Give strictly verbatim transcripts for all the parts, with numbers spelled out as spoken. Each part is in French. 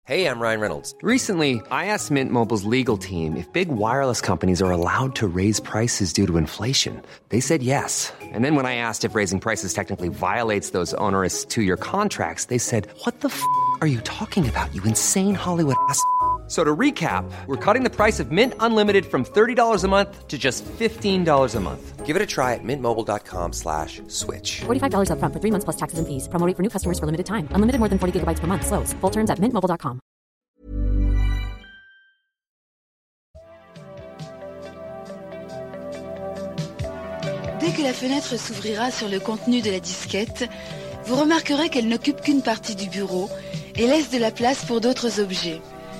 Hey, I'm Ryan Reynolds. Recently, I asked Mint Mobile's legal team if big wireless companies are allowed to raise prices due to inflation. They said yes. And then when I asked if raising prices technically violates those onerous two-year contracts, they said, what the f*** are you talking about, you insane Hollywood ass f- So to recap, we're cutting the price of Mint Unlimited from thirty dollars a month to just fifteen dollars a month. Give it a try at mintmobile.com slash switch. forty-five dollars up front for three months plus taxes and fees. Promo rate for new customers for limited time. Unlimited more than forty gigabytes per month. Slows full terms at mint mobile dot com. Dès que la fenêtre s'ouvrira sur le contenu de la disquette, vous remarquerez qu'elle n'occupe qu'une partie du bureau et laisse de la place pour d'autres objets.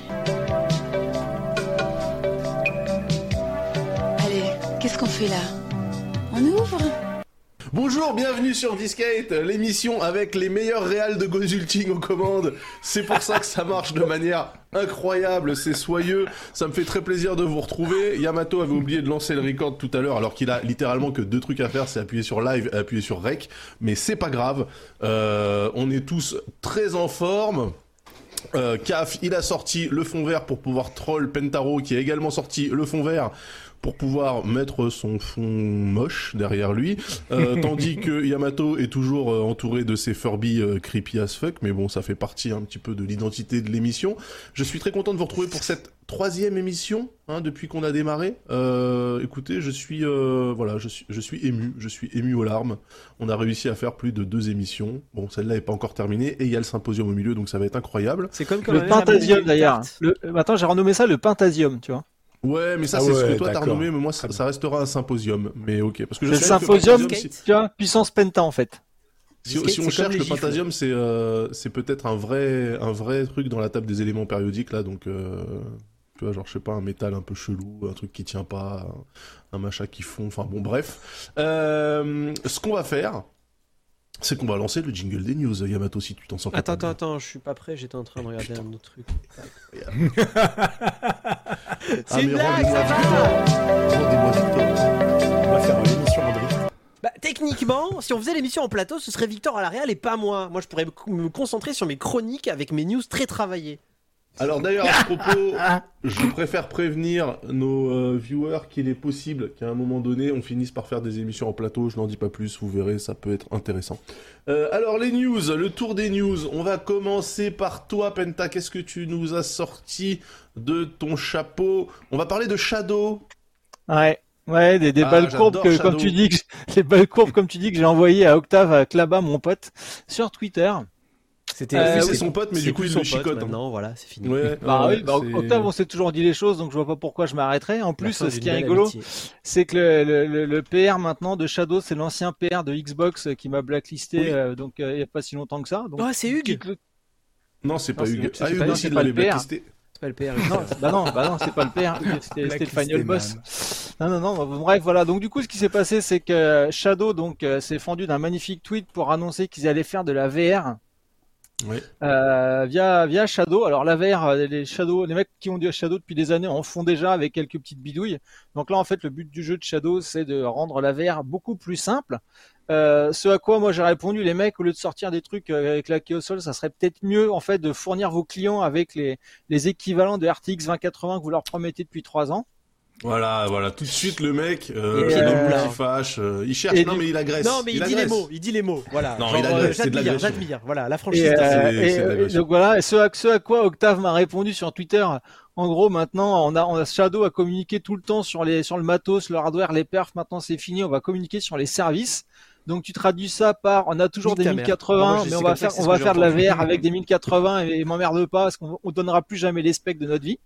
Allez, qu'est-ce qu'on fait là ? On ouvre ? Bonjour, bienvenue sur Discate, l'émission avec les meilleurs réals de Gozulting aux commandes. C'est pour ça que ça marche de manière incroyable, c'est soyeux. Ça me fait très plaisir de vous retrouver. Yamato avait oublié de lancer le record tout à l'heure, alors qu'il a littéralement que deux trucs à faire, c'est appuyer sur live et appuyer sur rec. Mais c'est pas grave, euh, on est tous très en forme. Euh, Caf, il a sorti le fond vert pour pouvoir troll Pentaro, qui a également sorti le fond vert pour pouvoir mettre son fond moche derrière lui, euh, tandis que Yamato est toujours euh, entouré de ses Furby euh, creepy as fuck, mais bon, ça fait partie un petit peu de l'identité de l'émission. Je suis très content de vous retrouver pour cette troisième émission, hein, depuis qu'on a démarré. Euh, écoutez, je suis, euh, voilà, je suis, je suis ému, je suis ému aux larmes. On a réussi à faire plus de deux émissions. Bon, celle-là est pas encore terminée, et il y a le symposium au milieu, donc ça va être incroyable. C'est comme quand le Pentasium d'ailleurs. Le... Attends, j'ai renommé ça le Pentasium, tu vois. Ouais, mais ça, ah c'est ouais, ce que toi d'accord. t'as renommé, mais moi, ça, ça restera un symposium. Mais ok, parce que je C'est le sais symposium, que si, tu vois, puissance penta en fait. si, si on cherche le pentasium, c'est euh, c'est peut-être un vrai un vrai truc dans la table des éléments périodiques là, donc euh, tu vois, genre je sais pas, un métal un peu chelou, un truc qui tient pas, un, un machin qui fond, enfin bon bref. Euh, ce qu'on va faire, c'est qu'on va lancer le jingle des news. Yamato, si tu t'en sens Attends, capable. attends, attends, je suis pas prêt, j'étais en train de regarder un autre truc. C'est une blague, ça va. Rendez-moi Victor. On va faire l'émission en drift. Bah, techniquement, si on faisait l'émission en plateau, ce serait Victor à la réal et pas moi. Moi, je pourrais me concentrer sur mes chroniques avec mes news très travaillées. Alors d'ailleurs, à ce propos, je préfère prévenir nos euh, viewers qu'il est possible qu'à un moment donné, on finisse par faire des émissions en plateau. Je n'en dis pas plus, vous verrez, ça peut être intéressant. Euh, alors les news, le tour des news. On va commencer par toi, Penta. Qu'est-ce que tu nous as sorti de ton chapeau ? On va parler de Shadow. Ouais. Ouais, des, des Ah, balles courbes que, Shadow. comme tu dis, que, les balles courbes comme tu dis que j'ai envoyé à Octave, à Klaba, mon pote, sur Twitter. C'était Euh, oui, oui, c'est son pote, mais c'est du coup, plus il son le pote chicote. hein. maintenant, voilà, c'est fini. Ouais, Bah ouais, oui, bah, c'est- Octave, on s'est toujours dit les choses, donc je vois pas pourquoi je m'arrêterais. En La plus, fin ce d'une qui est belle rigolo, amitié. c'est que le, le, le, le P R maintenant de Shadow, c'est l'ancien P R de Xbox qui m'a blacklisté, Oui. euh, donc euh, il y a pas si longtemps que ça. Donc, Oh, c'est Hugues. quitte le- Non, c'est pas Non, c'est- Hugues. c'est Ah, pas- Hugues non, aussi, c'est il pas l'avait le P R. blacklisté. C'est pas le père. Non, bah non, bah non, c'est pas le P R, c'était, c'était le Final Boss. Blacklisté, Non, non, non, bah, bref, voilà. Donc, du coup, ce qui s'est passé, c'est que Shadow, donc, euh, s'est fendu d'un magnifique tweet pour annoncer qu'ils allaient faire de la V R. Ouais. Euh, via via Shadow. Alors la V R, euh, les Shadow, les mecs qui ont du Shadow depuis des années en font déjà avec quelques petites bidouilles. Donc là, en fait, le but du jeu de Shadow, c'est de rendre la V R beaucoup plus simple. Euh, ce à quoi moi j'ai répondu, les mecs, au lieu de sortir des trucs euh, avec la au sol, ça serait peut-être mieux en fait de fournir vos clients avec les les équivalents de R T X vingt quatre-vingts que vous leur promettez depuis trois ans. Voilà, voilà, tout de suite le mec, euh, Et puis, il euh, est fâche, euh, il cherche, et non du- mais il agresse. Non, mais il, dit agresse. les mots, il dit les mots. Voilà. Non, Genre, il agresse, euh, c'est de j'admire, l'agression. j'admire. Voilà, la franchise. Et, c'est- euh, c'est- et, c'est de euh, l'agression. donc voilà, et ce à, ce à quoi Octave m'a répondu sur Twitter. En gros, maintenant, on a, on a Shadow a communiqué tout le temps sur les, sur le matos, le hardware, les perfs. Maintenant, c'est fini. On va communiquer sur les services. Donc, tu traduis ça par, on a toujours Nique des ta mille mère. quatre-vingts, Moi, je mais on sais va comme ça faire, que c'est on ce va que j'ai faire de la entendu. V R avec des mille quatre-vingts et, et m'emmerde pas parce qu'on on donnera plus jamais les specs de notre vie.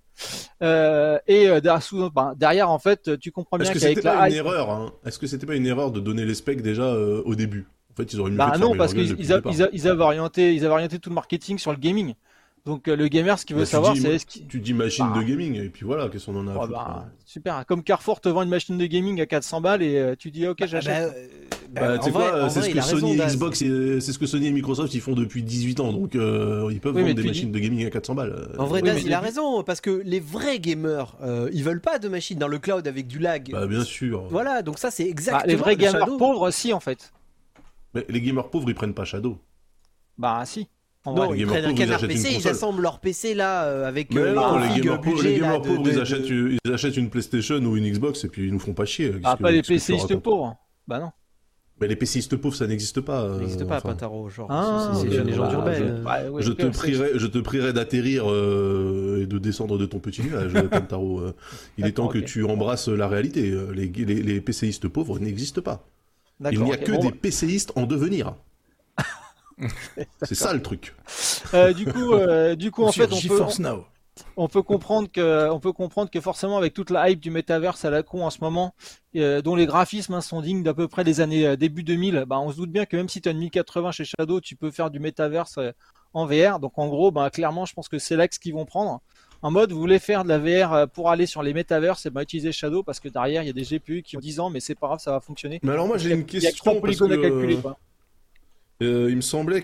Euh, et euh, derrière, sous- ben, derrière, en fait, tu comprends Est-ce bien que qu'avec c'était la pas une hype- erreur hein Est-ce que c'était pas une erreur de donner les specs déjà euh, au début? En fait, ils auraient mieux fait Bah de non, fermer parce leur gueule qu'ils depuis ils le a- départ. ils a- ils avaient orienté, ils avaient orienté tout le marketing sur le gaming. Donc euh, le gamer, ce qu'il veut Bah, tu savoir, dis- c'est est-ce qu'il... Tu dis machine Bah. de gaming, et puis voilà, qu'est-ce qu'on en a à Oh, foutre, bah, hein. super. Comme Carrefour te vend une machine de gaming à quatre cents balles et euh, tu dis ok, Bah, j'achète. bah, euh, Bah, bah, tu sais en vrai- quoi, en c'est vrai, ce il que a raison, Sony et Daz. Xbox, et- c'est ce que Sony et Microsoft ils font depuis dix-huit ans, donc euh, ils peuvent Oui, mais vendre des tu machines de gaming à quatre cents balles. En vrai, Oui, Daz, mais il a les- raison, parce que les vrais gamers, euh, ils veulent pas de machines dans le cloud avec du lag. Bah bien sûr. Voilà, donc ça, c'est Bah, exactement les vrais le gamers Shadow. pauvres, si en fait. Mais les gamers pauvres ils prennent pas Shadow. Bah si. En Non, vrai. ils Les prennent un gamers pauvres, ils canard achètent P C, une ils console. assemblent leur P C là euh, avec Mais euh, non, le les config gamers pauvres, budget les là, gamers de- pauvres, de- ils, de- achètent, une- ils achètent une PlayStation ou une Xbox et puis ils nous font pas chier. Qu'est-ce Ah, que- pas les qu'est-ce que tu PCistes racontes pauvres. Bah non. Mais les PCistes pauvres, ça n'existe pas. Ça euh, n'existe pas à enfin, Pintaro, genre. Ah, c'est c'est je- une légende bah, urbaine. Ouais, ouais, Je ok, te c'est- prierai, je te prierai d'atterrir euh, et de descendre de ton petit nuage, Tantaro. Euh, il est temps D'accord, que ok. tu embrasses la réalité. Euh, Les, les, les PCistes pauvres n'existent pas. Il D'accord, n'y a ok, que bon, des PCistes en devenir. C'est ça le truc. euh, du coup, euh, du coup, en fait, on peut, Now. on peut comprendre que, on peut comprendre que forcément, avec toute la hype du métaverse à la con en ce moment, euh, dont les graphismes hein, sont dignes d'à peu près des années euh, début deux mille, bah, on se doute bien que même si tu as une mille quatre-vingts chez Shadow, tu peux faire du métaverse euh, en V R. Donc, en gros, bah, clairement, je pense que c'est l'axe qu'ils vont prendre. En mode, vous voulez faire de la V R euh, pour aller sur les métaverses, et bah, utilisez Shadow parce que derrière, il y a des G P U qui ont dix ans, mais c'est pas grave, ça va fonctionner. Mais alors moi j'ai Il y a- une il y a que question trois parce polygones à que, calculer, quoi. euh, il me semblait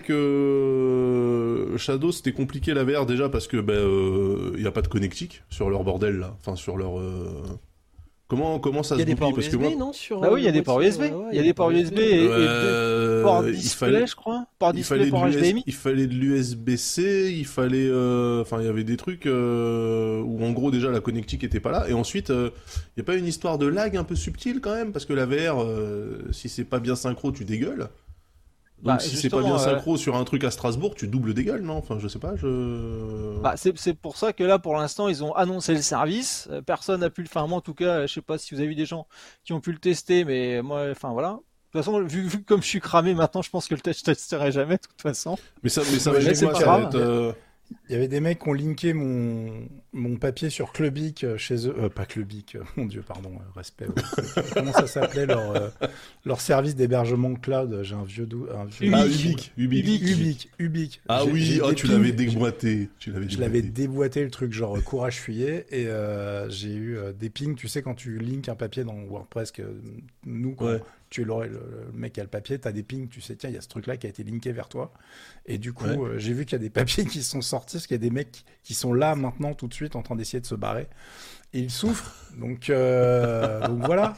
que Shadow c'était compliqué la V R déjà parce que ben euh, il y a pas de connectique sur leur bordel là, enfin sur leur euh, comment comment ça Il y a se des goupille ports parce U S que B, moi non sur, Bah oui, il y a euh, des ports U S B. ouais, ouais, Il y a des ports U S B et, et Euh, des ports il display, fallait je crois. Port il display, fallait port de H D M I. l'U S il fallait de l'U S B C, il fallait euh, enfin il y avait des trucs euh, où en gros déjà la connectique était pas là et ensuite euh, il y a pas une histoire de lag un peu subtile quand même parce que la V R euh, si c'est pas bien synchro tu dégueules. Donc Bah, si c'est pas justement, bien euh, synchro sur un truc à Strasbourg, tu doubles des gueules, non? Enfin, je sais pas, je... Bah, c'est, c'est pour ça que là, pour l'instant, ils ont annoncé le service. Euh, Personne n'a pu le faire. Enfin, moi, en tout cas, je sais pas si vous avez vu des gens qui ont pu le tester, mais moi, enfin voilà. De toute façon, vu, vu comme je suis cramé maintenant, je pense que le test, je testerai jamais, de toute façon. Mais ça, mais ça Ouais, va mais être c'est quoi, pas ça va grave. être, euh, Il y avait des mecs qui ont linké mon, mon papier sur Clubic euh, chez eux. Euh, pas Clubic, euh, mon dieu, pardon, euh, respect. ouais. Comment ça s'appelait leur, euh, leur service d'hébergement cloud? J'ai un vieux dou... un vieux... Ah, Ubique, Ubique. Ubique, Ubique, Ubique. Ah J'ai- oui, j'ai oh, des tu pings- l'avais déboîté. Tu l'avais Je l'avais déboîté. déboîté le truc, genre euh, courage fuyez, et euh, j'ai eu euh, des pings. Tu sais, quand tu links un papier dans WordPress, que nous, quand Ouais. tu es le, le- le mec qui a le papier, t'as des pings, tu sais, tiens, il y a ce truc-là qui a été linké vers toi. Et du coup, Ouais. euh, j'ai vu qu'il y a des papiers qui sont sortis, parce qu'il y a des mecs qui, qui sont là maintenant, tout de suite, en train d'essayer de se barrer. Et ils souffrent. Donc, euh, donc voilà.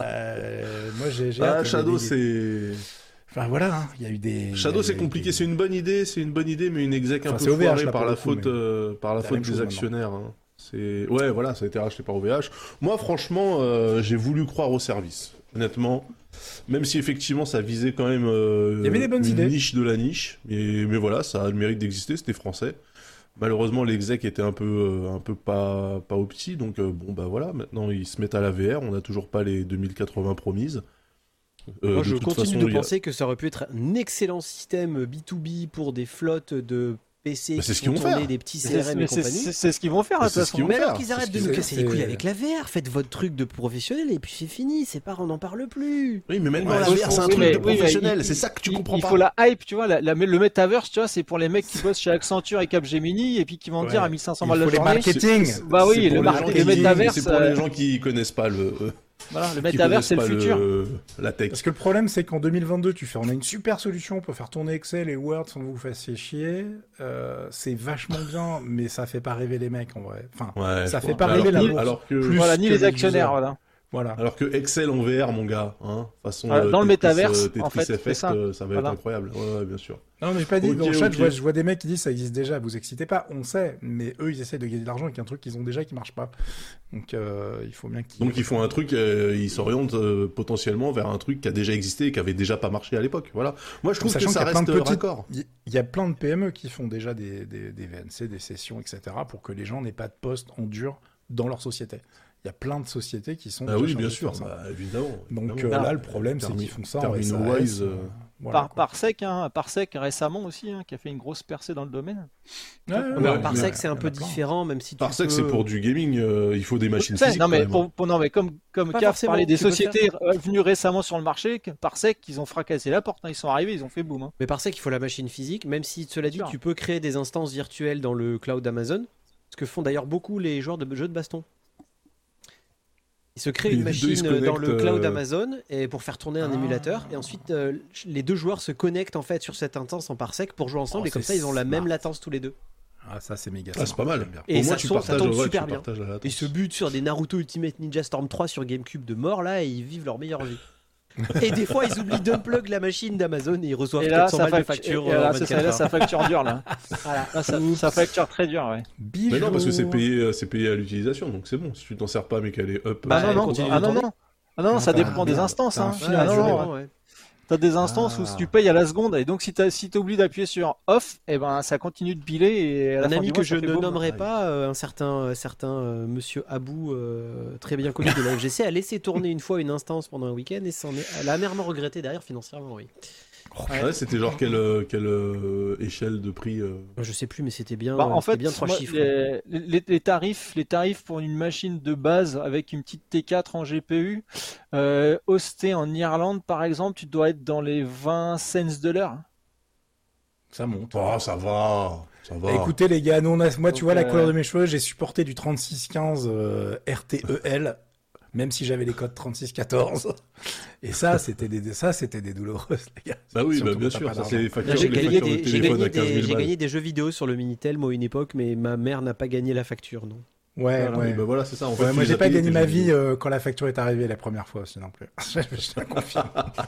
Euh, moi, j'ai. j'ai hâte Ah, qu'il y ait Shadow, des- c'est... Enfin voilà, hein, il y a eu des. Shadow, il y a c'est eu compliqué. des- C'est une bonne idée, c'est une bonne idée, mais une exec un Enfin, peu c'est O V H, foirée là, par pour la le coup, faute, mais euh, par la c'est la faute même des chose actionnaires. hein. C'est ouais, voilà, ça a été racheté par O V H. Moi, franchement, euh, j'ai voulu croire au service. Honnêtement, même si effectivement ça visait quand même euh, Il y avait des bonnes une idées. niche de la niche, mais, mais voilà, ça a le mérite d'exister. C'était français. Malheureusement, l'exec était un peu, euh, un peu pas, pas opti, donc euh, bon bah voilà. Maintenant, ils se mettent à la V R. On n'a toujours pas les deux mille quatre-vingts promises. Euh, Moi, de je toute continue façon, de il y a- penser que ça aurait pu être un excellent système B deux B pour des flottes de P C Bah, c'est qui ce qu'ils vont vont tourner faire. des petits C'est, C R M mais et c'est, compagnie. c'est- c'est ce qu'ils vont faire, Mais de toute c'est ce façon. qu'ils vont Mais alors faire, qu'ils c'est arrêtent ce de qu'ils nous font. casser les couilles C'est- avec la V R, faites votre truc de professionnel et puis c'est fini, c'est pas, on n'en parle plus. Oui, mais même Ouais, dans la je V R, c'est un Oui, truc mais- de oui, mais professionnel. il- C'est ça que tu il, comprends il pas. faut la hype, tu vois, la, la- le metaverse, tu vois, c'est pour les mecs qui bossent chez Accenture et Capgemini et puis qui vont Ouais. dire à mille cinq cents Il balles faut la les journée. marketing. Bah oui, C'est le, pour les mar- gens le qui- metaverse, C'est pour euh, les gens qui connaissent pas le. voilà, le qui metaverse, c'est le connaissent pas futur. La tech. Parce que le problème, c'est qu'en deux mille vingt-deux, tu fais, on a une super solution pour faire tourner Excel et Word sans que vous vous fassiez chier. Euh, c'est vachement bien, mais ça fait pas rêver les mecs en vrai. Enfin, Ouais, ça je fait vois. pas alors rêver la que, bourse. alors que, Plus Voilà, ni que les les actionnaires, users. voilà. voilà. alors que Excel en V R, mon gars, hein, façon Voilà, euh, dans le Tetris, métaverse, euh, Tetris en fait, c'est Effect, ça. euh, ça va Voilà. être incroyable. Ouais, ouais, bien sûr. Non, mais j'ai pas dit. Ok, dans le chat, ok. je, vois, je vois des mecs qui disent ça existe déjà. Vous excitez pas, on sait, mais eux, ils essaient de gagner de l'argent avec un truc qu'ils ont déjà qui marche pas. Donc, euh, il faut bien qu'ils. Donc ils font un truc, euh, ils s'orientent euh, potentiellement vers un truc qui a déjà existé et qui avait déjà pas marché à l'époque. Voilà. Moi, je trouve Sachant que ça qu'il y a plein reste de petites- raccord. Il il y a plein de P M E qui font déjà des, des, des V N C, des sessions, et cetera, pour que les gens n'aient pas de poste en dur dans leur société. Il y a plein de sociétés qui sont. Ah déjà oui, chargées bien de sûr, faire ça. bah, évidemment. Donc évidemment. euh, là, le problème, c'est Termi- qu'ils font ça en Terminal S A S, Wise, euh, euh, voilà, Par, quoi. Parsec, hein, Parsec récemment aussi, hein, qui a fait une grosse percée dans le domaine. Ouais, ouais, Ouais, ouais, mais ouais, Parsec, ouais, c'est un il y en peu a plein. différent, même si tu Parsec, peux- c'est pour du gaming. euh, il faut des machines Ouais, physiques. non, mais quand même. pour, pour- non, mais comme, comme Pas Caf forcément, parlait des tu peux sociétés euh, venues récemment sur le marché, que Parsec, ils ont fracassé la porte, hein, ils sont arrivés, ils ont fait boum. Hein. Mais Parsec, il faut la machine physique, même si, cela dit, Sûr. tu peux créer des instances virtuelles dans le cloud Amazon, ce que font d'ailleurs beaucoup les joueurs de jeux de baston. Ils se créent Les une deux, machine ils se dans le connectent, cloud euh, Amazon et pour faire tourner un Ah. émulateur, et ensuite euh, les deux joueurs se connectent en fait sur cette instance en Parsec pour jouer ensemble, Oh, et comme c'est ça ils ont la même smart. latence tous les deux. Ah, ça, c'est méga. Ah, c'est smart, pas mal. j'aime bien. Et Au moins, ça tu tourne- ça partages, tourne ouais, super tu bien. partages la latence. Ils se butent sur des Naruto Ultimate Ninja Storm trois sur GameCube de mort là et ils vivent leur meilleure vie. Et des fois, ils oublient d'unplug la machine d'Amazon et ils reçoivent Et là, quatre cents ça balles de fact- facture. et euh, là, en c'est ça, vingt-quatre là, heures. ça facture dur là. Voilà, là, ça, ça facture très dur, ouais. Mais non, parce que c'est payé, c'est payé à l'utilisation, donc c'est bon. Si tu t'en sers pas, mais qu'elle est up. Bah, Ah elle non, non, continue ah de non, tourner. non. Ah non, non, ça t'as un- dépend des instances. t'as un Hein. fil Ah à non, gérer. non, ouais. T'as des instances Ah. où si tu payes à la seconde, et donc si t'as si t'es oublié d'appuyer sur off, et ben ça continue de biler et à la Un fin ami du que mois, je ça fait ne boum. nommerai pas, euh, un certain, euh, certain euh, monsieur Abou, euh, très bien connu de la F G C, a laissé tourner une fois une instance pendant un week-end et s'en est, elle a amèrement regretté derrière financièrement, oui. Ouais, c'était genre quelle, euh, quelle euh, échelle de prix euh... Je sais plus, mais c'était bien, Bah, euh, en c'était fait, bien trois moi, chiffres. les, les- les tarifs, les tarifs pour une machine de base avec une petite T quatre en G P U, euh, hostée en Irlande par exemple, tu dois être dans les vingt cents de l'heure. Ça monte. Oh, ça va, ça va. Écoutez les gars, nous, on a- moi tu Donc, vois la euh, couleur de mes cheveux, j'ai supporté du trente-six quinze euh, R T E L, même si j'avais les codes trente-six quatorze. Et ça, c'était des, ça, c'était des douloureuses, les gars. Bah oui, bah Surtout bien quand t'as sûr, pas ça d'argent. c'est les factures, J'ai les gagné, factures de des, j'ai téléphone gagné à quinze des- mille j'ai balles. gagné des jeux vidéo sur le Minitel, moi, à une époque, mais ma mère n'a pas gagné la facture, non. Ouais, Voilà, ouais. oui, bah voilà, c'est ça. En fait, Ouais, tu moi, les j'ai as pas payés, gagné tes ma jeux vie vidéo. euh, quand la facture est arrivée la première fois aussi non plus. je je te confirme.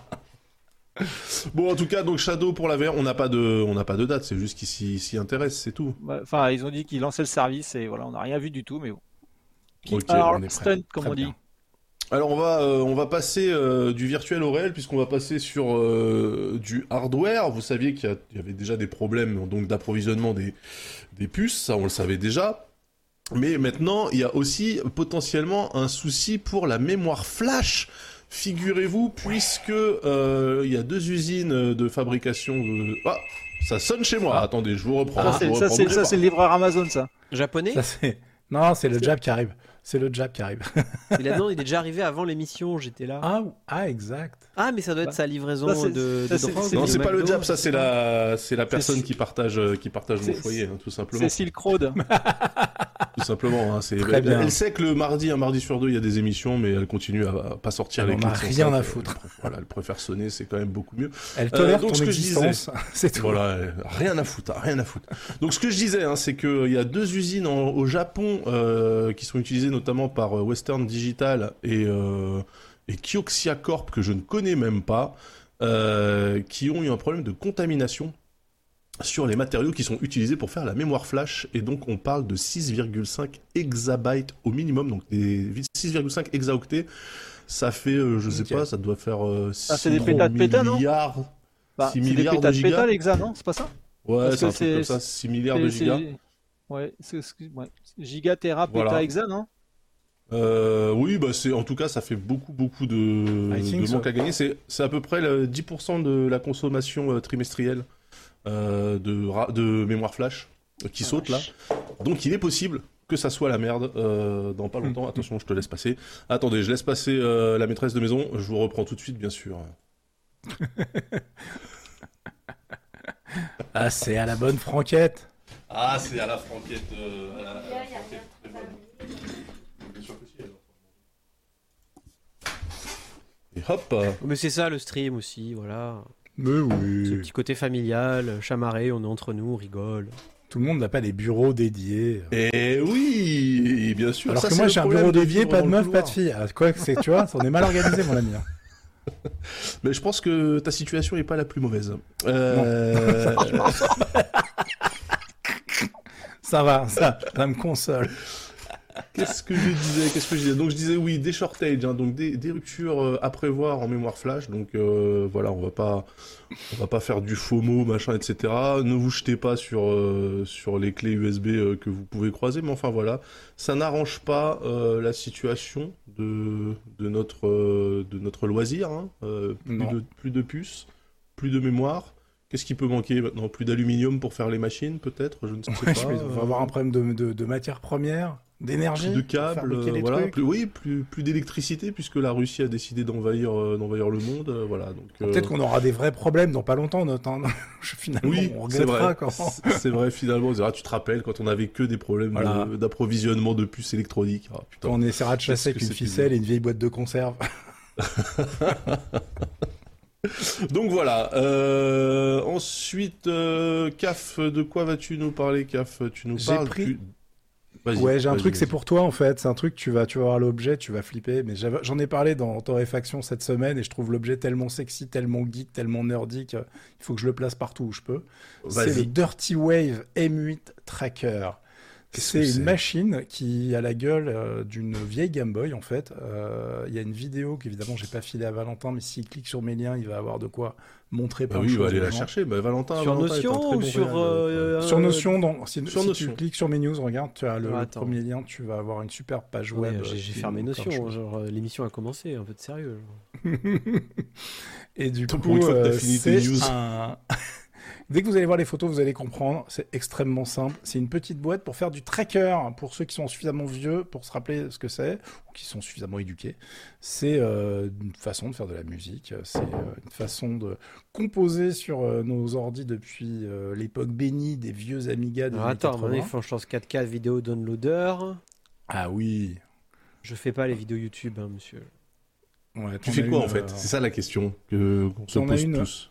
Bon, en tout cas, donc Shadow pour la V R, on n'a pas de, on n'a pas de date, c'est juste qu'ils s'y s'y intéressent, c'est tout. Ouais, Enfin, ils ont dit qu'ils lançaient le service et voilà, on n'a rien vu du tout, mais bon. Ok, Alors, on est prêt. stunt, comme Très on dit. bien. Alors on va, euh, on va passer euh, du virtuel au réel puisqu'on va passer sur euh, du hardware. Vous saviez qu'il y, a- il y avait déjà des problèmes donc d'approvisionnement des, des puces, ça on le savait déjà. Mais maintenant il y a aussi potentiellement un souci pour la mémoire flash. Figurez-vous, puisque euh, il y a deux usines de fabrication. De... Ah, ça sonne chez moi. Ah. Attendez, je vous reprends. Ça, je c'est, vous ça, reprends, c'est, bougez ça, pas. c'est le livreur Amazon, ça. Japonais Ça, c'est... Non, c'est le jab qui arrive. C'est le jab qui arrive. il, a, non, il est déjà arrivé avant l'émission, j'étais là. Ah, ah exact. Ah, mais ça doit être Bah, sa livraison ça, c'est- de, ça, de c'est- drogue. c'est- Non, de c'est pas le McDo, jab, ça c'est la, c'est la personne C'est- qui partage, euh, qui partage mon c'est- foyer, hein, tout simplement. C'est Silk Road. Tout simplement, hein, c'est... Très elle, bien. elle sait que le mardi, un mardi sur deux, il y a des émissions, mais elle continue à, à pas sortir Elle les en clés a de son rien sac. à Euh, foutre. Voilà, elle préfère sonner, c'est quand même beaucoup mieux. Elle tolère Euh, donc, ton ce que je existence. C'est tout. Voilà, euh, rien à foutre, rien à foutre. Donc ce que je disais, hein, c'est qu'il y a deux usines en- au Japon euh, qui sont utilisées notamment par euh, Western Digital et, euh, et Kioxia Corp, que je ne connais même pas, euh, qui ont eu un problème de contamination sur les matériaux qui sont utilisés pour faire la mémoire flash, et donc on parle de six virgule cinq exabytes au minimum, donc des six virgule cinq hexaoctets, ça fait, euh, je sais Ok. pas, ça doit faire euh, Ah, c'est des six pétas de pétas, non milliards, Bah, six c'est des milliards de pétas de gigas. pétas, l'exa, non? C'est pas ça? Ouais, Parce c'est un que truc comme c'est- ça, six milliards de C'est- gigas. c'est- Ouais, c'est, c'est- ouais. Giga, Tera, Voilà. péta, hexa, non? Euh, oui, bah c'est en tout cas ça fait beaucoup beaucoup de, I think de so. manque à gagner. C'est c'est à peu près le dix pour cent de la consommation euh, trimestrielle euh, de ra- de mémoire flash euh, qui Ah, saute là. vache. Donc il est possible que ça soit la merde euh, dans pas longtemps. Attention, je te laisse passer. Attendez, je laisse passer euh, la maîtresse de maison. Je vous reprends tout de suite, bien sûr. Ah, c'est à la bonne franquette. Ah, c'est à la franquette. euh, à la, à la franquette très bonne. Bien sûr que si, alors. Et hop. euh, Mais c'est ça le stream aussi, voilà. Mais Ce oui. petit côté familial, chamarré, on est entre nous, on rigole. Tout le monde n'a pas des bureaux dédiés. Et oui, et bien sûr. Alors ça, que c'est moi, le j'ai un problème bureau de dédié, vivre pas de dans le meuf, couloir. pas de fille. Ah, quoi que c'est, tu vois, on est mal organisé, mon ami. hein. Mais je pense que ta situation n'est pas la plus mauvaise. Euh... Ça va, ça, ça me console. Qu'est-ce que je disais Qu'est-ce que je disais Donc je disais oui, des shortages, hein, donc des, des ruptures euh, à prévoir en mémoire flash. Donc euh, voilà, on va pas, on va pas faire du FOMO, machin, et cetera. Ne vous jetez pas sur euh, sur les clés U S B euh, que vous pouvez croiser, mais enfin voilà, ça n'arrange pas euh, la situation de de notre euh, de notre loisir. Hein. Euh, plus Non. de plus de puces, plus de mémoire. Qu'est-ce qui peut manquer maintenant Plus d'aluminium pour faire les machines, peut-être Je ne sais Ouais, pas. je vais- on va euh, avoir un problème de, de, de matières premières, d'énergie. plus de pour câbles, fabriquer euh, les voilà, trucs. plus, oui, plus, plus d'électricité puisque la Russie a décidé d'envahir, euh, d'envahir le monde, euh, voilà. Donc euh, Peut-être qu'on aura des vrais problèmes dans pas longtemps, notre, hein. Finalement, oui, on c'est regrettera vrai. quand. C'est c'est vrai finalement. Ah, tu te rappelles quand on avait que des problèmes de- Voilà. d'approvisionnement de, puces électroniques. Ah, putain. Quand on essaiera de chasser Qu'est-ce avec que une c'était ficelle dur. et une vieille boîte de conserve. Donc voilà. Euh, ensuite, euh, C A F, de quoi vas-tu nous parler, C A F Tu nous J'ai parles pris- du- Vas-y, Ouais, j'ai un vas-y, truc, vas-y. c'est pour toi en fait. C'est un truc, tu vas, tu vas voir l'objet, tu vas flipper. Mais j'avais- j'en ai parlé dans Torréfaction cette semaine et je trouve l'objet tellement sexy, tellement geek, tellement nerdy qu'il faut que je le place partout où je peux. C'est Vas-y. le Dirty Wave M huit Tracker. Qu'est-ce C'est que une c'est machine qui a la gueule euh, d'une vieille Game Boy en fait. Euh, Il y a une vidéo qu'évidemment j'ai pas filée à Valentin, mais s'il clique sur mes liens, il va avoir de quoi montrer Bah plein de oui, il va choses aller aux la gens. chercher. Bah, Valentin, Sur Valentin est un très Notion ou bon sur. réal, euh, Sur euh, Notion, donc, si, sur si Notion. tu cliques sur mes news, regarde, tu as le, Ah, le attends. premier lien, tu vas avoir une super page Ouais, web. j'ai j'ai qui fermé montre plein de Notion, choses. genre euh, l'émission a commencé, un peu de sérieux. genre. Et du Pour coup, une fois que t'as euh, fini tes c'est news. un... Dès que vous allez voir les photos, vous allez comprendre. C'est extrêmement simple. C'est une petite boîte pour faire du tracker. Pour ceux qui sont suffisamment vieux pour se rappeler ce que c'est, ou qui sont suffisamment éduqués, c'est euh, une façon de faire de la musique. C'est euh, une façon de composer sur euh, nos ordis depuis euh, l'époque bénie des vieux Amiga des Alors, années attends, à un moment donné, quatre-vingts. il faut que je lance quatre K vidéo downloader. Ah oui. Je fais pas les vidéos YouTube, hein, monsieur. Ouais, Tu t'en fais as quoi une, en fait euh, C'est ça la question que qu'on se t'en as pose une. tous.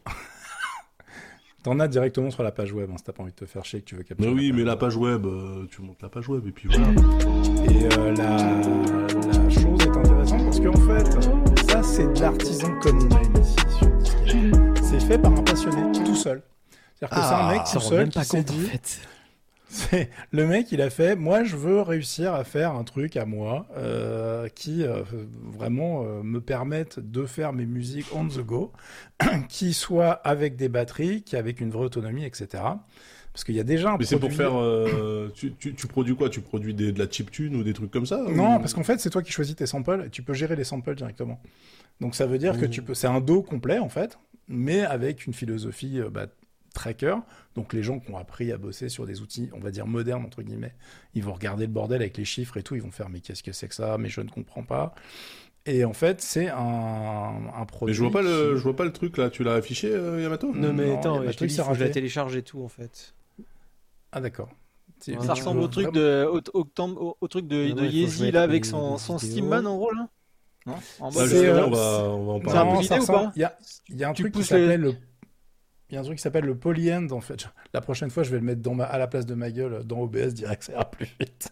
T'en as directement sur la page web, hein, si t'as pas envie de te faire chier que tu veux capturer. Mais oui, la mais page la web. page web, euh, tu montes la page web et puis voilà. Et euh, la, la chose est intéressante parce qu'en fait, ça c'est de l'artisan comme on aime ici sur Disquette. C'est fait par un passionné tout seul. C'est-à-dire que c'est un mec Il tout s'en rend seul même qui pas s'est compte en dit, fait. c'est le mec, il a fait, moi je veux réussir à faire un truc à moi euh, qui euh, vraiment euh, me permette de faire mes musiques on the go, qui soit avec des batteries, qui avec une vraie autonomie, et cetera. Parce qu'il y a déjà un Mais c'est pour produit- faire. euh, tu, tu, tu produis quoi Tu produis des, de la chiptune ou des trucs comme ça Non, ou- parce qu'en fait, c'est toi qui choisis tes samples et tu peux gérer les samples directement. Donc ça veut dire que Mmh. tu peux, c'est un dos complet en fait, mais avec une philosophie euh, bah, tracker. Donc les gens qui ont appris à bosser sur des outils, on va dire modernes entre guillemets, ils vont regarder le bordel avec les chiffres et tout, ils vont faire mais qu'est-ce que c'est que ça Mais je ne comprends pas. Et en fait, c'est un, un produit. Mais je vois pas le, qui- je vois pas le truc là. Tu l'as affiché, euh, Yamato Non, mais Non, attends, y a pas je de te truc, dis, c'est faut que je la raté. télécharge et tout en fait. Ah d'accord. C'est- Ça mais Ça tu ressemble peux au truc vraiment- de, au, au, au- au truc de, Non, de non, il faut que je Yeezy mette là avec les- son, les son vidéos. Steamman en gros là. Non en bas, Là, c'est, c'est- justement, euh, on va, on va en c'est parler. un peu Non, l'idée ça ou ressemble- pas Il y a, il y a un Tu truc qui pousses s'appelle les- le. Il y a un truc qui s'appelle le polyend en fait. La prochaine fois, je vais le mettre dans ma... à la place de ma gueule dans O B S direct, ça ira plus vite.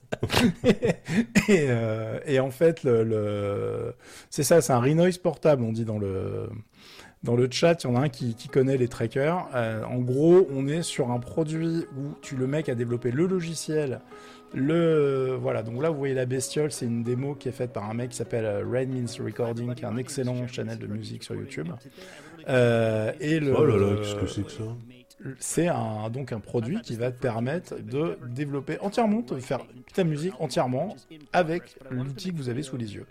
et, euh, et en fait, le, le... c'est ça, c'est un Renoise portable, on dit dans le dans le chat. Il y en a un qui, qui connaît les trackers. Euh, en gros, on est sur un produit où tu le mec a développé le logiciel. Le voilà, donc là vous voyez la bestiole, c'est une démo qui est faite par un mec qui s'appelle euh, Red Means Recording, qui est un excellent channel de musique sur YouTube. Euh, et le, Oh là là, qu'est-ce que c'est que ça c'est un, donc un produit qui va te permettre de développer entièrement, de faire ta musique entièrement avec l'outil que vous avez sous les yeux.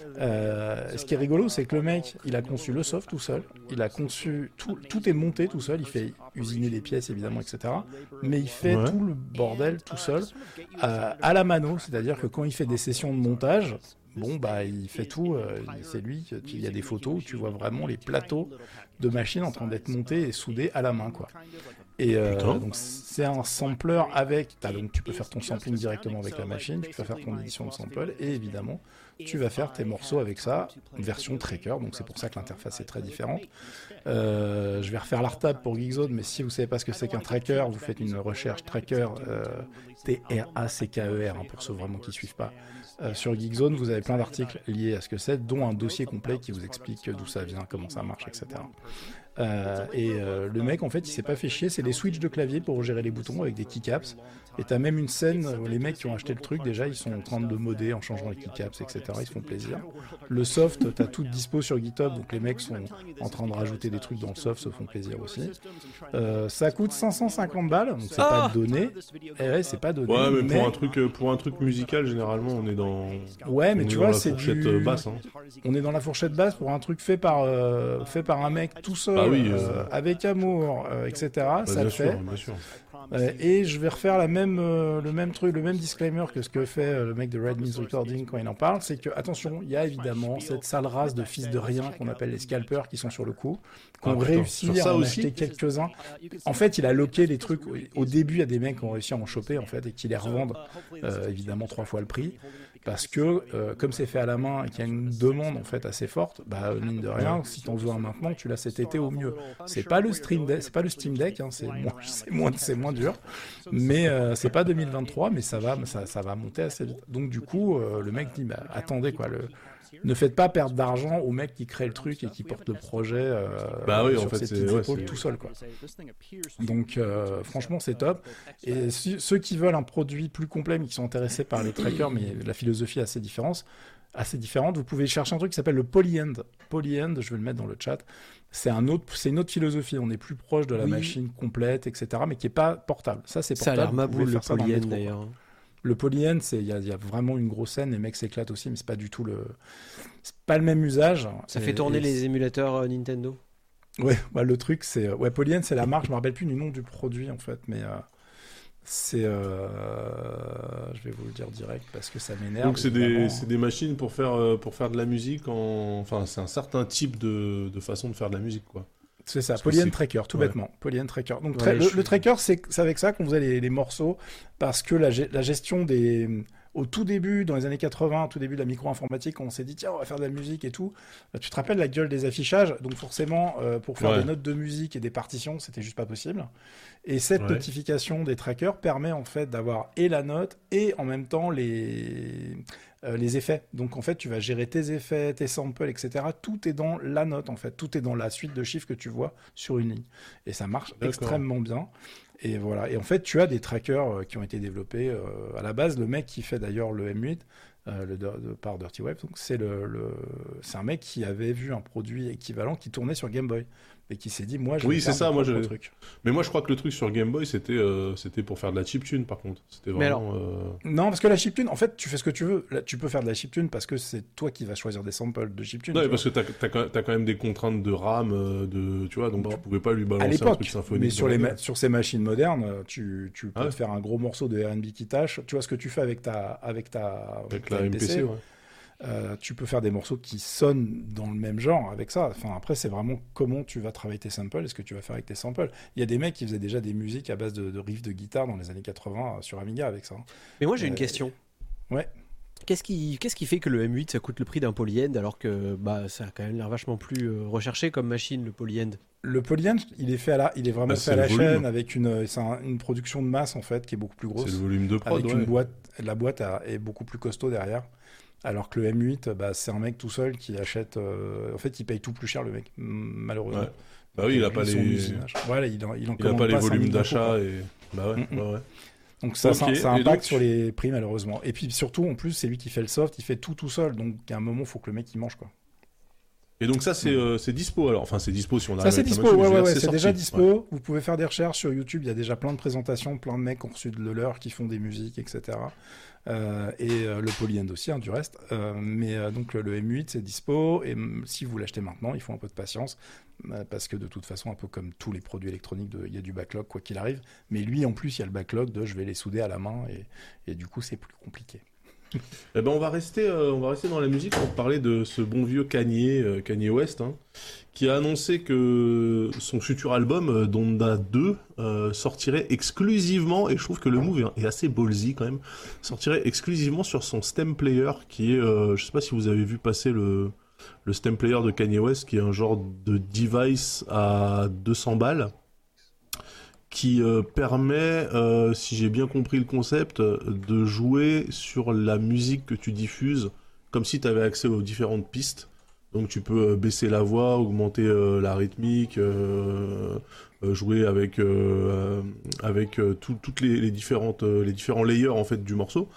Euh, ce qui est rigolo, c'est que le mec, il a conçu le soft tout seul, il a conçu tout, tout est monté tout seul, il fait usiner les pièces évidemment, et cetera. Mais il fait Ouais. tout le bordel tout seul euh, à la mano, c'est-à-dire que quand il fait des sessions de montage, bon bah il fait tout, euh, c'est lui, il y a des photos où tu vois vraiment les plateaux de machines en train d'être montés et soudés à la main quoi. Et euh, Putain. donc c'est un sampler avec, t'as, donc tu peux faire ton sampling directement avec la machine, tu peux faire ton édition de sample et évidemment tu vas faire tes morceaux avec ça, version tracker, donc c'est pour ça que l'interface est très différente. Euh, je vais refaire l'Artab pour Geekzone, mais si vous savez pas ce que c'est qu'un tracker, vous faites une recherche tracker, euh, T R A C K E R, hein, pour ceux vraiment qui suivent pas. Euh, sur Geekzone, vous avez plein d'articles liés à ce que c'est, dont un dossier complet qui vous explique d'où ça vient, comment ça marche, et cetera. Euh, et euh, le mec, en fait, il s'est pas fait chier, c'est les switches de clavier pour gérer les boutons avec des keycaps. Et t'as même une scène où les mecs qui ont acheté le truc, déjà, ils sont en train de le modder en changeant les keycaps, et cetera. Ils se font plaisir. Le soft, t'as tout dispo sur GitHub, donc les mecs sont en train de rajouter des trucs dans le soft, se font plaisir aussi. Euh, ça coûte cinq cent cinquante balles, donc c'est Ah pas donné. Eh ouais, c'est pas donné. Ouais, mais, mais pour un truc, euh, pour un truc musical, généralement, on est dans. Ouais, mais on tu est vois, dans la c'est fourchette du... euh, basse. Hein. On est dans la fourchette basse pour un truc fait par euh, fait par un mec tout seul, Bah oui, euh, euh. avec amour, euh, et cetera. Bah, ça bien le sûr, fait. bien sûr. Euh, et je vais refaire la même, euh, le même truc, le même disclaimer que ce que fait euh, le mec de Red Means Recording quand il en parle, c'est que attention, il y a évidemment cette sale race de fils de rien qu'on appelle les scalpers qui sont sur le coup, qui Ah, ont putain. réussi Sur ça à en aussi acheter quelques-uns. En fait, il a loqué les trucs. Au début, il y a des mecs qui ont réussi à en choper en fait et qui les revendent euh, évidemment trois fois le prix. Parce que, euh, comme c'est fait à la main et qu'il y a une demande en fait assez forte, bah mine de rien, si t'en veux un maintenant, tu l'as cet été au mieux. C'est pas le Stream Deck, c'est pas le Steam Deck, hein, c'est moins, c'est moins, c'est moins dur. Mais euh, c'est pas deux mille vingt-trois, mais ça va, ça, ça va monter assez vite. Donc du coup, euh, le mec dit, bah, attendez quoi, le... ne faites pas perdre d'argent au mec qui crée le truc et qui porte le projet euh, bah oui, sur en fait, ses c'est, petites ouais, épaules c'est... tout seul quoi. Donc euh, franchement c'est top. Et si, ceux qui veulent un produit plus complet mais qui sont intéressés par les trackers, mais la philosophie est assez différente, assez différente, vous pouvez chercher un truc qui s'appelle le Polyend. Polyend, je vais le mettre dans le chat. C'est un autre, c'est une autre philosophie. On est plus proche de la Oui. machine complète, et cetera. Mais qui est pas portable. Ça c'est Ça a portable. l'air vous maboule, pouvez le faire ça dans Polyend, métro, quoi. d'ailleurs. Le Polyend, c'est il y, y a vraiment une grosse scène. Les mecs s'éclatent aussi, mais c'est pas du tout le, c'est pas le même usage. Ça Et- fait tourner et les émulateurs euh, Nintendo. Ouais, bah, le truc, c'est. Ouais, Polyend, c'est la marque, je me rappelle plus du nom du produit, en fait, mais euh, c'est. euh, Je vais vous le dire direct parce que ça m'énerve. Donc c'est évidemment. des, c'est des machines pour faire, euh, pour faire de la musique en... Enfin, c'est un certain type de, de façon de faire de la musique, quoi. C'est ça, Parce que Polyend c'est- Tracker, tout ouais. bêtement. Polyend Tracker. Donc, Ouais, tra- le, je suis- le tracker, c'est c'est avec ça qu'on faisait les, les morceaux parce que la, ge- la gestion des. Au tout début, dans les années quatre-vingts, au tout début de la micro-informatique, on s'est dit, tiens, on va faire de la musique et tout. Bah, tu te rappelles la gueule des affichages? Donc, forcément, euh, pour faire Ouais. des notes de musique et des partitions, c'était juste pas possible. Et cette Ouais. notification des trackers permet, en fait, d'avoir et la note et en même temps les, euh, les effets. Donc, en fait, tu vas gérer tes effets, tes samples, et cetera. Tout est dans la note, en fait. Tout est dans la suite de chiffres que tu vois sur une ligne. Et ça marche D'accord. extrêmement bien. Et voilà. Et en fait, tu as des trackers euh, qui ont été développés euh, à la base. Le mec qui fait d'ailleurs le M huit, euh, le de, de- par Dirty Web, donc c'est le, le- c'est un mec qui avait vu un produit équivalent qui tournait sur Game Boy et qui s'est dit, moi, je Oui, vais c'est faire ça, mon moi, propre je- truc. Mais moi, je crois que le truc sur Game Boy, c'était, euh, c'était pour faire de la chiptune, par contre. C'était Mais vraiment... euh, Non, parce que la chiptune, en fait, tu fais ce que tu veux. Là, tu peux faire de la chiptune parce que c'est toi qui vas choisir des samples de chiptune. Non, tu mais parce vois. que t'as, t'as, quand- t'as quand même des contraintes de RAM, euh, de, tu vois, donc Bon. tu pouvais pas lui À balancer un l'époque, truc symphonique. mais sur, dans les la ma- gueule. sur ces machines modernes, tu, tu peux Ah ouais. te faire un gros morceau de R and B qui tâche. Tu vois ce que tu fais avec ta, avec ta, Avec ta la M P C, ouais. Euh, tu peux faire des morceaux qui sonnent dans le même genre avec ça. Enfin, après, c'est vraiment comment tu vas travailler tes samples et ce que tu vas faire avec tes samples. Il y a des mecs qui faisaient déjà des musiques à base de, de riffs de guitare dans les années quatre-vingts euh, sur Amiga avec ça. Mais moi, j'ai Euh, une question. Ouais. Qu'est-ce qui, qu'est-ce qui fait que le M huit, ça coûte le prix d'un Polyend alors que bah, ça a quand même l'air vachement plus euh, recherché comme machine, le Polyend? Le Polyend, il est fait à la, il est vraiment Bah, fait c'est à la le volume. chaîne avec une, c'est un- une production de masse en fait qui est beaucoup plus grosse. C'est le volume de prod, Avec ouais. une boîte, la boîte a- est beaucoup plus costaud derrière. Alors que le M huit, bah, c'est un mec tout seul qui achète. euh, En fait, il paye tout plus cher le mec, m- malheureusement. Ouais. Bah oui, il a pas Son les, usinage. Voilà, il en, il en il a commande pas les cinq volumes mille d'un coup, d'achat quoi. et... Bah ouais, Mm, mm. ouais, ouais. Donc ça, ça, Ok, ça et impacte donc- sur les prix malheureusement. Et puis surtout, en plus, c'est lui qui fait le soft, il fait tout tout seul. Donc à un moment, il faut que le mec il mange quoi. Et donc ça, c'est, euh, c'est dispo alors. Enfin, c'est dispo si on Ça arrive c'est avec la dispo, machine, ouais, je veux ouais, dire, ouais, c'est c'est sorti. déjà dispo. Ouais. Vous pouvez faire des recherches sur YouTube, il y a déjà plein de présentations, plein de mecs qui ont reçu de leur, qui font des musiques, et cetera. Euh, et euh, le Polyend aussi, hein, du reste. Euh, mais euh, donc le, le M huit c'est dispo, et mm, si vous l'achetez maintenant, il faut un peu de patience, euh, parce que de toute façon, un peu comme tous les produits électroniques, de- il y a du backlog quoi qu'il arrive. Mais lui, en plus, il y a le backlog de je vais les souder à la main, et, et du coup, c'est plus compliqué. Eh ben, on va rester, euh, on va rester dans la musique pour parler de ce bon vieux Kanye, euh, Kanye West, hein, qui a annoncé que son futur album, euh, Donda deux, euh, sortirait exclusivement, et je trouve que le move est, est assez ballsy quand même, sortirait exclusivement sur son stem player, qui est, euh, je sais pas si vous avez vu passer le, le stem player de Kanye West, qui est un genre de device à deux cents balles, qui euh, permet, euh, si j'ai bien compris le concept, euh, de jouer sur la musique que tu diffuses, comme si tu avais accès aux différentes pistes. Donc tu peux euh, baisser la voix, augmenter euh, la rythmique, euh, euh, jouer avec euh, avec euh, tout- toutes les, les différentes euh, les différents layers en fait du morceau.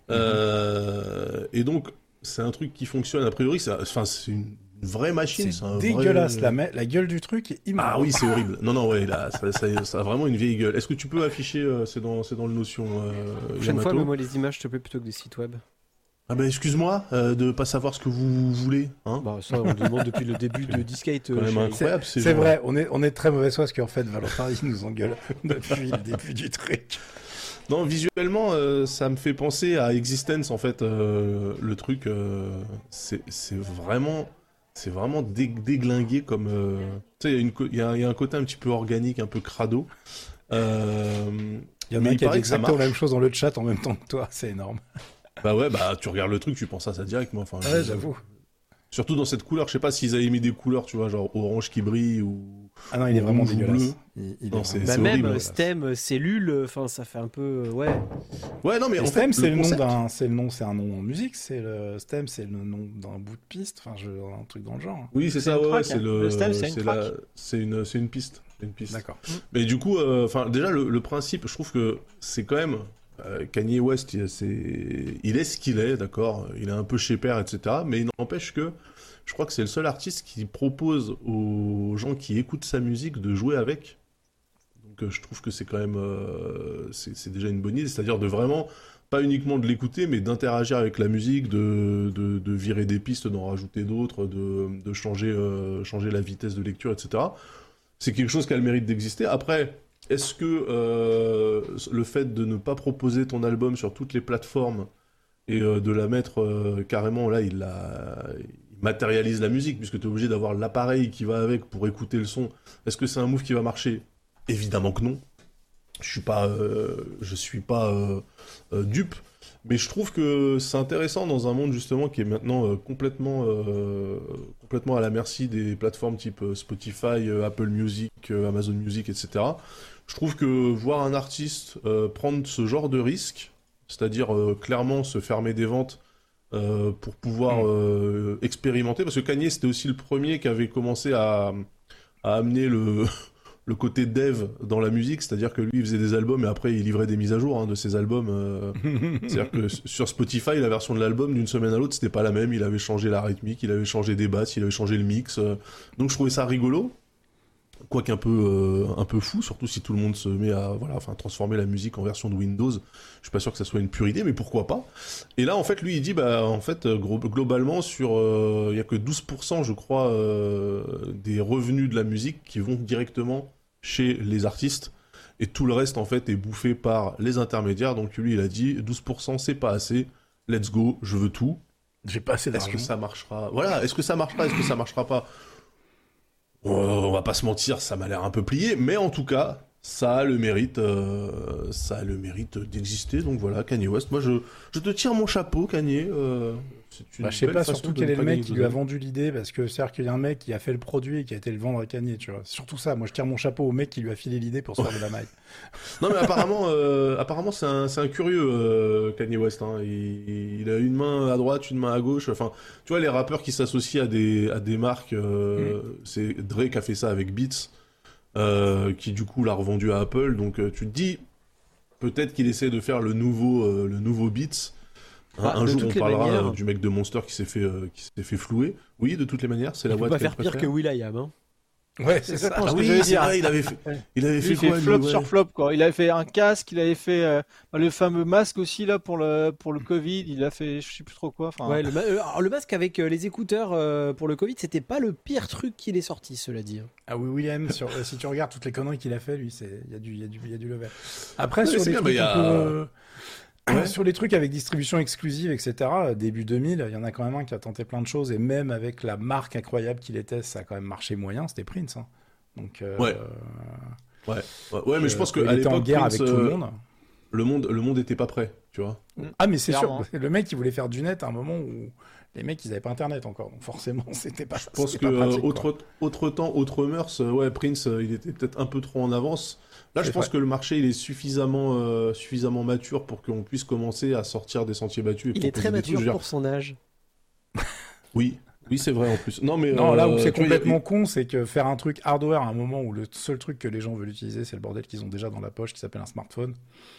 Euh, et donc c'est un truc qui fonctionne a priori. ça- Enfin c'est une vraie machine. C'est un dégueulasse, vrai- la, ma- la gueule du truc est immense. Ah oui, c'est horrible. Non, non, ouais, là, ça, ça- ça a vraiment une vieille gueule. Est-ce que tu peux afficher, euh, c'est dans, c'est dans le Notion, euh, Prochaine Yamato fois, mets-moi les images, s'il te plaît, plutôt que des sites web. Ah ben, excuse-moi euh, de pas savoir ce que vous voulez, hein. Bah, ça, on le demande depuis le début de Discate. Quand euh, même chez- incroyable, ces C'est gens. vrai, on est, on est de très mauvaise foi parce qu'en fait, Valentin, il nous engueule depuis le début du truc. Non, visuellement, euh, ça me fait penser à Existence, en fait, euh, le truc, euh, c'est, c'est vraiment, c'est vraiment dé- déglingué comme, euh, tu sais, il y a une co- il y, a- il y a un côté un petit peu organique, un peu crado. Euh, Il y en a mais un il qui a dit paraît que ça exactement la marche. même chose dans le chat en même temps que toi, c'est énorme. Bah ouais, bah tu regardes le truc, tu penses à ça direct, moi. Enfin, Ouais, je- j'avoue. Surtout dans cette couleur, je sais pas s'ils avaient mis des couleurs, tu vois, genre orange qui brille ou. Ah non, il est vraiment rouge ou dégueulasse. bleu. Il, il Non, est c'est- vraiment Bah, c'est même horrible. euh, stem, cellule, enfin ça fait un peu euh, ouais. Ouais, non, mais Et en Stem, fait, c'est le nom concept- d'un, c'est le nom, c'est un nom en musique. C'est le Stem, c'est le nom d'un bout de piste. Enfin, je, un truc dans le genre. Oui, c'est C'est ça, une ouais, track, c'est hein. le. Le stem, c'est une c'est track. la- c'est une, c'est une piste. C'est une piste. D'accord. Mais du coup, euh, enfin, déjà le, le principe, je trouve que c'est quand même euh, Kanye West, il, c'est, il est ce qu'il est, d'accord. Il est un peu chez père, et cetera. Mais il n'empêche que je crois que c'est le seul artiste qui propose aux gens qui écoutent sa musique de jouer avec. Donc euh, je trouve que c'est quand même, euh, c'est, c'est déjà une bonne idée, c'est-à-dire de vraiment pas uniquement de l'écouter, mais d'interagir avec la musique, de, de, de virer des pistes, d'en rajouter d'autres, de, de changer, euh, changer la vitesse de lecture, et cetera. C'est quelque chose qui a le mérite d'exister. Après, est-ce que euh, le fait de ne pas proposer ton album sur toutes les plateformes et euh, de la mettre euh, carrément, là, il, la, il matérialise la musique, puisque tu es obligé d'avoir l'appareil qui va avec pour écouter le son. Est-ce que c'est un move qui va marcher ? Évidemment que non. Je suis pas, euh, je suis pas euh, euh, dupe, mais je trouve que c'est intéressant dans un monde justement qui est maintenant euh, complètement, euh, complètement à la merci des plateformes type euh, Spotify, euh, Apple Music, euh, Amazon Music, et cetera. Je trouve que voir un artiste euh, prendre ce genre de risque, c'est-à-dire euh, clairement se fermer des ventes euh, pour pouvoir euh, expérimenter, parce que Kanye c'était aussi le premier qui avait commencé à, à amener le le côté dev dans la musique, c'est-à-dire que lui il faisait des albums et après il livrait des mises à jour hein, de ses albums. Euh... c'est-à-dire que sur Spotify, la version de l'album d'une semaine à l'autre c'était pas la même, il avait changé la rythmique, il avait changé des basses, il avait changé le mix. Euh... Donc je trouvais ça rigolo, quoique un peu euh, un peu fou, surtout si tout le monde se met à voilà, enfin transformer la musique en version de Windows. Je suis pas sûr que ça soit une pure idée, mais pourquoi pas. Et là en fait lui il dit bah en fait gros, globalement sur il euh, y a que douze pour cent je crois euh, des revenus de la musique qui vont directement chez les artistes et tout le reste en fait est bouffé par les intermédiaires. Donc lui il a dit douze pour cent c'est pas assez, let's go, je veux tout. J'ai pas assez Est-ce d'argent. que ça marchera? Voilà, est-ce que ça marchera? Est-ce que ça marchera pas? On, on va pas se mentir, ça m'a l'air un peu plié, mais en tout cas, ça a le mérite, euh, ça a le mérite d'exister. Donc voilà, Kanye West. Moi, je, je te tire mon chapeau, Kanye. Euh, c'est une Bah, je sais belle pas façon surtout de quel ne est le pas mec gagner qui de lui a données. vendu l'idée, parce que c'est-à-dire qu'il y a un mec qui a fait le produit et qui a été le vendre à Kanye, tu vois. C'est surtout ça. Moi, je tire mon chapeau au mec qui lui a filé l'idée pour se faire de la maille. Non mais apparemment, euh, apparemment c'est un, c'est un curieux euh, Kanye West. Hein. Il, il a une main à droite, une main à gauche. Enfin, tu vois les rappeurs qui s'associent à des à des marques. Euh, mm. C'est Drake a fait ça avec Beats, euh, qui du coup l'a revendu à Apple. Donc euh, tu te dis peut-être qu'il essaie de faire le nouveau euh, le nouveau Beats. Hein, Bah, un de jour on toutes les parlera manières- euh, du mec de Monster qui s'est fait euh, qui s'est fait flouer. Oui, de toutes les manières, c'est la Il peut voix pas qu'elle faire pire préfère. que Will.i.am. Hein. Ouais, c'est ça. exactement Ah ce que oui, j'allais c'est dire. vrai, il avait fait, il avait Lui, fait il fait quoi lui, flop ouais. sur flop quoi. Il avait fait un casque, il avait fait euh, le fameux masque aussi là pour le pour le Covid. Il a fait je sais plus trop quoi. Enfin, Ouais, le, ma- euh, alors, le masque avec euh, les écouteurs euh, pour le Covid, c'était pas le pire truc qu'il est sorti, cela dit. hein. Ah oui, William, sur, euh, si tu regardes toutes les conneries qu'il a fait, lui, c'est il y a du il y a du il y a du level. Après Ouais, sur c'est les bien, trucs mais il y a- un peu, euh, Ouais. sur les trucs avec distribution exclusive, et cetera. Début deux mille, il y en a quand même un qui a tenté plein de choses et même avec la marque incroyable qu'il était, ça a quand même marché moyen. C'était Prince. Hein. Donc euh, Ouais. Ouais, ouais, ouais, mais je euh, pense quand qu'à il était en l'époque, guerre Prince, avec tout le euh, monde. le monde, le monde était pas prêt, tu vois. Ah mais c'est sûr, Clairement. le mec il voulait faire du net à un moment où les mecs ils avaient pas internet encore, donc forcément c'était pas. Je pense que pas pratique, euh, quoi. autre, autre temps, autre mœurs, euh, ouais, Prince, euh, il était peut-être un peu trop en avance. Là, je C'est pense vrai. que le marché, il est suffisamment, euh, suffisamment mature pour qu'on puisse commencer à sortir des sentiers battus. Et Il est proposer très des trucs. mature Je veux dire, pour son âge. Oui, oui, c'est vrai en plus. Non, mais Non, là où euh, c'est tu vois, il y a- complètement con, c'est que faire un truc hardware à un moment où le seul truc que les gens veulent utiliser, c'est le bordel qu'ils ont déjà dans la poche qui s'appelle un smartphone.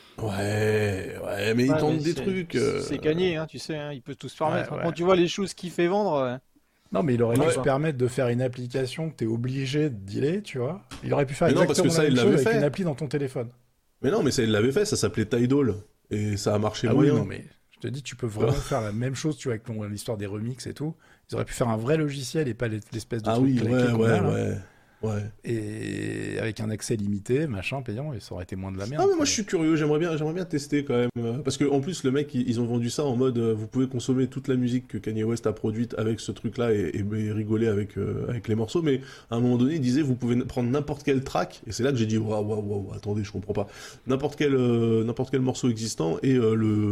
Ouais, ouais, mais ils ouais, tentent mais des c'est- truc. euh, C'est gagné, hein, tu sais, hein, il peut tout se permettre. Ouais, ouais. Quand tu vois les choses qu'il fait vendre, euh, Non, mais il aurait Ouais. dû se permettre de faire une application que t'es obligé de dealer, tu vois. Il aurait pu faire Mais non, parce exactement que ça, la il même l'avait chose avec fait. une appli dans ton téléphone. Mais non, mais ça, il l'avait fait, ça s'appelait Tidal. Et ça a marché Ah oui, moyen. non, mais je te dis, tu peux vraiment faire la même chose, tu vois, avec ton- l'histoire des remixes et tout. Ils auraient pu faire un vrai logiciel et pas l'espèce de Ah truc oui, claqué ouais, qu'on ouais, a, là. ouais, ouais. Et avec un accès limité, machin, payant, et ça aurait été moins de la merde. Ah mais moi quoi. je suis curieux, j'aimerais bien, j'aimerais bien tester quand même, euh, parce que en plus le mec ils, ils ont vendu ça en mode euh, vous pouvez consommer toute la musique que Kanye West a produite avec ce truc-là et, et- et rigoler avec euh, avec les morceaux, mais à un moment donné il disait vous pouvez n- prendre n'importe quel track et c'est là que j'ai dit waouh waouh waouh attendez je comprends pas n'importe quel euh, n'importe quel morceau existant et euh, le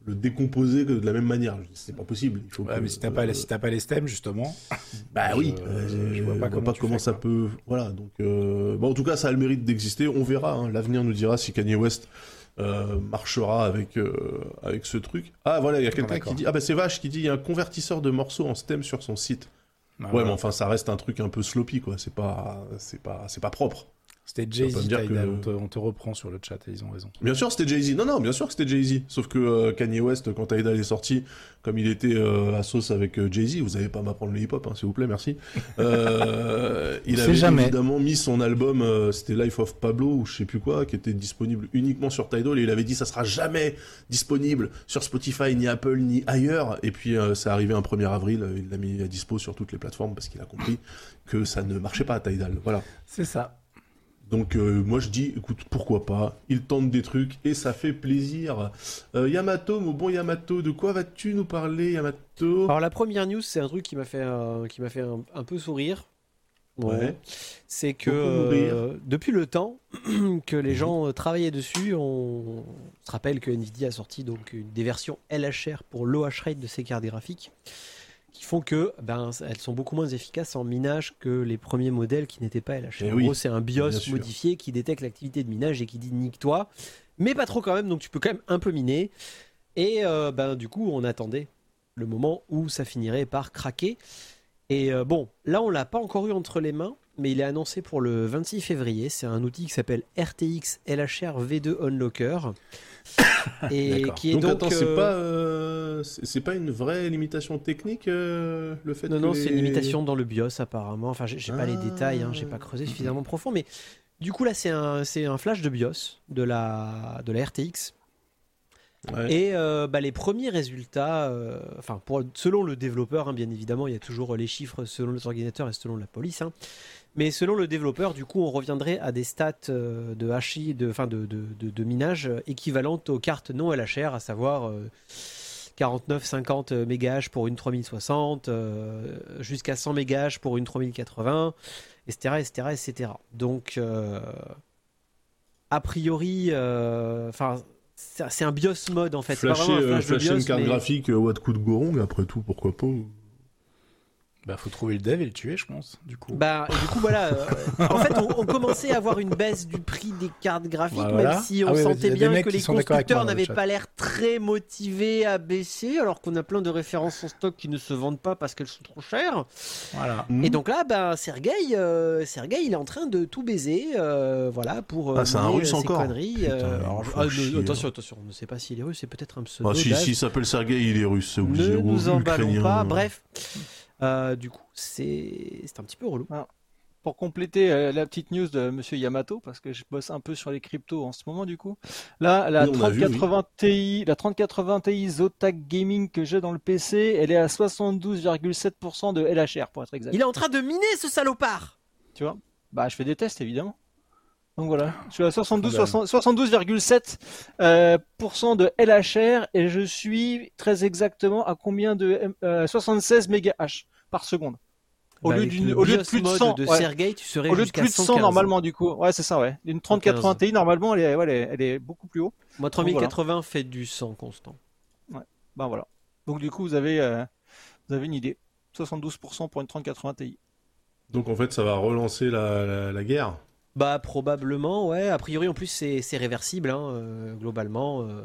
le décomposer de la même manière. C'est pas possible. Il faut Ouais, que, mais si t'as pas, euh, les- si t'as pas les stems, justement. Bah je- oui, je, euh, je vois pas comment, tu fais, ça quoi. peut. Voilà, donc. Euh... Bon, en tout cas, ça a le mérite d'exister. On verra. Hein. L'avenir nous dira si Kanye West euh, marchera avec euh, avec ce truc. Ah voilà, il y a quelqu'un d'accord. qui dit. Ah bah c'est Vache qui dit il y a un convertisseur de morceaux en stem sur son site. Ah, ouais, voilà. mais enfin, ça reste un truc un peu sloppy, quoi. C'est pas, c'est pas, c'est pas propre. C'était Ça veut Jay-Z, pas me dire Tidal, que- on, te, on te reprend sur le chat et ils ont raison. Bien sûr, c'était Jay-Z. Non, non, bien sûr que c'était Jay-Z. Sauf que euh, Kanye West, quand Tidal est sorti, comme il était euh, à sauce avec euh, Jay-Z, vous avez pas à m'apprendre le hip-hop, hein, s'il vous plaît, merci. Euh, il On avait sait jamais. évidemment mis son album, euh, c'était Life of Pablo ou je sais plus quoi, qui était disponible uniquement sur Tidal et il avait dit ça sera jamais disponible sur Spotify, ni Apple, ni ailleurs. Et puis euh, c'est arrivé un premier avril, euh, il l'a mis à dispo sur toutes les plateformes parce qu'il a compris que ça ne marchait pas à Tidal. Voilà. C'est ça. Donc euh, moi je dis, écoute, pourquoi pas, il tente des trucs et ça fait plaisir. Euh, Yamato, mon bon Yamato, de quoi vas-tu nous parler, Yamato? Alors la première news, c'est un truc qui m'a fait, euh, qui m'a fait un, un peu sourire. Bon, Ouais. c'est que Beaucoup mourir. euh, depuis le temps que les gens euh, travaillaient dessus, on, on se rappelle que Nvidia a sorti donc une- des versions L H R pour l'O H rate de ses cartes graphiques, qui font que ben elles sont beaucoup moins efficaces en minage que les premiers modèles qui n'étaient pas L H R. Eh en oui, gros, c'est un bien BIOS sûr. modifié qui détecte l'activité de minage et qui dit nique-toi, mais pas trop quand même, donc tu peux quand même un peu miner. Et euh, ben du coup, on attendait le moment où ça finirait par craquer. Et euh, bon, là on l'a pas encore eu entre les mains, mais il est annoncé pour le vingt-six février. C'est un outil qui s'appelle R T X L H R V deux Unlocker. Et D'accord. qui est Donc, donc, attends, c'est euh, pas, euh, c'est c'est pas une vraie limitation technique, euh, le fait Non, que non, les- c'est une limitation dans le BIOS apparemment. Enfin, j'ai j'ai pas les Ah. détails, hein, j'ai pas creusé suffisamment profond, mais du coup là c'est un, c'est un flash de BIOS de la, de la R T X. Ouais. Et euh, bah, les premiers résultats, euh, enfin pour, selon le développeur, hein, bien évidemment, il y a toujours les chiffres selon les ordinateurs et selon la police. Hein. Mais selon le développeur, du coup, on reviendrait à des stats euh, de H I, de, enfin de, de, de, de minage euh, équivalentes aux cartes non L H R, à savoir euh, quarante-neuf cinquante mégahash pour une trois mille soixante, euh, jusqu'à cent mégahash pour une trois mille quatre-vingts, et cetera, et cetera, et cetera. Donc, euh, a priori, enfin. Euh, C'est c'est un BIOS mode en fait. C'est pas Flasher, vraiment un euh, flash de flasher BIOS, une carte mais- graphique euh, Watt coup de Gorong, après tout, pourquoi pas. Bah, faut trouver le dev et le tuer, je pense, du coup. Bah, et du coup, voilà. euh, en fait, on, on commençait à avoir une baisse du prix des cartes graphiques, Bah, voilà. même si on Ah ouais, il y a sentait des bien mecs que qui les sont d'accord avec constructeurs moi dans le n'avaient chat. pas l'air très motivés à baisser, alors qu'on a plein de références en stock qui ne se vendent pas parce qu'elles sont trop chères. Voilà. Et donc là, bah, Sergei, euh, Sergei, il est en train de tout baiser, euh, voilà, pour euh, Ah, c'est un mener, Russe euh, ces encore. conneries. euh, Putain, alors, il faut ah, ne- chier, attention, attention, on ne sait pas s'il est russe, c'est peut-être un pseudo. Ah, si, d'âge. s'il s'appelle Sergei, il est russe, c'est obligé. Ne ou nous emballons ukrainien. pas. Bref, Euh, du coup, c'est c'est un petit peu relou. Pour compléter euh, la petite news de Monsieur Yamato, parce que je bosse un peu sur les cryptos en ce moment du coup. Là, la Oui, on a vu, trente quatre-vingts Ti, la trente quatre-vingts Ti Zotac Gaming que j'ai dans le P C, elle est à soixante-douze virgule sept pour cent de L H R pour être exact. Il est en train de miner ce salopard. Tu vois? Bah, je fais des tests évidemment. Donc voilà, je suis à soixante-douze Scandale. soixante soixante-douze virgule sept euh, pour cent de L H R et je suis très exactement à combien de euh, soixante-seize mégahash par seconde. Au Bah, lieu avec d'une, le au lieu de BIOS plus de mode cent, de ouais. Sergei, tu serais Au lieu de jusqu'à plus de cent cent quinze. normalement du coup. Ouais, c'est ça, ouais. Une trente quatre-vingts Ti normalement, elle est, ouais, elle est, elle est beaucoup plus haut. Moi, trois mille quatre-vingts fait du cent constant. Ben voilà. Donc du coup, vous avez, euh, vous avez une idée. soixante-douze pour cent pour une trente quatre-vingts Ti. Donc en fait, ça va relancer la, la, la guerre. Bah probablement, ouais. A priori, en plus, c'est c'est réversible, hein, euh, globalement. euh.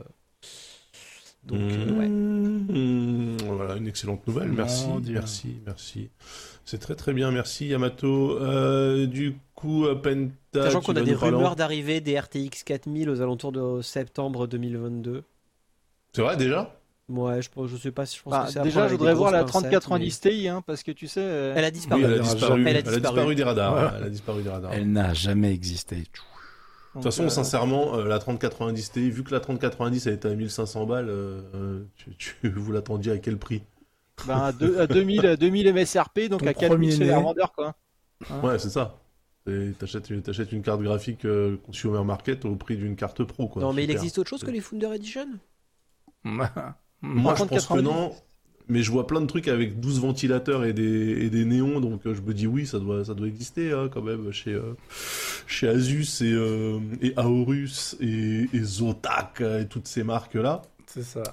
Donc, euh, ouais. Mmh, voilà, une excellente nouvelle. Mon Merci, Dieu. merci, merci. C'est très très bien, merci Yamato. Euh, du coup, euh, Penta. Sachant tu qu'on a vas des nous parler en- rumeurs d'arrivée des R T X quatre mille aux alentours de septembre deux mille vingt-deux. C'est vrai déjà? Ouais, je, pense- je sais pas si je pense Bah, que c'est à déjà, prendre je avec voudrais des voir la grosses trente pincettes, quatre-vingt-dix Ti, hein, parce que tu sais. euh, mais Elle a disparu. Oui, elle a Elle aura disparu. jamais- Elle a Elle a disparu. disparu des radars. Voilà. Elle a disparu des radars. Elle n'a jamais existé. De donc, toute façon, euh, sincèrement, euh, la trente quatre-vingt-dix Ti, vu que la trente quatre-vingt-dix elle était à mille cinq cents balles, euh, euh, tu, tu- vous l'attendiez à quel prix? ben, à, deux- à deux mille, à deux mille M S R P, donc Ton à quatre mille chez les premier-né. revendeurs, quoi. Ouais, c'est ça. Et T'achètes une, t'achètes une carte graphique euh, consumer market au prix d'une carte pro, quoi. Non, mais il Super. existe autre chose que les Founder Edition. Moi, Par je contre, pense que quatre-vingt-dix. non. Mais je vois plein de trucs avec douze ventilateurs et des, et des néons, donc euh, je me dis oui, ça doit, ça doit exister hein, quand même chez, euh, chez Asus et, euh, et Aorus et, et Zotac euh, et toutes ces marques-là. C'est ça.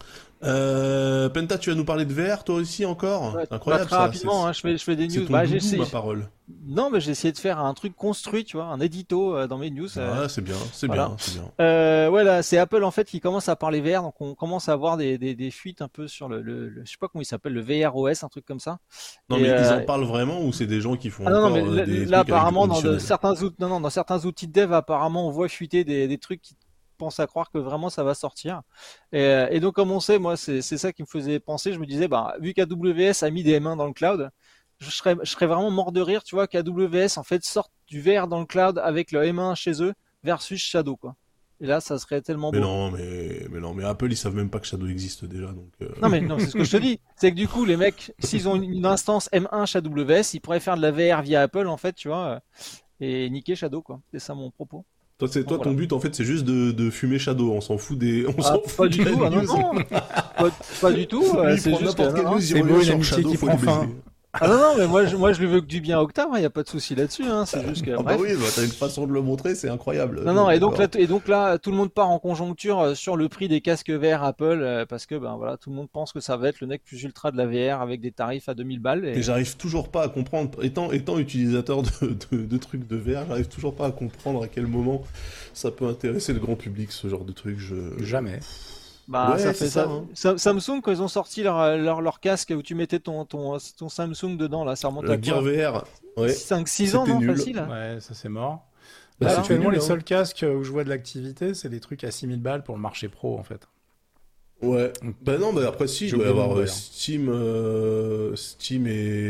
Euh, Penta, tu vas nous parler de V R, toi aussi, encore Ouais, Incroyable, bah, très ça. rapidement, c'est- hein, je, fais, je fais des C'est news. ton Bah, doudou, j'ai essayé- ma parole. Non, mais j'ai essayé de faire un truc construit, tu vois, un édito euh, dans mes news. euh. Ah, c'est bien, c'est voilà. bien, c'est bien. Euh, ouais, là, c'est Apple en fait qui commence à parler V R, donc on commence à avoir des, des, des fuites un peu sur le, le, le- je sais pas comment il s'appelle, le V R O S, un truc comme ça. Non, Et, mais ils euh, en parlent vraiment ou c'est des gens qui font Ah non, non, encore mais euh, là, des là, trucs apparemment, avec du dans de, conditionnel certains outils, non, non, dans certains outils de dev, apparemment, on voit fuiter des, des trucs qui pensent à croire que vraiment ça va sortir. Et, euh, et donc, comme on sait, moi, c'est, c'est ça qui me faisait penser. Je me disais, bah, vu qu'A W S a mis des M un dans le cloud, je serais, je serais vraiment mort de rire, tu vois, qu'A W S en fait sorte du V R dans le cloud avec le M un chez eux versus Shadow, quoi. Et là, ça serait tellement Mais beau. non, mais, mais non, mais Apple, ils savent même pas que Shadow existe déjà, donc. euh, Non mais non, c'est ce que je te dis. C'est que du coup, les mecs, s'ils ont une une instance M un chez A W S, ils pourraient faire de la V R via Apple, en fait, tu vois, euh, et niquer Shadow, quoi. C'est ça mon propos. Toi, c'est, toi, Voilà. ton but, en fait, c'est juste de, de fumer Shadow. On s'en fout des. On Ah, s'en pas fout du de la tout, ah non, news. non, pas, pas du tout. euh, Lui, il c'est prend juste que, n'importe quelle non, non. news, il C'est revient beau, une sur amitié Shadow, qui faut prend les fin. baiser. Ah non, non, mais moi, je, moi, je lui veux que du bien à Octave, il n'y a pas de souci là-dessus, hein. C'est juste que, Ah bah bref. oui, bah, t'as une façon de le montrer, c'est incroyable. Non, non, et donc, là, D'accord. t- et donc là, tout le monde part en conjoncture euh, sur le prix des casques V R Apple, euh, parce que, ben voilà, tout le monde pense que ça va être le nec plus ultra de la V R avec des tarifs à deux mille balles. Et Et... j'arrive toujours pas à comprendre, étant, étant utilisateur de, de, de trucs de V R, j'arrive toujours pas à comprendre à quel moment ça peut intéresser le grand public, ce genre de truc. Je... Jamais. Bah, Ouais, ça c'est fait ça, ça. hein. Sa- Samsung, quand ils ont sorti leur, leur, leur casque où tu mettais ton, ton, ton Samsung dedans, là, ça remonte Le à Gear V R, ouais. cinq six ans, C'était non, nul. facile. Ouais, ça c'est mort. Bah, Là, c'était actuellement, nul, les hein. seuls casques où je vois de l'activité, c'est des trucs à six mille balles pour le marché pro, en fait. Ouais. Bah non, bah après si, il J'ai doit y oublié avoir le euh, nom, Steam, euh, Steam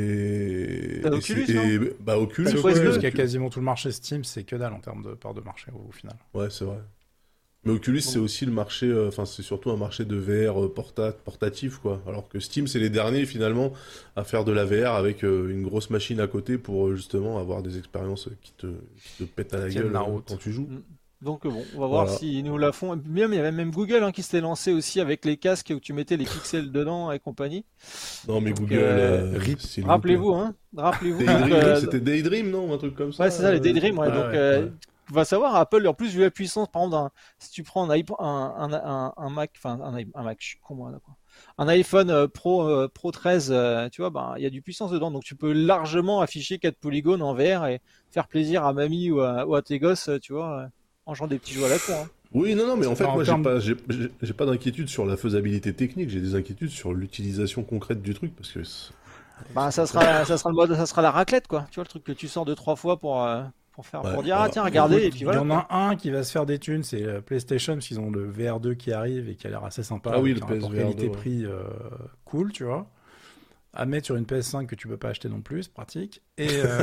et... T'as et Oculus, c'est- non et... Bah Oculus, C'est C'est quoi, Oculus Oculus qui a quasiment tout le marché Steam, c'est que dalle en termes de part de marché au, au final. Ouais, c'est vrai. Mais Oculus, c'est aussi le marché, euh, enfin, c'est surtout un marché de V R euh, porta- portatif, quoi. Alors que Steam, c'est les derniers, finalement, à faire de la V R avec euh, une grosse machine à côté pour, euh, justement, avoir des expériences qui te, qui te pètent à la Tiennent gueule la euh, route. quand tu joues. Donc euh, bon, on va voir Voilà. s'ils nous la font. Et puis même, il y avait même Google hein, qui s'était lancé aussi avec les casques où tu mettais les pixels dedans et compagnie. Non, mais Donc, Google, euh, euh, rip. s'il vous Rappelez-vous, plaît. hein. Rappelez-vous. Daydream, donc, euh, c'était Daydream, non? Un truc comme ça. Ouais, c'est ça, les euh, Daydream. Ouais, ouais, donc, ouais, euh, ouais. tu vas savoir, Apple, en plus, vu la puissance, par exemple, d'un- si tu prends un, iPod- un, un, un, un Mac, enfin, un, i- un Mac, je suis con, moi, là, quoi. Un iPhone euh, Pro, euh, Pro treize, euh, tu vois, ben, il y a du puissance dedans. Donc, tu peux largement afficher quatre polygones en V R et faire plaisir à mamie ou à, ou à tes gosses, euh, tu vois, euh, en jouant des petits jeux à la con. Hein. Oui, non, non, mais en fait, En moi, j'ai termes- pas, j'ai, j'ai- j'ai pas d'inquiétude sur la faisabilité technique, j'ai des inquiétudes sur l'utilisation concrète du truc, parce que... c'est- Bah, ça sera, ça sera le mode, ça sera la raclette, quoi. Tu vois, le truc que tu sors deux, trois fois pour, euh, pour faire, Ouais, pour dire, voilà. ah, tiens, regardez, et puis Il voilà. y en a un qui va se faire des thunes, c'est euh, PlayStation, parce qu'ils ont le V R deux qui arrive et qui a l'air assez sympa. Ah oui, avec le un P S rapport V R deux, qualité-prix euh, cool, tu vois. À mettre sur une P S cinq que tu peux pas acheter non plus, c'est pratique. Et, euh,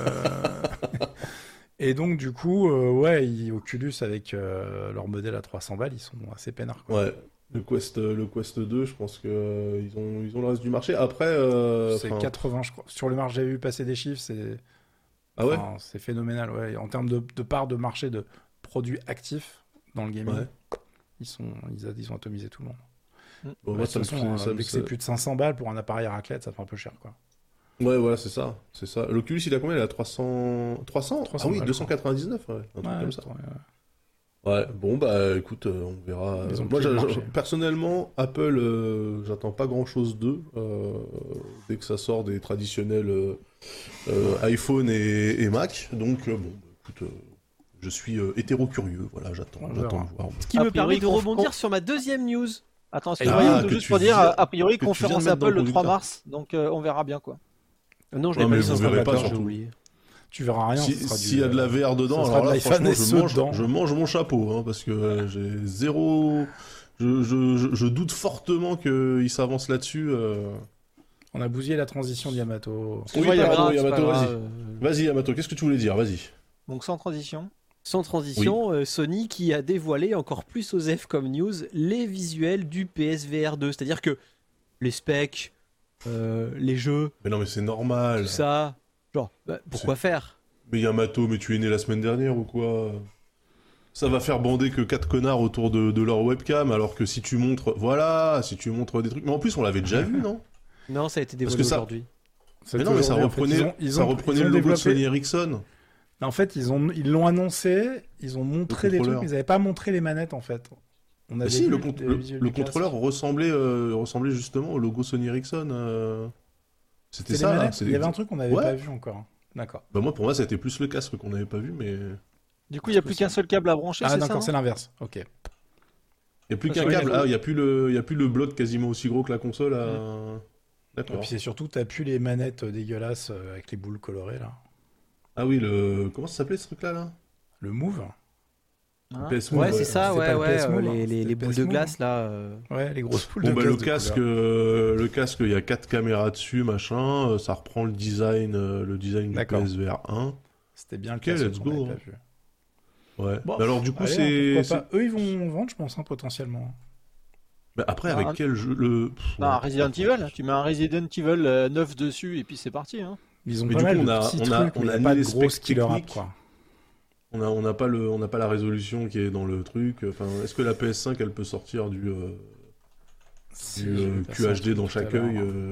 et donc, du coup, euh, ouais, ils- Oculus, avec euh, leur modèle à trois cents balles, ils sont assez peinards. Quoi. Ouais, le Quest, le Quest deux, je pense que euh, ils ont, ils ont le reste du marché. Après, euh, C'est enfin- quatre-vingts, je crois. Sur le marché, j'avais vu passer des chiffres, c'est Ah ouais. enfin, c'est phénoménal. Ouais. En termes de, de part de marché de produits actifs dans le gaming, Ouais. ils, sont, ils, a- ils ont atomisé tout le monde. Bon, Ouais, moi, de ça toute me façon, fait- euh, ça me- dès que c'est plus de cinq cents balles pour un appareil à raclette, ça fait un peu cher, quoi. Ouais, voilà, c'est ça, c'est ça. L'Oculus, il a combien? Il a trois cents, trois cents? trois Ah cents oui, balles, deux cent quatre-vingt-dix-neuf, ouais, un truc Ouais, comme ça. attends, ouais. Ouais, bon, bah écoute, euh, on verra. Ils ont Moi, pris le j'a- marché. personnellement, Apple, euh, j'attends pas grand-chose d'eux. euh, dès que ça sort des traditionnels euh, euh, iPhone et, et Mac. Donc, euh, bon, bah, écoute, euh, je suis euh, hétéro-curieux, voilà, j'attends, On j'attends verra. de voir. Ce qui A me priori, permet de qu'on- rebondir qu'on- sur ma deuxième news. Attends, Ah, excuse-moi, que juste tu pour dire, viens- a priori, que tu viens conférence de mettre dans Apple le le trois conducteur. mars, donc euh, on verra bien, quoi. Non, je Ouais, l'ai mais pas vous vu, verrez ça pas, sera surtout. j'ai oublié. Tu verras rien. Si- ce sera du- S'il y a de la V R dedans, ça sera alors de là, l'iPhone franchement, S je E mange, dedans. je mange mon chapeau, hein, parce que euh, j'ai zéro... Je, je, je, je doute fortement qu'ils s'avancent là-dessus. euh. On a bousillé la transition de Yamato. Oui, Ouais, pardon, grave, c'est Yamato, pas vas-y. grave, euh, Vas-y, Yamato, qu'est-ce que tu voulais dire? Vas-y. Donc sans transition. Sans transition, euh, Sony qui a dévoilé encore plus aux F comme news les visuels du P S V R deux. C'est-à-dire que les specs, euh, les jeux, Mais non, mais c'est normal. tout ça, genre, bah, pourquoi faire? Mais Yamato, mais tu es né la semaine dernière ou quoi? Ça va faire bander que quatre connards autour de, de leur webcam, alors que si tu montres, voilà, si tu montres des trucs. Mais en plus, on l'avait déjà vu, non? Non, ça a été Parce dévoilé que ça- aujourd'hui. C'est Mais non, mais ça aujourd'hui, en fait, reprenait, ils ont- ils ça ont- reprenait ils ont le logo de développé- Sony Ericsson. En fait, ils ont, ils l'ont annoncé, ils ont montré des contrôleur. trucs, mais ils n'avaient pas montré les manettes en fait. On Ah avait si, vu le, des con- le, visuels le du casque. contrôleur ressemblait, euh, ressemblait justement au logo Sony Ericsson. euh. C'était C'était ça, les là. manettes. c'est- Il y avait un truc qu'on n'avait Ouais. pas vu encore. D'accord. Bah moi, pour moi, c'était plus le casque qu'on n'avait pas vu, mais Du coup, il n'y a plus qu'un seul câble à brancher, Ah c'est d'accord, ça c'est non l'inverse. Ok. il n'y a plus Ah, qu'un c'est vrai, câble. il y a- Ah, il n'y a plus le, il y a plus le bloc quasiment aussi gros que la console. À... Et D'accord. puis c'est surtout, t'as plus les manettes dégueulasses euh, avec les boules colorées là. Ah oui, le comment ça s'appelait ce truc-là là Le Move. Hein P S Ouais, Move, c'est ça, C'était ouais, pas le ouais. P S euh, Move, les hein, les, c'était les le boules P S de Move. glace, là. euh. Ouais, les grosses boules Bon de bah glace le de casque, couleur. euh, le casque, il y a quatre caméras dessus, machin. euh, ça reprend le design, euh, le design du D'accord. P S V R un. C'était bien le Ok, casque let's qu'on go, avait hein. pas vu. Ouais. Bon, Mais alors du coup, allez, c'est. hein, c'est- pourquoi pas. Eux, ils vont vendre, je pense, hein, potentiellement. Bah, après, Ah, avec un- quel jeu le. Pff, Non, ouais, un Resident c'est- Evil, tu mets un Resident Evil euh, neuf dessus et puis c'est parti. Hein. Ils ont Mais pas du mal coup, de on a- petits on a- trucs, on mais a il y a ni pas les de gros specs killer app, techniques. quoi. On a, on n'a pas le, on n'a pas la résolution qui est dans le truc. Enfin, est-ce que la P S cinq, elle peut sortir du, euh, Si, du j'ai euh, vu passer Q un H D truc dans tout à chaque l'heure, œil hein. euh,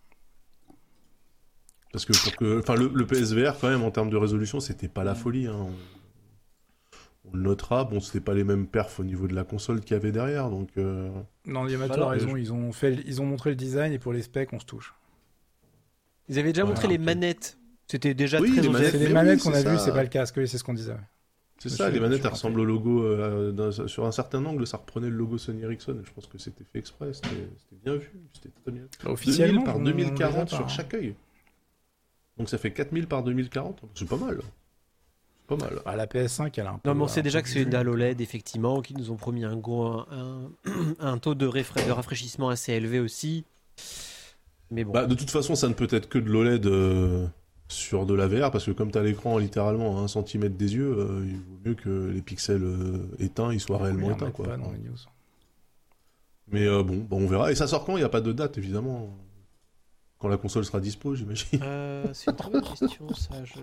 Parce que pour que, enfin, le, le P S V R quand même en termes de résolution, c'était pas la folie. Hein. On, on le notera. Bon, c'était pas les mêmes perfs au niveau de la console qu'il y avait derrière, donc. euh, Non, Yamato Alors, a raison, je- ils ont, fait, ils ont montré le design et pour les specs, on se touche. Ils avaient déjà Ouais, montré les ok. manettes. C'était déjà Oui, très les osé. manettes, C'est les mais manettes oui, qu'on c'est a vues, ça. c'est pas le casque, oui, c'est ce qu'on disait. C'est Je ça, suis- les je manettes suis elles planté. ressemblent au logo euh, d'un- sur un certain angle, ça reprenait le logo Sony Ericsson. Et je pense que c'était fait exprès, c'était c'était bien vu, c'était très bien. Bah, officiellement, deux mille par on- deux on mille les quarante a pas, sur hein. chaque œil. Donc ça fait quatre mille par deux mille quarante, c'est pas mal. C'est pas mal. Bah, la P S cinq, elle a un peu. Non, mais on un sait peu déjà que c'est une bougé. dalle O L E D, effectivement, qui nous ont promis un, gros, un, un, un taux de, rafra- de rafraîchissement assez élevé aussi. Mais bon. Bah, de toute façon, ça ne peut être que de l'O L E D euh, sur de la V R, parce que comme tu as l'écran littéralement à un centimètre des yeux, euh, il vaut mieux que les pixels euh, éteints ils soient Oui, réellement on éteints. met Quoi. pas dans les news. Mais euh, bon, bah, on verra. Et ça sort quand? Il n'y a pas de date, évidemment. Quand la console sera dispo, j'imagine. Euh, c'est une très bonne question, ça. Je...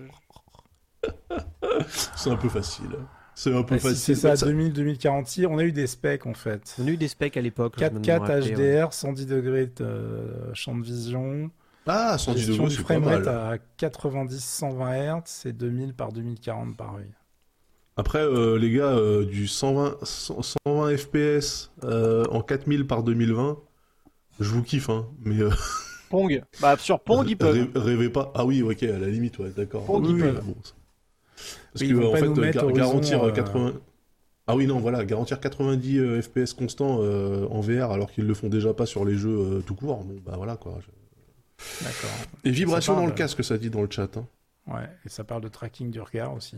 C'est un peu facile. C'est un peu Bah, si facile. c'est ça, Ça- deux mille deux mille quarante-six, on a eu des specs en fait. On a eu des specs à l'époque. je me quatre K demande rappeler, ouais. H D R, cent dix degrés de euh, champ de vision. Ah, cent dix Gestion degrés, du c'est pas framerate mal. à quatre-vingt-dix à cent vingt Hz et deux mille par deux mille quarante par œil. Après, euh, les gars, euh, du cent vingt, cent vingt F P S euh, en quatre mille par deux mille vingt, je vous kiffe, hein, mais euh, Pong. Bah, sur Pong, ils peuvent. rê- rêvez pas. Ah oui, ok, à la limite, ouais, d'accord. Pong, Oui, ils oui, peuvent. bon. Parce Oui, que, ils vont en pas fait, nous mettre gar- horizon, garantir euh, quatre-vingts. Ah oui, non, voilà, garantir quatre-vingt-dix euh, F P S constants euh, en V R alors qu'ils le font déjà pas sur les jeux euh, tout court, bon, bah voilà quoi. Je- D'accord. Et vibration Ça dans parle le casque, ça dit dans le chat. Hein. Ouais, et ça parle de tracking du regard aussi.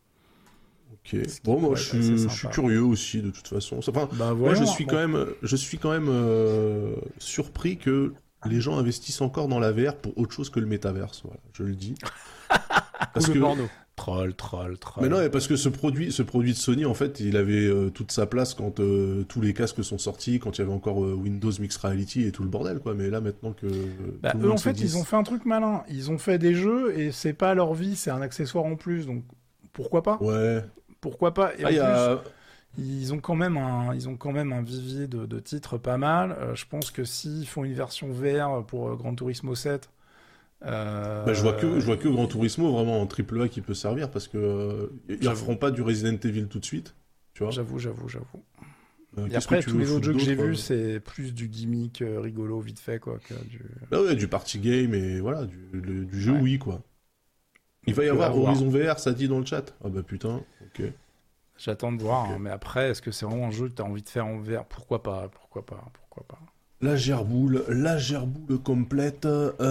Ok. Ce qui Bon, moi, pourrait je être suis, assez je sympa. suis curieux aussi, de toute façon. Enfin, Bah moi, voilà. je suis bon. quand même, je suis quand même euh, surpris que les gens investissent encore dans la V R pour autre chose que le métaverse. Voilà, je le dis. Parce Ou que le porno. Troll, troll, troll. Mais non, mais parce que ce produit, ce produit de Sony, en fait, il avait euh, toute sa place quand euh, tous les casques sont sortis, quand il y avait encore euh, Windows Mixed Reality et tout le bordel, quoi. Mais là, maintenant que euh, Bah, tout le eux, monde en se fait, dit- ils ont fait un truc malin. Ils ont fait des jeux et c'est pas leur vie, c'est un accessoire en plus. Donc pourquoi pas Ouais. Pourquoi pas Et Ah, en il y a... plus, ils ont quand même un, ils ont quand même un vivier de, de titres pas mal. Euh, je pense que s'ils font une version V R pour euh, Gran Turismo sept. Euh, Bah, je vois que je vois que Gran Turismo vraiment en triple A qui peut servir parce que euh, ils J'avoue. referont pas du Resident Evil tout de suite, tu vois. J'avoue, j'avoue, j'avoue. Euh, Et qu'est-ce après, que tu tous veux les autres jeux que foutre j'ai d'autre, vus, euh c'est plus du gimmick euh, rigolo, vite fait, quoi. Que du... Bah ouais, du party game et voilà, du, le- du jeu Ouais. oui quoi. Il va y Donc, avoir à voir. Horizon V R, ça dit dans le chat. Ah bah putain, ok. J'attends de voir, Ok. hein, mais après, est-ce que c'est vraiment un jeu que tu as envie de faire en V R? Pourquoi pas? Pourquoi pas? Pourquoi pas? La gerboule, la gerboule complète.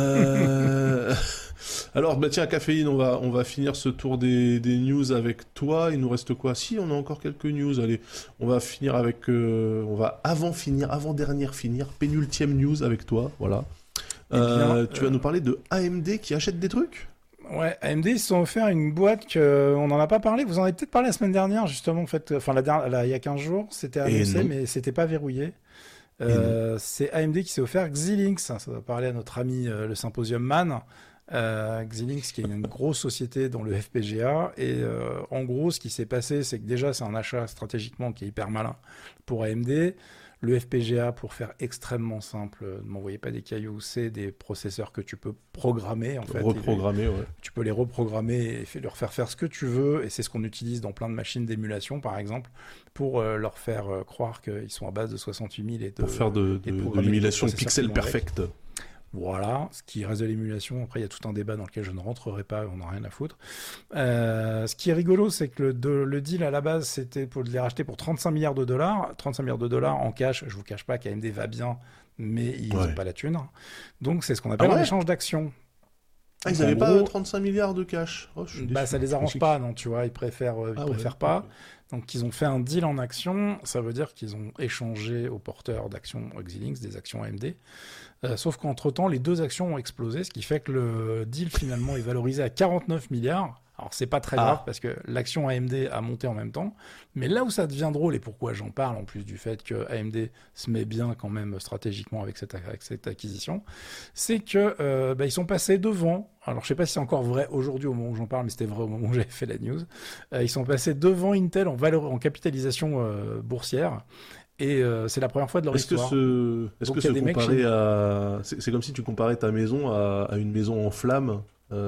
Euh... Alors, bah tiens, Caféine, on va, on va finir ce tour des, des news avec toi. Il nous reste quoi? Si, on a encore quelques news. Allez, on va finir avec... euh, on va avant finir, avant-dernière finir, pénultième news avec toi, voilà. Eh bien, Euh, tu vas euh, nous parler de A M D qui achète des trucs? Ouais, A M D, ils se sont offert une boîte que on n'en a pas parlé. Vous en avez peut-être parlé la semaine dernière, justement, en fait. Enfin, la dernière, là, il y a quinze jours, c'était annoncé, non. mais c'était pas verrouillé. Euh, c'est A M D qui s'est offert Xilinx. Ça va parler à notre ami euh, le Symposium Man. Euh, Xilinx, qui est une grosse société dans le F P G A. Et euh, en gros, ce qui s'est passé, c'est que déjà, c'est un achat stratégiquement qui est hyper malin pour A M D. Le F P G A, pour faire extrêmement simple, ne m'envoyez pas des cailloux, c'est des processeurs que tu peux programmer. En fait, reprogrammer, ouais. Tu peux les reprogrammer et leur faire faire ce que tu veux. Et c'est ce qu'on utilise dans plein de machines d'émulation, par exemple, pour euh, leur faire euh, croire qu'ils sont à base de soixante-huit mille. Et de, pour faire de, de, de l'émulation pixel perfect. Voilà, ce qui reste de l'émulation. Après, il y a tout un débat dans lequel je ne rentrerai pas, on n'a rien à foutre. Euh, ce qui est rigolo, c'est que le, de, le deal à la base, c'était pour les racheter pour trente-cinq milliards de dollars. trente-cinq milliards de dollars en cash. Je vous cache pas qu'A M D va bien, mais ils n'ont ouais. pas la thune. Donc, c'est ce qu'on appelle ah ouais un échange d'actions. Ah, ils n'avaient pas trente-cinq milliards de cash. Oh, je suis bah, déçu. ça les arrange pas, non, tu vois, ils préfèrent, euh, ils ah, préfèrent ouais, pas. okay. Donc, ils ont fait un deal en actions. Ça veut dire qu'ils ont échangé aux porteurs d'actions Xilinx des actions A M D. Euh, sauf qu'entre-temps, les deux actions ont explosé, ce qui fait que le deal, finalement, est valorisé à quarante-neuf milliards. Alors, c'est pas très grave, ah. parce que l'action A M D a monté en même temps. Mais là où ça devient drôle, et pourquoi j'en parle, en plus du fait que A M D se met bien quand même stratégiquement avec cette, avec cette acquisition, c'est que euh, bah, ils sont passés devant. Alors, je sais pas si c'est encore vrai aujourd'hui au moment où j'en parle, mais c'était vrai au moment où j'avais fait la news. Euh, ils sont passés devant Intel en, valeur, en capitalisation euh, boursière. Et euh, c'est la première fois de leur est-ce histoire. Que ce... Est-ce Donc, que se comparer chez... à... C'est, c'est comme si tu comparais ta maison à, à une maison en flammes euh,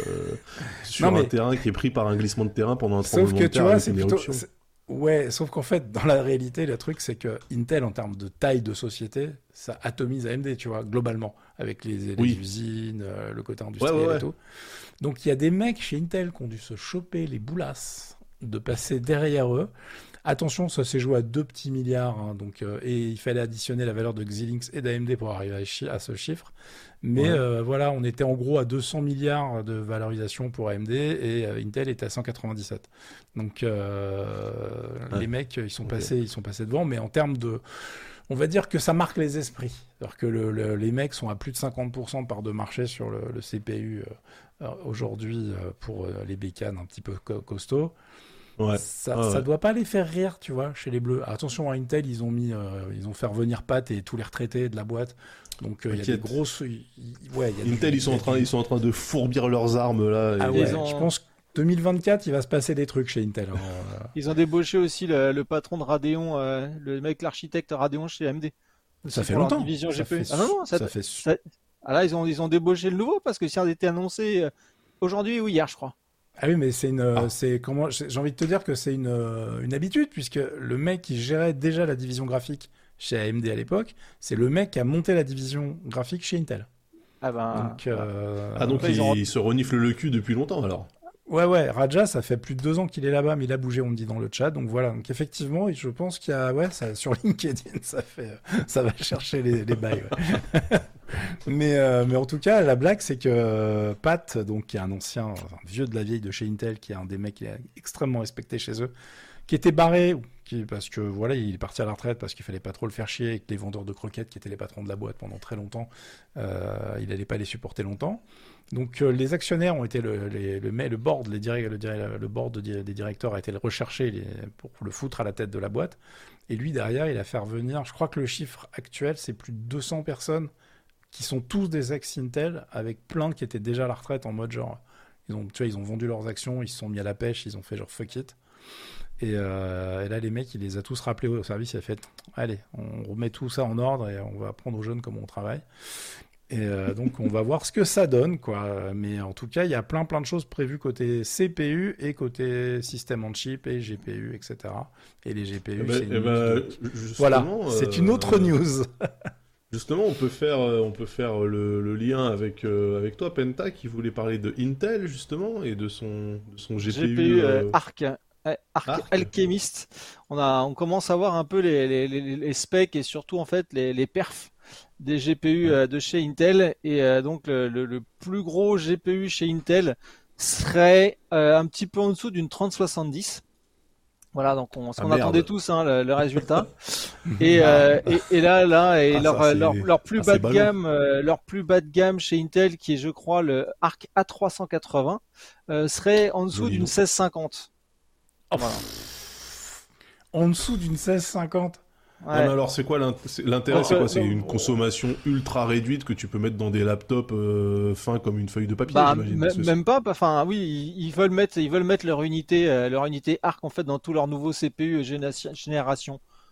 sur non, mais... un terrain qui est pris par un glissement de terrain pendant un tremblement de terre. Sauf que tu vois, c'est plutôt... C'est... Ouais, sauf qu'en fait, dans la réalité, le truc, c'est que Intel, en termes de taille de société, ça atomise A M D, tu vois, globalement, avec les, les oui. usines, euh, le côté industriel ouais, ouais, ouais. et tout. Donc, il y a des mecs chez Intel qui ont dû se choper les boulasses de passer derrière eux. Attention, ça s'est joué à deux petits milliards, hein, donc, euh, et il fallait additionner la valeur de Xilinx et d'A M D pour arriver à, chi- à ce chiffre. Mais ouais. euh, voilà, on était en gros à deux cents milliards de valorisation pour A M D et euh, Intel était à cent quatre-vingt-dix-sept. Donc euh, ouais. les mecs, ils sont, okay. passés, ils sont passés devant, mais en termes de... On va dire que ça marque les esprits. C'est-à-dire que le, le, les mecs sont à plus de cinquante pour cent de part de marché sur le, le C P U euh, aujourd'hui euh, pour euh, les bécanes un petit peu co- costauds. Ouais. Ça, ah ouais. ça doit pas les faire rire, tu vois, chez les bleus. Attention à Intel, ils ont mis, euh, ils ont fait revenir Pat et tous les retraités de la boîte. Donc il euh, y a des grosses, y, ouais, y a Intel, des, ils sont en train, ils sont en train de fourbir leurs armes là. Ah ouais, ont... Je pense que deux mille vingt-quatre, il va se passer des trucs chez Intel. Hein. Ils ont débauché aussi le, le patron de Radeon, euh, le mec, l'architecte Radeon chez A M D. Ça fait longtemps. Division ça G P U. fait... Ah non, non, ça, ça fait. Ça... Ah là, ils ont, ils ont débauché le nouveau parce que ça a été annoncé aujourd'hui ou hier, je crois. Ah oui, mais c'est une, ah. c'est comment, j'ai envie de te dire que c'est une, une habitude puisque le mec qui gérait déjà la division graphique chez A M D à l'époque, c'est le mec qui a monté la division graphique chez Intel. Ah ben. Donc, euh... ah donc il, ont... il se renifle le cul depuis longtemps alors. Ouais ouais, Raja, ça fait plus de deux ans qu'il est là-bas, mais il a bougé, on me dit dans le chat. Donc voilà, donc effectivement, je pense qu'il y a, ouais, ça, sur LinkedIn, ça fait, ça va chercher les, les bails. Ouais. mais, euh, mais en tout cas, la blague, c'est que euh, Pat, donc qui est un ancien, un vieux de la vieille de chez Intel, qui est un des mecs qui est extrêmement respecté chez eux, qui était barré, qui, parce que voilà, il est parti à la retraite parce qu'il fallait pas trop le faire chier avec les vendeurs de croquettes qui étaient les patrons de la boîte pendant très longtemps. Euh, il allait pas les supporter longtemps. Donc euh, les actionnaires ont été le, les, le, le board, les direct, le, le board de, des directeurs a été recherché les, pour le foutre à la tête de la boîte. Et lui derrière, il a fait revenir. Je crois que le chiffre actuel, c'est plus de deux cents personnes qui sont tous des ex-Intel, avec plein qui étaient déjà à la retraite en mode genre, ils ont, tu vois, ils ont vendu leurs actions, ils se sont mis à la pêche, ils ont fait genre fuck it. Et, euh, et là, les mecs, il les a tous rappelés au service, il a fait, allez, on remet tout ça en ordre et on va apprendre aux jeunes comment on travaille. Et euh, donc, on va voir ce que ça donne, quoi. Mais en tout cas, il y a plein, plein de choses prévues côté C P U et côté système on chip et G P U, et cetera. Et les G P U, eh ben, c'est une eh ben, news. Voilà, euh, c'est une autre news. Justement, on peut faire, on peut faire le, le lien avec, euh, avec toi, Penta, qui voulait parler de Intel, justement, et de son, de son G P U. G P U euh, Arc. Arc, Arc Alchemist. On, a, on commence à voir un peu les, les, les, les specs et surtout en fait les, les perfs des G P U ouais. euh, de chez Intel. Et euh, donc le, le, le plus gros G P U chez Intel serait euh, un petit peu en dessous d'une trente soixante-dix. Voilà, donc on, ah, on attendait tous hein, le, le résultat. et, euh, et, et là, là, et ah, leur, ça, leur, leur plus ah, bas de gamme, euh, leur plus bas de gamme chez Intel, qui est, je crois, le Arc A trois cent quatre-vingts, euh, serait en dessous oui, d'une seize cinquante. Oh, voilà. En dessous d'une seize cinquante. Ouais. Non, mais alors c'est quoi l'intérêt? Oh, c'est quoi? C'est une consommation ultra réduite que tu peux mettre dans des laptops euh, fins comme une feuille de papier, bah, j'imagine. M- même pas. Enfin, oui, ils, ils veulent mettre, ils veulent mettre leur unité, euh, leur unité Arc en fait dans tous leurs nouveaux C P U génération.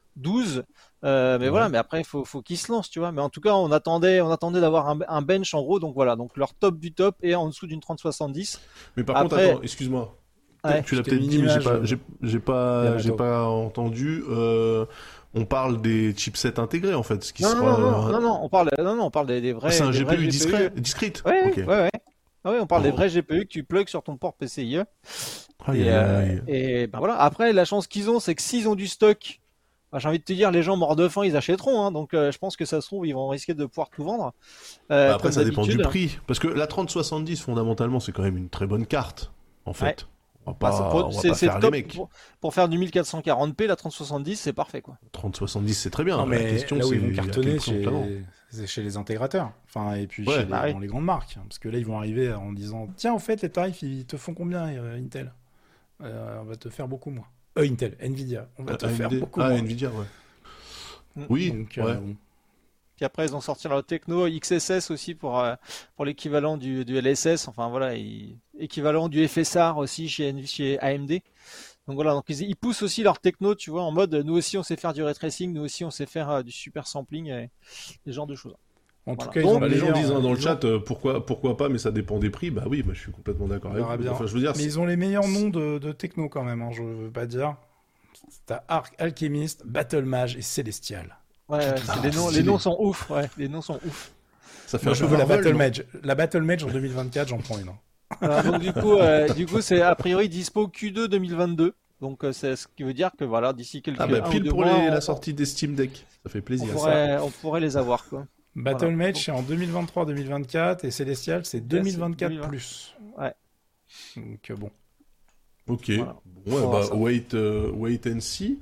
douze. Euh, mais Ouais. voilà, mais après il faut, faut qu'ils se lancent, tu vois. Mais en tout cas, on attendait, on attendait d'avoir un, un bench en gros, donc voilà, donc leur top du top est en dessous d'une trente soixante-dix. Mais par Après- contre, attends, excuse-moi. Ouais, tu l'as je t'ai peut-être mis dit, mais j'ai l'image, pas, euh, j'ai, j'ai pas, Yamato. j'ai pas entendu. Euh, on parle des chipsets intégrés en fait, ce qui Non, sera. non, non, euh, non, non, on parle, non, non, on parle des, des vrais. Ah, c'est un des G vrais P U G P U. discret, discrete. Ouais, Ok. ouais, ouais. Ah ouais, on parle des Oh. vrais G P U que tu plugs sur ton port P C I E. Aïe, Et, aïe, euh, aïe. et ben voilà. Après, la chance qu'ils ont, c'est que s'ils ont du stock, ben, j'ai envie de te dire, les gens morts de faim, ils achèteront. Hein, donc, euh, je pense que ça se trouve, ils vont risquer de pouvoir tout vendre. Euh, Bah, après, comme ça dépend du d'habitude. prix. Parce que la trente soixante-dix, fondamentalement, c'est quand même une très bonne carte, en fait. Ouais. On va Bah, pas, c'est on pour- va c'est- pas c'est faire les top mecs. pour, pour faire du mille quatre cent quarante p, la trente soixante-dix, c'est parfait, quoi. trente soixante-dix, c'est très bien. Non, La mais question, là où c'est ils vont à quel cartonner, prix on c'est te la vend. c'est chez les intégrateurs. Enfin, et puis Ouais, chez les- bah oui. dans les grandes marques. Parce que là, ils vont arriver en disant tiens, en fait, les tarifs, ils te font combien, euh, Intel Euh, On va te faire beaucoup moins. Euh, Intel, Nvidia, on va te Ah, faire A M D. beaucoup Ah, moins. Nvidia, ouais. Mm. Oui, Donc, euh, ouais. bon. Puis après, ils ont sorti leur techno X S S aussi pour, euh, pour l'équivalent du, du L S S. Enfin, voilà, ils- équivalent du F S R aussi chez, N- chez A M D. Donc voilà, donc ils, ils poussent aussi leur techno, tu vois, en mode nous aussi on sait faire du ray tracing, nous aussi on sait faire euh, du super sampling et ce genre de choses. En Voilà. tout cas, ils Donc, ont Bah, le les gens meilleur, disent hein, dans le ils ont- chat euh, pourquoi, pourquoi pas, mais ça dépend des prix. Bah oui, bah, je suis complètement d'accord On avec verra vous. bien. Enfin, je veux dire, Mais ils ont les meilleurs noms de, de techno quand même, hein, je veux pas dire. T'as Arc, Alchemist, Battle Mage et Célestial. Ouais, ouais, c'est- Ah, les, noms, les stylé. noms sont ouf, ouais, les noms sont ouf. ça fait Moi, un je peu veux la Marvel, Battle non Mage. La Battle Mage en deux mille vingt-quatre, j'en prends une. hein. Alors, donc du coup, euh, du coup c'est a priori dispo Q deux deux mille vingt-deux. Donc euh, c'est ce qui veut dire que voilà, d'ici quelques Ah bah un ou pile deux pour mois, les- on- la sortie des Steam Deck. Ça fait on plaisir. pourrait, on pourrait les avoir, quoi. Battle Voilà. Mage, c'est en deux mille vingt-trois deux mille vingt-quatre et Célestial, c'est deux mille vingt-quatre deux mille vingt. plus. Ouais. Donc, euh, bon. Ok. Voilà. Bon, ouais, Faut bah, voir ça. wait, euh, wait and see.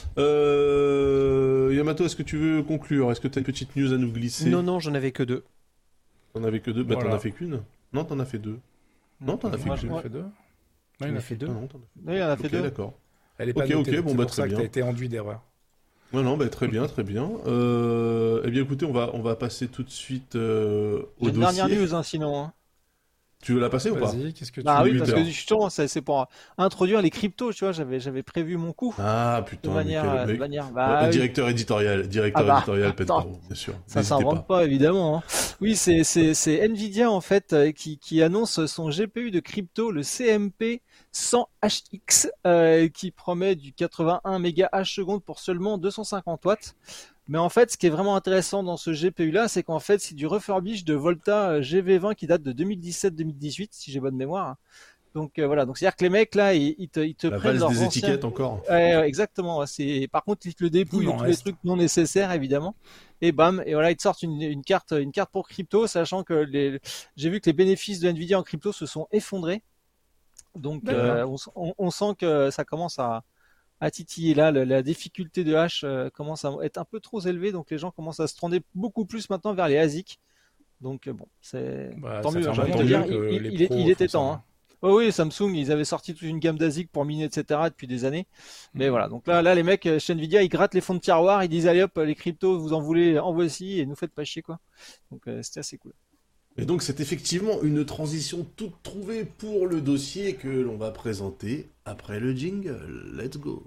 Euh, Yamato, est-ce que tu veux conclure? Est-ce que tu as une petite news à nous glisser? Non, non, j'en avais que deux. T'en avais que deux? Bah, Voilà. t'en as fait qu'une? Non, t'en as fait deux. Non, t'en as fait Moi, qu'une. J'en ai ouais. fait deux. Non, J'en il y en ai a fait Ah deux. non, t'en as fait Oui, il y en a fait Ok, deux. d'accord. Elle est pas Ok, notée, ok, bon, c'est bah, pour très ça bien. que t'as été enduit d'erreur. Non, non, bah, très bien, très bien. Euh, eh bien, écoutez, on va, on va passer tout de suite euh, au J'ai une dossier. dernière news, hein, sinon. Hein. Tu veux la passer ou pas? Vas-y, qu'est-ce que tu Ah veux oui, parce heures. que justement, ça, c'est pour introduire les cryptos, tu vois, j'avais, j'avais prévu mon coup. Ah, De putain, mais manière, quel euh, de mec. manière, Ouais, bah, oui. directeur éditorial, directeur Ah bah, éditorial, attends. Pentaro, bien sûr. Ça N'hésitez s'invente pas. pas, évidemment. Hein. Oui, c'est, c'est, c'est Nvidia, en fait, euh, qui, qui annonce son G P U de crypto, le C M P cent H X, euh, qui promet du quatre-vingt-un mégahash seconde pour seulement deux cent cinquante watts. Mais en fait, ce qui est vraiment intéressant dans ce G P U-là, c'est qu'en fait, c'est du refurbish de Volta G V vingt qui date de deux mille dix-sept deux mille dix-huit, si j'ai bonne mémoire. Donc euh, voilà, donc c'est-à-dire que les mecs là, ils, ils te, ils te La prennent valse leurs des anciens- étiquettes encore. Ouais, ouais, exactement. ouais, C'est par contre ils te le dépouillent Il de en tous les reste. trucs non nécessaires évidemment. Et bam, et voilà ils te sortent une, une carte, une carte pour crypto, sachant que les, j'ai vu que les bénéfices de Nvidia en crypto se sont effondrés. Donc euh, on, on- on sent que ça commence à, à titiller là. Le- la difficulté de hash euh, commence à être un peu trop élevée, donc les gens commencent à se tourner beaucoup plus maintenant vers les A S I C. Donc euh, bon, c'est Bah, tant ça mieux. fait hein, un j'ai envie de moment dire, que il, les il- il- pros il était font ça. temps. Hein. Oh oui, Samsung, ils avaient sorti toute une gamme d'A S I C pour miner, et cetera depuis des années. Mais voilà, donc là, là, les mecs euh, chez Nvidia, ils grattent les fonds de tiroir, ils disent allez hop, les cryptos, vous en voulez, en voici, et nous faites pas chier quoi. Donc euh, c'était assez cool. Et donc c'est effectivement une transition toute trouvée pour le dossier que l'on va présenter après le jingle. Let's go.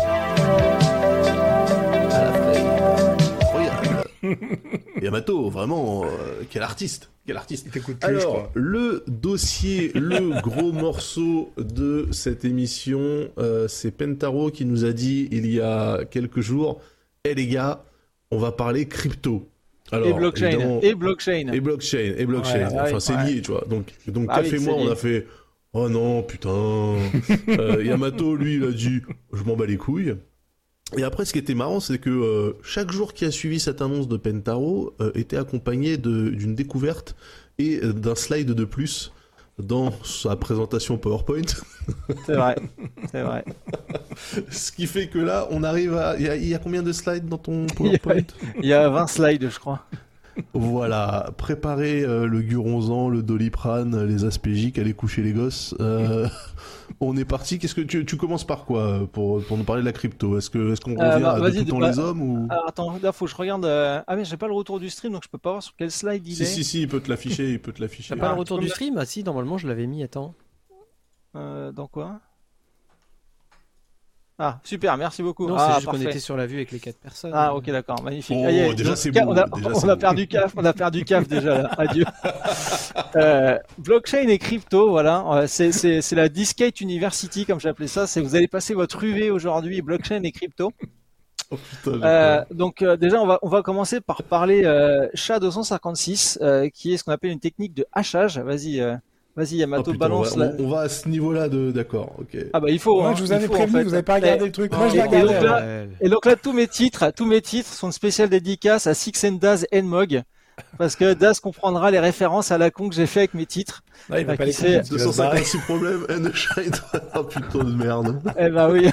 À la fraise. Incroyable. Yamato, vraiment, euh, quel artiste. Quel artiste. Il t'écoute plus, je Alors, crois. le dossier, le gros morceau de cette émission, euh, c'est Pentaro qui nous a dit il y a quelques jours, eh les gars, on va parler crypto. Alors, et blockchain, évidemment- et blockchain. et blockchain, et blockchain. Ouais, enfin, ouais, c'est ouais. lié, tu vois. Donc, donc Ah oui, Café et moi, c'est lié. on a fait oh non, putain. Euh, Yamato, lui, il a dit je m'en bats les couilles. Et après, ce qui était marrant, c'est que euh, chaque jour qui a suivi cette annonce de Pentaro euh, était accompagné de- d'une découverte et euh, d'un slide de plus dans sa présentation PowerPoint. C'est vrai, c'est vrai. Ce qui fait que là, on arrive à. Il y a, il y a combien de slides dans ton PowerPoint? Il y a vingt slides, je crois. Voilà, préparez euh, le Guronzan, le Doliprane, les Aspégiques, allez coucher les gosses. Euh, on est parti. Qu'est-ce que tu, tu commences par quoi pour, pour nous parler de la crypto? Est-ce que est-ce qu'on Euh, revient bah, à vas-y, Depuis le temps bah, les hommes ou Alors attends, là faut que je regarde. euh, Ah mais j'ai pas le retour du stream, donc je peux pas voir sur quel slide il Si est. si si, il peut te l'afficher, il peut te l'afficher. T'as pas Ah, le retour comme du la- stream? Ah si, normalement je l'avais mis, attends. Euh, dans quoi? Ah, super, merci beaucoup. Non, ah, c'est juste parfait. qu'on était sur la vue avec les quatre personnes. Ah, ok, d'accord, magnifique. Oh, Ah, y est, déjà, donc, c'est ca- beau, On a, déjà, on c'est a beau. perdu caf, on a perdu caf déjà là. Adieu. Euh, blockchain et crypto, voilà. Euh, C'est, c'est, c'est la Discate University, comme j'appelais ça. C'est vous allez passer votre U V aujourd'hui, blockchain et crypto. Oh putain, j'ai Euh, peur. donc euh, déjà, on va, on va commencer par parler euh, S H A deux cent cinquante-six, euh, qui est ce qu'on appelle une technique de hachage. Vas-y, euh, vas-y, Oh, Yamato, putain, on, balance va, là. on- on va à ce niveau-là de. D'accord, ok. Ah bah il faut. Moi, hein, je vous il avais faut, en prévenu, fait. vous avez pas regardé Et- le truc. Moi, je et- l'ai et regardé. donc là- alors. Et donc là, tous mes titres, tous mes titres sont de spéciales dédicaces à Six and Daz and Mog, parce que Daz comprendra les références à la con que j'ai fait avec mes titres. Non, il va Ah, pas qui les sait- comprendre, il va se barrer. deux cent cinquante-six problèmes, and a shine. Oh putain de merde. Eh ben oui.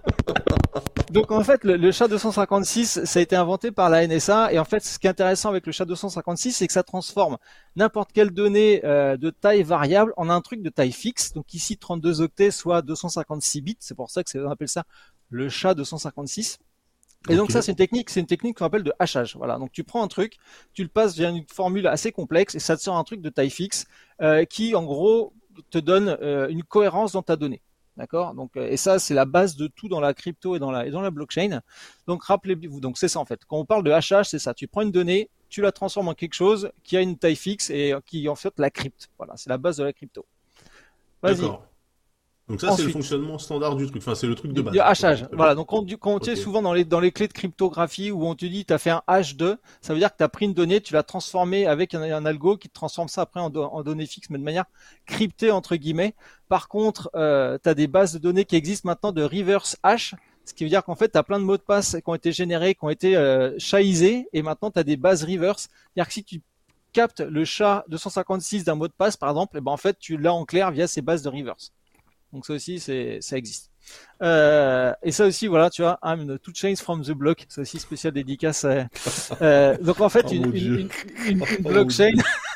Donc en fait, le, le S H A deux cent cinquante-six, ça a été inventé par la N S A, et en fait, ce qui est intéressant avec le S H A deux cent cinquante-six, c'est que ça transforme n'importe quelle donnée euh, de taille variable en un truc de taille fixe. Donc ici, trente-deux octets, soit deux cent cinquante-six bits. C'est pour ça que c'est, on appelle ça le S H A deux cent cinquante-six. Et donc Ok. ça, c'est une technique, c'est une technique qu'on appelle de hachage. Voilà. Donc tu prends un truc, tu le passes via une formule assez complexe, et ça te sort un truc de taille fixe euh, qui, en gros, te donne euh, une cohérence dans ta donnée. D'accord? Donc, euh, et ça, c'est la base de tout dans la crypto et dans la, et dans la blockchain. Donc, rappelez-vous, donc c'est ça en fait. Quand on parle de hachage, c'est ça. Tu prends une donnée, tu la transformes en quelque chose qui a une taille fixe et euh, qui en fait la crypte. Voilà, c'est la base de la crypto. Vas-y. D'accord. Donc ça, c'est le Ensuite. fonctionnement standard du truc. Enfin, c'est le truc de base. Du hachage. Très bien. Voilà. Donc, on, quand on tient Ok. souvent dans les, dans les clés de cryptographie où on te dit, tu as fait un hash deux, ça veut dire que tu as pris une donnée, tu l'as transformée avec un, un algo qui te transforme ça après en, do- en données fixes, mais de manière cryptée, entre guillemets. Par contre, euh, tu as des bases de données qui existent maintenant de reverse hash, ce qui veut dire qu'en fait, tu as plein de mots de passe qui ont été générés, qui ont été euh, SHAisés, et maintenant tu as des bases reverse. C'est-à-dire que si tu captes le S H A deux cent cinquante-six d'un mot de passe, par exemple, et ben en fait, tu l'as en clair via ces bases de reverse. Donc ça aussi, c'est, ça existe. Euh, et ça aussi, voilà, tu vois, I'm two chains from the block. Ça aussi, spécial dédicace. Euh, euh, donc en fait, Oh une, mon une, Dieu. une, une, une Oh mon blockchain.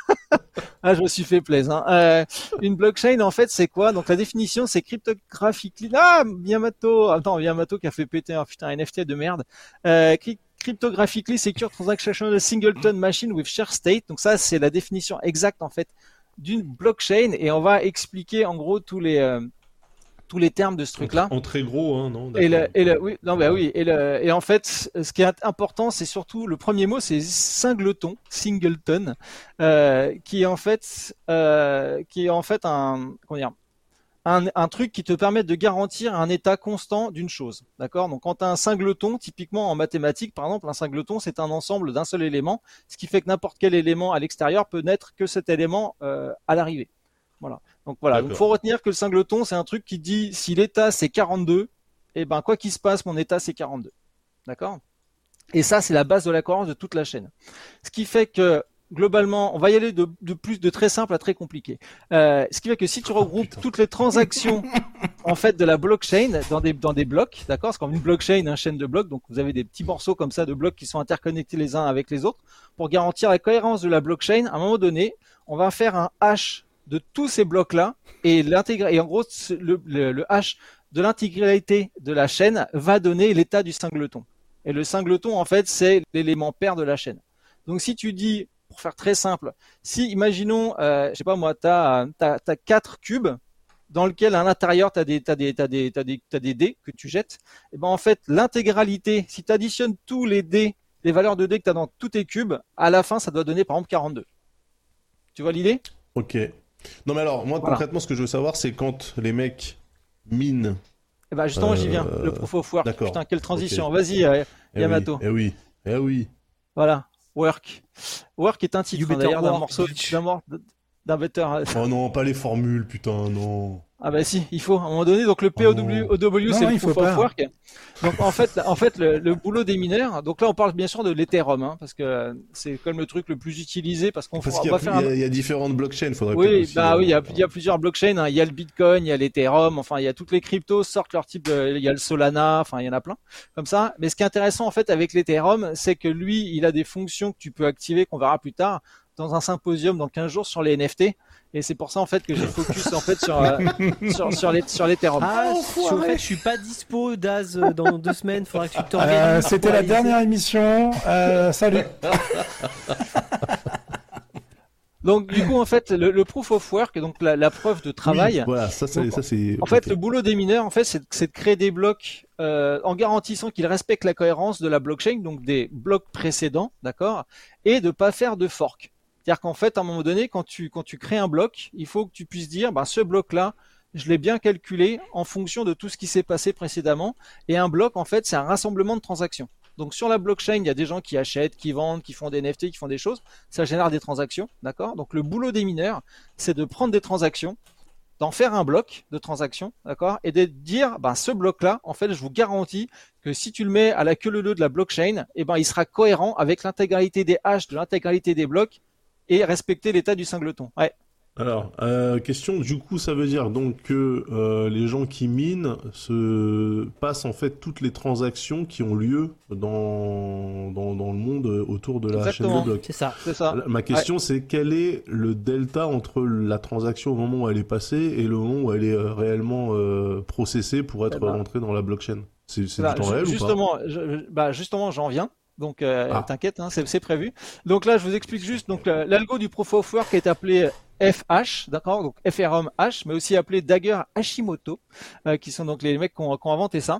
Ah, je me suis fait plaisir. Hein. Euh, une blockchain, en fait, c'est quoi? Donc la définition, c'est cryptographically. Ah, Yamato. Attends, Yamato qui a fait péter un putain N F T de merde. Euh, cry- Cryptographically secure transactional singleton machine with share state. Donc ça, c'est la définition exacte en fait d'une blockchain, et on va expliquer en gros tous les euh, tous les termes de ce truc-là. En très gros, hein, non? Et le, D'accord. et le, oui, non, bah oui, et le, et en fait, ce qui est important, c'est surtout le premier mot, c'est singleton, singleton, euh, qui est en fait, euh, qui est en fait un, comment dire, un, un truc qui te permet de garantir un état constant d'une chose, d'accord? Donc, quand tu as un singleton, typiquement en mathématiques, par exemple, un singleton, c'est un ensemble d'un seul élément, ce qui fait que n'importe quel élément à l'extérieur peut n'être que cet élément euh, à l'arrivée. Voilà. Donc voilà, donc D'accord. faut retenir que le singleton, c'est un truc qui dit si l'état c'est quarante-deux, et ben quoi qu'il se passe, mon état c'est quarante-deux. D'accord? Et ça, c'est la base de la cohérence de toute la chaîne. Ce qui fait que globalement, on va y aller de, de plus de très simple à très compliqué. Euh, ce qui fait que si tu regroupes putain. toutes les transactions en fait de la blockchain dans des dans des blocs, d'accord? C'est comme une blockchain, une chaîne de blocs, donc vous avez des petits morceaux comme ça de blocs qui sont interconnectés les uns avec les autres. Pour garantir la cohérence de la blockchain, à un moment donné, on va faire un hash de tous ces blocs-là, et l'intégrer, et en gros, le, le, le hash de l'intégralité de la chaîne va donner l'état du singleton. Et le singleton, en fait, c'est l'élément pair de la chaîne. Donc, si tu dis, pour faire très simple, si, imaginons, euh, je sais pas moi, t'as, t'as, t'as quatre cubes, dans lequel à l'intérieur t'as des, t'as des, t'as des, t'as des, t'as des dés que tu jettes, et ben, en fait, l'intégralité, si tu additionnes tous les dés, les valeurs de dés que t'as dans tous tes cubes, à la fin, ça doit donner, par exemple, quarante-deux. Tu vois l'idée? Ok. Non, mais alors, moi, Voilà. concrètement, ce que je veux savoir, c'est quand les mecs minent. Eh ben justement, j'y viens. Euh, Le proof of work. d'accord. Putain, quelle transition. Ok. Vas-y, euh, Eh Yamato. oui, eh oui, eh oui. Voilà. Work. Work est un titre You hein, better d'ailleurs d'un work, morceau bitch. d'un mor- d'un better. Oh non, pas les formules, putain, non. Ah bah si, il faut à un moment donné. Donc le P O W, Oh O W, Non, c'est le il faut proof of pas. work. Donc en fait, en fait, le, le boulot des mineurs. Donc là, on parle bien sûr de l'Ethereum, hein, parce que c'est comme le truc le plus utilisé, parce qu'on Parce on qu'il y, va a- faire. il y un- a- il y a différentes blockchains, faudrait peut-être Oui, aussi, bah euh, oui, il y a, il y a plusieurs blockchains. Hein. Il y a le Bitcoin, il y a l'Ethereum, enfin il y a toutes les cryptos sortent leur type. De, il y a le Solana, enfin il y en a plein comme ça. Mais ce qui est intéressant en fait avec l'Ethereum, c'est que lui, il a des fonctions que tu peux activer, qu'on verra plus tard dans un symposium dans quinze jours sur les N F T. Et c'est pour ça en fait que j'ai focus en fait sur euh, sur sur les sur l'Ethereum. Ah, Oh, je, en fait, je suis pas dispo, Daz, euh, dans deux semaines. Faudra que tu Euh, t'organises. C'était pour la aller- dernière émission. Euh, salut. Donc du coup en fait le, le proof of work, donc la, la preuve de travail. Oui, voilà, ça, ça, donc, ça c'est. En fait, okay. le boulot des mineurs, en fait, c'est, c'est de créer des blocs euh, en garantissant qu'ils respectent la cohérence de la blockchain, donc des blocs précédents, d'accord, et de pas faire de fork. C'est-à-dire qu'en fait, à un moment donné, quand tu quand tu crées un bloc, il faut que tu puisses dire, bah ce bloc-là, je l'ai bien calculé en fonction de tout ce qui s'est passé précédemment. Et un bloc, en fait, c'est un rassemblement de transactions. Donc sur la blockchain, il y a des gens qui achètent, qui vendent, qui font des N F T, qui font des choses. Ça génère des transactions, d'accord. Donc le boulot des mineurs, c'est de prendre des transactions, d'en faire un bloc de transactions, d'accord, et de dire, ben ce bloc-là, en fait, je vous garantis que si tu le mets à la queue leu leu de la blockchain, eh ben il sera cohérent avec l'intégralité des hashes, de l'intégralité des blocs, et respecter l'état du singleton. Ouais. Alors, euh, question, du coup, ça veut dire donc que euh, les gens qui minent se passent en fait toutes les transactions qui ont lieu dans, dans, dans le monde autour de la Exactement. chaîne de blocs. C'est ça. C'est ça. Ma question, ouais. c'est quel est le delta entre la transaction au moment où elle est passée et le moment où elle est euh, réellement euh, processée pour être eh ben, rentrée dans la blockchain? C'est, c'est bah, du temps réel justement, ou pas je, bah, justement, j'en viens. Donc, euh, ah. t'inquiète, hein, c'est, c'est prévu. Donc là, je vous explique juste. Donc, l'algo du proof of work est appelé F H, d'accord, donc F R M H, mais aussi appelé Dagger Hashimoto, euh, qui sont donc les mecs qui ont, qui ont inventé ça.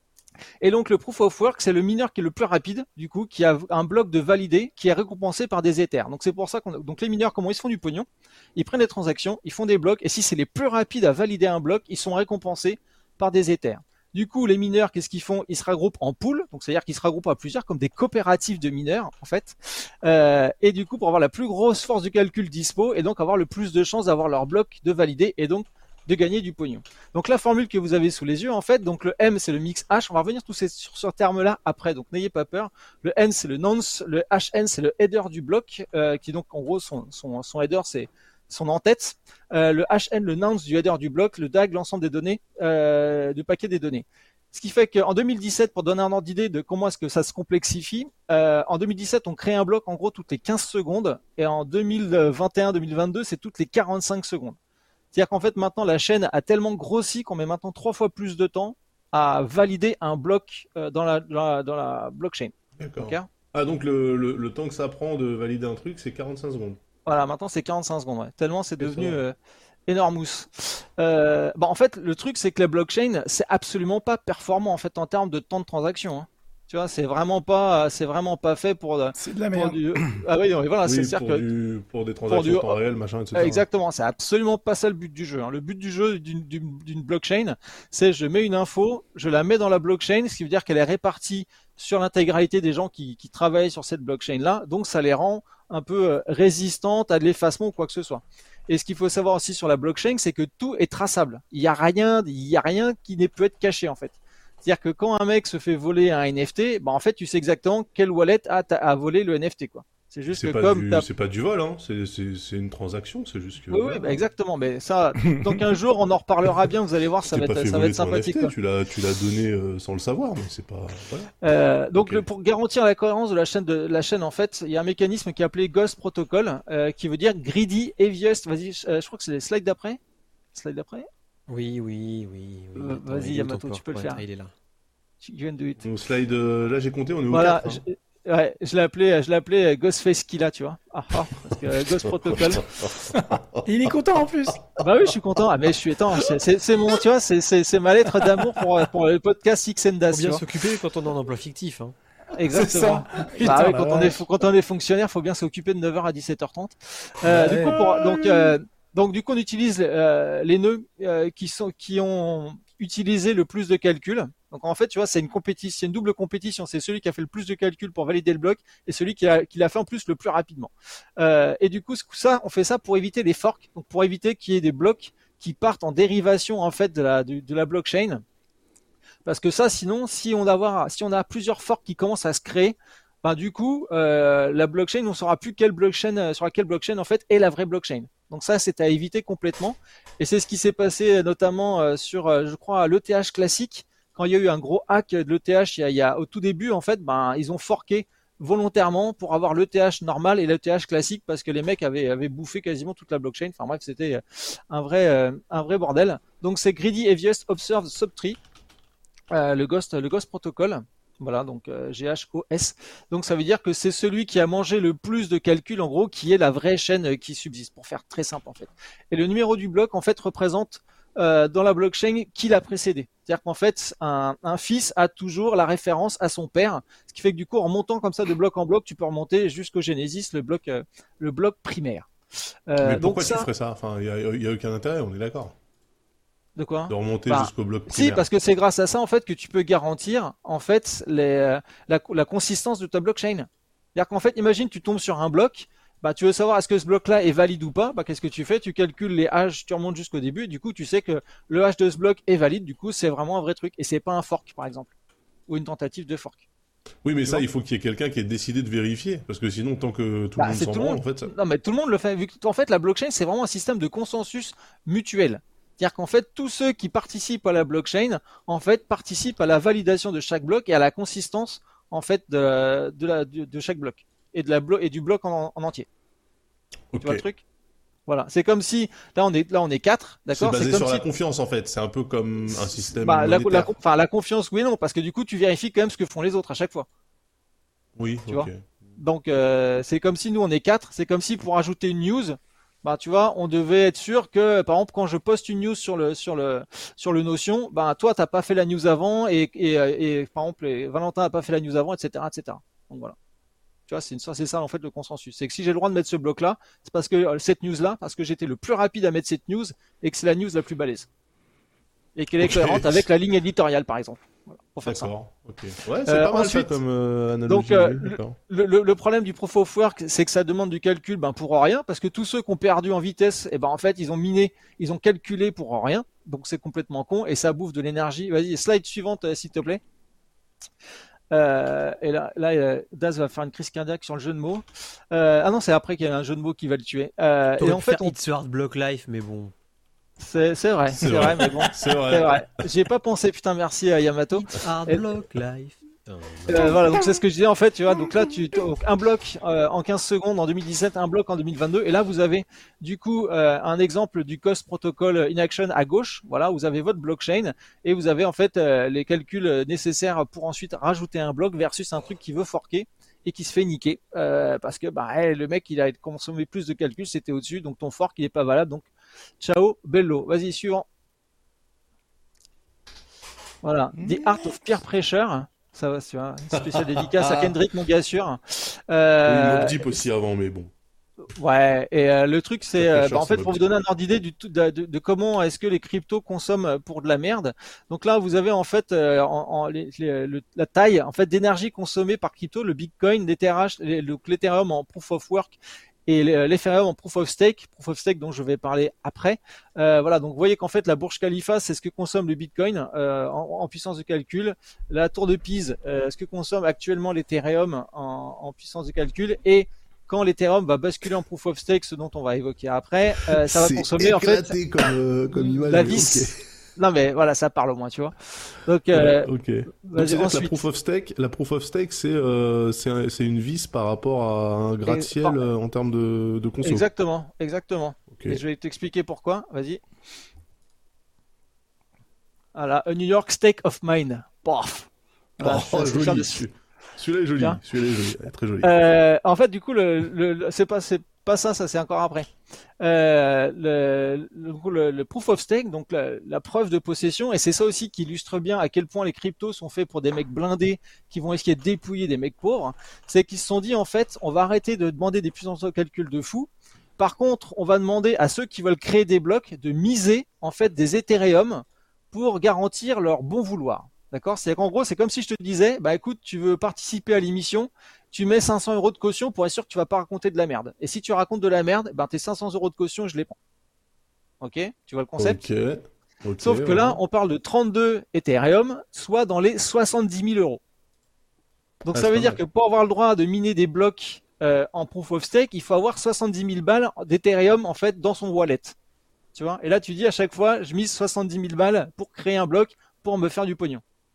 Et donc le proof of work, c'est le mineur qui est le plus rapide, du coup, qui a un bloc de validé qui est récompensé par des Ethers. Donc c'est pour ça qu'on, donc les mineurs, comment ils se font du pognon? Ils prennent des transactions, ils font des blocs, et si c'est les plus rapides à valider un bloc, ils sont récompensés par des Ethers. Du coup, les mineurs, qu'est-ce qu'ils font? Ils se regroupent en pool, donc c'est-à-dire qu'ils se regroupent à plusieurs, comme des coopératives de mineurs, en fait. Euh, et du coup, pour avoir la plus grosse force du calcul dispo, et donc avoir le plus de chances d'avoir leur bloc de valider, et donc de gagner du pognon. Donc la formule que vous avez sous les yeux, en fait, donc le M, c'est le mix hash. On va revenir tous ces, sur ce terme-là après, donc n'ayez pas peur. Le N, c'est le nonce, le H N, c'est le header du bloc, euh, qui donc, en gros, son, son, son header, c'est son en-tête, euh, le H N, le nonce du header du bloc, le D A G, l'ensemble des données, euh, du paquet des données. Ce qui fait qu'en deux mille dix-sept, pour donner un ordre d'idée de comment est-ce que ça se complexifie, euh, en deux mille dix-sept, on crée un bloc en gros toutes les quinze secondes, et en deux mille vingt et un deux mille vingt-deux, c'est toutes les quarante-cinq secondes. C'est-à-dire qu'en fait, maintenant, la chaîne a tellement grossi qu'on met maintenant trois fois plus de temps à valider un bloc euh, dans, la, dans, la, dans la blockchain. D'accord. Okay. Ah, donc le, le, le temps que ça prend de valider un truc, c'est quarante-cinq secondes. Voilà, maintenant c'est quarante-cinq secondes, ouais. Tellement c'est devenu euh, énormous. Euh, bah en fait, le truc c'est que la blockchain, c'est absolument pas performant en fait en termes de temps de transaction. Hein. Tu vois, c'est vraiment pas, c'est vraiment pas fait pour. C'est de la merde. Du... Ah oui, non, voilà, oui, c'est certain pour, que du, pour des transactions en temps réel, machin, et cetera. Exactement, c'est absolument pas ça le but du jeu. Hein. Le but du jeu d'une, d'une, d'une blockchain, c'est je mets une info, je la mets dans la blockchain, ce qui veut dire qu'elle est répartie sur l'intégralité des gens qui, qui travaillent sur cette blockchain-là. Donc ça les rend un peu résistantes à de l'effacement ou quoi que ce soit. Et ce qu'il faut savoir aussi sur la blockchain, c'est que tout est traçable. Il y a rien, il y a rien qui ne peut être caché en fait. C'est-à-dire que quand un mec se fait voler un N F T, bah en fait tu sais exactement quelle wallet a, a volé le N F T quoi. C'est juste c'est que pas comme du, t'as... c'est pas du vol, hein. c'est, c'est, c'est une transaction, c'est juste que. Oui, oui, bah exactement. Mais ça, donc un jour on en reparlera bien. Vous allez voir, ça va être, ça va être sympathique. N F T, tu l'as, tu l'as donné euh, sans le savoir, mais c'est pas. Voilà. Euh, donc okay. le, pour garantir la cohérence de la chaîne, de la chaîne en fait, il y a un mécanisme qui est appelé Ghost Protocol, euh, qui veut dire greedy, heaviest. Vas-y, euh, je crois que c'est les slides d'après. Slide d'après. Oui, oui, oui. oui. Euh, Attends, vas-y, Yamato, tu peux le faire. Il est là. You can do it. Donc slide, euh, là j'ai compté, on est au voilà, quatre. Hein. Je... Ouais, je l'ai appelé, je l'ai appelé Ghostface Killa, tu vois. Ah, ah, parce que euh, Ghost Protocol. Il est content en plus. Bah oui, je suis content. Ah, mais je suis étant, c'est, c'est, c'est mon, tu vois, c'est, c'est, c'est ma lettre d'amour pour, pour le podcast X and Das. Faut bien s'occuper quand on est en emploi fictif, hein. Exactement. Bah Putain, oui, quand on est, quand on est fonctionnaire, faut bien s'occuper de neuf heures à dix-sept heures trente. Euh, ouais. Du coup, pour, donc, euh, donc, du coup, on utilise euh, les nœuds euh, qui sont, qui ont utilisé le plus de calculs. Donc en fait, tu vois, c'est une compétition, c'est une double compétition. C'est celui qui a fait le plus de calculs pour valider le bloc et celui qui, a, qui l'a fait en plus le plus rapidement. Euh, et du coup, ça, on fait ça pour éviter les forks, donc pour éviter qu'il y ait des blocs qui partent en dérivation en fait de la de, de la blockchain. Parce que ça, sinon, si on a si on a plusieurs forks qui commencent à se créer, ben du coup, euh, la blockchain, on saura plus quelle blockchain sur laquelle blockchain en fait est la vraie blockchain. Donc ça, c'est à éviter complètement. Et c'est ce qui s'est passé notamment sur, je crois, l'E T H classique. Quand il y a eu un gros hack de l'E T H, il y a, il y a au tout début, en fait, ben ils ont forqué volontairement pour avoir l'E T H normal et l'E T H classique parce que les mecs avaient, avaient bouffé quasiment toute la blockchain. Enfin bref, c'était un vrai, euh, un vrai bordel. Donc c'est Greedy Heaviest Observed Subtree, euh, le Ghost, le Ghost Protocol. Voilà, donc euh, G H O S. Donc ça veut dire que c'est celui qui a mangé le plus de calculs, en gros, qui est la vraie chaîne euh, qui subsiste, pour faire très simple en fait. Et le numéro du bloc, en fait, représente euh, dans la blockchain qui l'a précédé. C'est-à-dire qu'en fait, un, un fils a toujours la référence à son père, ce qui fait que du coup, en montant comme ça de bloc en bloc, tu peux remonter jusqu'au Genesis, le bloc, euh, le bloc primaire. Euh, Mais donc pourquoi ça, tu ferais ça? Enfin, il n'y a, a aucun intérêt, on est d'accord. de quoi? De remonter Bah, jusqu'au bloc primaire. Si, parce que c'est grâce à ça en fait que tu peux garantir en fait les, euh, la, la consistance de ta blockchain. C'est-à-dire qu'en fait, imagine tu tombes sur un bloc, bah tu veux savoir est-ce que ce bloc-là est valide ou pas, bah qu'est-ce que tu fais? Tu calcules les hash, tu remontes jusqu'au début, et du coup tu sais que le hash de ce bloc est valide, du coup c'est vraiment un vrai truc et c'est pas un fork par exemple ou une tentative de fork. Oui, mais Tu ça, vois? il faut qu'il y ait quelqu'un qui ait décidé de vérifier, parce que sinon, tant que tout le Bah, monde c'est s'en tout le branle, monde. en fait, ça... Non, mais tout le monde le fait. Vu que, en fait, la blockchain, c'est vraiment un système de consensus mutuel. C'est-à-dire qu'en fait, tous ceux qui participent à la blockchain, en fait, participent à la validation de chaque bloc et à la consistance, en fait, de, de, la, de, de chaque bloc et, de la blo- et du bloc en, en entier. Ok. Tu vois le truc? Voilà. C'est comme si, là, on est, là, on est quatre, C'est d'accord? basé comme sur si, la confiance, en fait. C'est un peu comme un système bah, la, monétaire. la, enfin, la confiance, oui et non, parce que du coup, tu vérifies quand même ce que font les autres à chaque fois. Oui, Tu ok. vois? Donc, euh, c'est comme si nous, on est quatre. C'est comme si pour ajouter une news, bah, tu vois, on devait être sûr que, par exemple, quand je poste une news sur le, sur le, sur le Notion, bah, toi, t'as pas fait la news avant et, et, et par exemple, et Valentin a pas fait la news avant, et cetera, et cetera. Donc voilà. Tu vois, c'est une, c'est ça, en fait, le consensus. C'est que si j'ai le droit de mettre ce bloc-là, c'est parce que, euh, cette news-là, parce que j'étais le plus rapide à mettre cette news et que c'est la news la plus balèze. Et qu'elle est Ok. cohérente avec la ligne éditoriale, par exemple. Voilà, pour faire ça. D'accord, ok. Ouais, c'est Euh, pas mal ça ensuite, comme euh, analogie. donc, euh, oui, d'accord. Le, le- le problème du proof of work, c'est que ça demande du calcul ben, pour rien, parce que tous ceux qui ont perdu en vitesse, eh ben, en fait, ils ont miné, ils ont calculé pour rien, donc c'est complètement con, et ça bouffe de l'énergie. Vas-y, slide suivante, euh, s'il te plaît. Euh, et là, là euh, Daz va faire une crise cardiaque sur le jeu de mots. Euh, ah non, c'est après qu'il y a un jeu de mots qui va le tuer. Euh, et T'aurais en pu fait, faire on- It's Hard Block Life, mais bon. c'est c'est vrai, C'est c'est vrai. vrai, mais bon, C'est vrai. c'est vrai. J'y ai pas pensé, putain, merci à Yamato. It's Hard Et- Block Life. Euh, voilà, donc c'est ce que je disais en fait, tu vois. Donc là, tu donc, un bloc euh, en quinze secondes en deux mille dix-sept, un bloc en deux mille vingt-deux, et là vous avez du coup euh, un exemple du Cost Protocol in Action à gauche. Voilà, vous avez votre blockchain et vous avez en fait euh, les calculs nécessaires pour ensuite rajouter un bloc versus un truc qui veut forker et qui se fait niquer euh, parce que bah hey, le mec il a consommé plus de calculs, c'était au-dessus, donc ton fork il est pas valable. Donc ciao, bello. Vas-y suivant. Voilà, The Art of Peer Pressure. Ça va, tu vois. Une spéciale dédicace à Kendrick, mon gars sûr. Oui, Euh, Mob Deep aussi avant, mais bon. ouais, et euh, le truc, c'est, Ça fait euh, cher, bah, en ça fait, me pour vous dit. donner un ordre d'idée du tout, de, de- de comment est-ce que les cryptos consomment pour de la merde. Donc là, vous avez en fait euh, en, en- les- les- le- la taille en fait d'énergie consommée par crypto, le Bitcoin, l'Ether, le- le- l'Ethereum en Proof of Work et le- l'Ethereum en Proof of Stake, Proof of Stake dont je vais parler après. Euh, voilà, donc vous voyez qu'en fait la Burj Khalifa, c'est ce que consomme le Bitcoin euh, en, en puissance de calcul. La Tour de Pise, euh, ce que consomme actuellement l'Ethereum en, en puissance de calcul. Et quand l'Ethereum va basculer en Proof of Stake, ce dont on va évoquer après, euh, ça va C'est consommer en fait éclaté comme, euh, comme image. la mais vis. Non mais voilà, ça parle au moins, tu vois. Donc euh, ok. vas-y, Donc c'est-à-dire que la ensuite. proof of stake, la proof of stake, c'est euh, c'est un- c'est une vis par rapport à un gratte-ciel par- euh, en termes de, de conso. Exactement, exactement. Ok. Et je vais t'expliquer pourquoi. Vas-y. Voilà, a New York Stake of Mine. Paf. Voilà, Oh, je- je vais faire joli. de- celui- Celui-là est joli. Tiens. Celui-là est joli. Ouais, très joli. Euh, en fait, du coup, le, le, le- c'est pas, c'est pas ça, ça c'est encore après. Euh, le, le, le- le proof of stake, donc la, la preuve de possession, et c'est ça aussi qui illustre bien à quel point les cryptos sont faits pour des mecs blindés qui vont essayer de dépouiller des mecs pauvres. C'est qu'ils se sont dit en fait, on va arrêter de demander des puissances de calcul de fou. Par contre, on va demander à ceux qui veulent créer des blocs de miser en fait des Ethereum pour garantir leur bon vouloir. D'accord? C'est qu'en gros, c'est comme si je te disais, bah écoute, tu veux participer à l'émission, tu mets cinq cents euros de caution pour être sûr que tu vas pas raconter de la merde. Et si tu racontes de la merde, ben tes cinq cents euros de caution, je les prends. Ok? Tu vois le concept? Ok. Ok, Sauf que ouais. là, on parle de trente-deux Ethereum, soit dans les soixante-dix mille euros. Donc Ah, ça c'est veut pas dire mal. que pour avoir le droit de miner des blocs euh, en proof of stake, il faut avoir soixante-dix mille balles d'Ethereum en fait dans son wallet. Tu vois? Et là, tu dis à chaque fois, je mise soixante-dix mille balles pour créer un bloc pour me faire du pognon.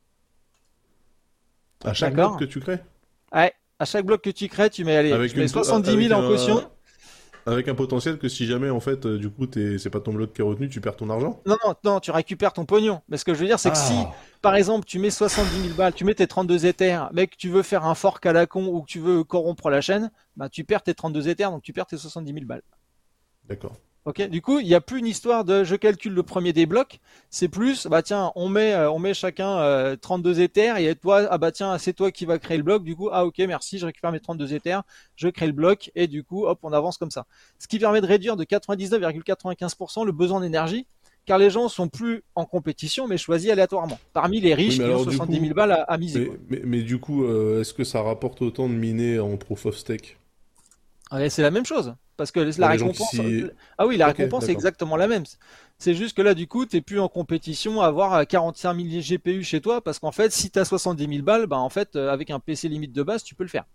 À chaque D'accord. bloc que tu crées. Ouais, à chaque bloc que tu crées, tu mets, allez, Avec je mets une- soixante-dix mille avec en un- caution. Avec un potentiel que si jamais, en fait, euh, du coup, t'es... c'est pas ton bloc qui est retenu, tu perds ton argent. Non, non, non, tu récupères ton pognon. Mais ce que je veux dire, c'est que si, Ah. par exemple, tu mets soixante-dix mille balles, tu mets tes trente-deux éthers, mais que tu veux faire un fork à la con ou que tu veux corrompre la chaîne, bah, tu perds tes trente-deux éthers, donc tu perds tes soixante-dix mille balles. D'accord. Ok, du coup, il n'y a plus une histoire de je calcule le premier des blocs, c'est plus, bah tiens, on met, euh, on met chacun euh, trente-deux éthers et toi, ah bah tiens, c'est toi qui vas créer le bloc, du coup, ah ok, merci, je récupère mes trente-deux éthers, je crée le bloc et du coup, hop, on avance comme ça. Ce qui permet de réduire de quatre-vingt-dix-neuf virgule quatre-vingt-quinze pour cent le besoin d'énergie, car les gens sont plus en compétition, mais choisis aléatoirement, parmi les riches Oui, mais qui ont alors, du soixante-dix mille coup, balles à, à miser. Mais, Quoi. mais, mais du coup, euh, est-ce que ça rapporte autant de miner en proof of stake? Ouais, c'est la même chose. Parce que la Pour les gens qui récompense. s'y... Ah oui, la Ok, récompense est d'accord. exactement la même. C'est juste que là, du coup, t'es plus en compétition à avoir quarante-cinq mille G P U chez toi. Parce qu'en fait, si t'as soixante-dix mille balles, bah en fait, euh, avec un P C limite de base, tu peux le faire.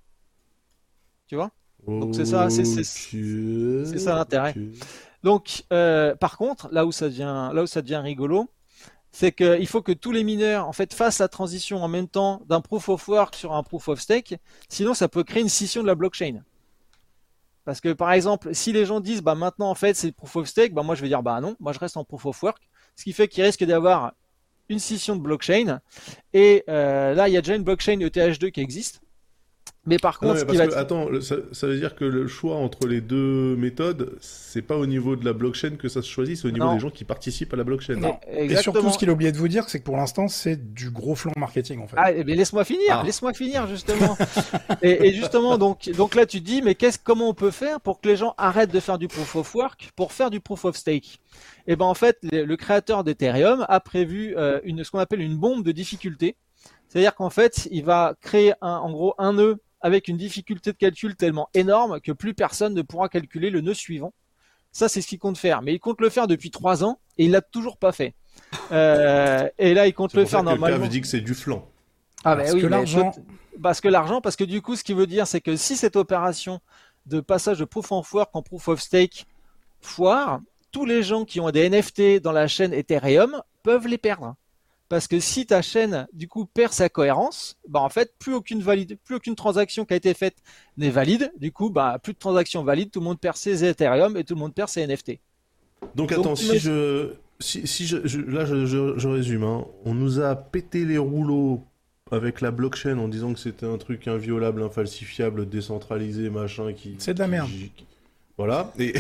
Tu vois? Donc c'est ça, c'est c'est- c'est ça l'intérêt. Ok. Donc, euh, par contre, là où ça devient, là où ça devient rigolo, c'est qu'il faut que tous les mineurs en fait fassent la transition en même temps d'un proof of work sur un proof of stake. Sinon, ça peut créer une scission de la blockchain. Parce que par exemple, si les gens disent bah maintenant en fait c'est proof of stake, bah moi je vais dire bah non, moi je reste en proof of work, ce qui fait qu'il risque d'avoir une scission de blockchain. Et euh, là il y a déjà une blockchain E T H deux qui existe, mais par Ah non, contre mais ce qui parce va que, être... attends, le- ça, ça veut dire que le choix entre les deux méthodes, c'est pas au niveau de la blockchain que ça se choisit, c'est au niveau Non. des gens qui participent à la blockchain. Non. Et Exactement. surtout, ce qu'il a oublié de vous dire, c'est que pour l'instant, c'est du gros flanc marketing, en fait. Ah, mais laisse-moi finir, Ah. laisse-moi finir justement. et, et justement, donc, donc là, tu te dis, mais qu'est-ce, comment on peut faire pour que les gens arrêtent de faire du proof of work pour faire du proof of stake? Et ben en fait, le, le créateur d'Ethereum a prévu euh, une, ce qu'on appelle une bombe de difficulté. C'est-à-dire qu'en fait, il va créer un, en gros un nœud avec une difficulté de calcul tellement énorme que plus personne ne pourra calculer le nœud suivant. Ça, c'est ce qu'il compte faire. Mais il compte le faire depuis trois ans et il l'a toujours pas fait. Euh, et là, il compte C'est le pour ça faire que le normalement. C A V dit que c'est du flanc. Ah Parce bah oui, que mais l'argent- faut- parce que l'argent, parce que du coup, ce qui veut dire, c'est que si cette opération de passage de proof of work en proof of stake foire, tous les gens qui ont des N F T dans la chaîne Ethereum peuvent les perdre. Parce que si ta chaîne, du coup, perd sa cohérence, bah en fait, plus aucune valide, plus aucune transaction qui a été faite n'est valide. Du coup, bah plus de transactions valides, tout le monde perd ses Ethereum et tout le monde perd ses N F T. Donc Donc, attends, si mais- je... Si, si je, je- là, je, je- je résume, hein. On nous a pété les rouleaux avec la blockchain en disant que c'était un truc inviolable, infalsifiable, décentralisé, machin, qui... C'est de la qui- merde. qui- Voilà. Et...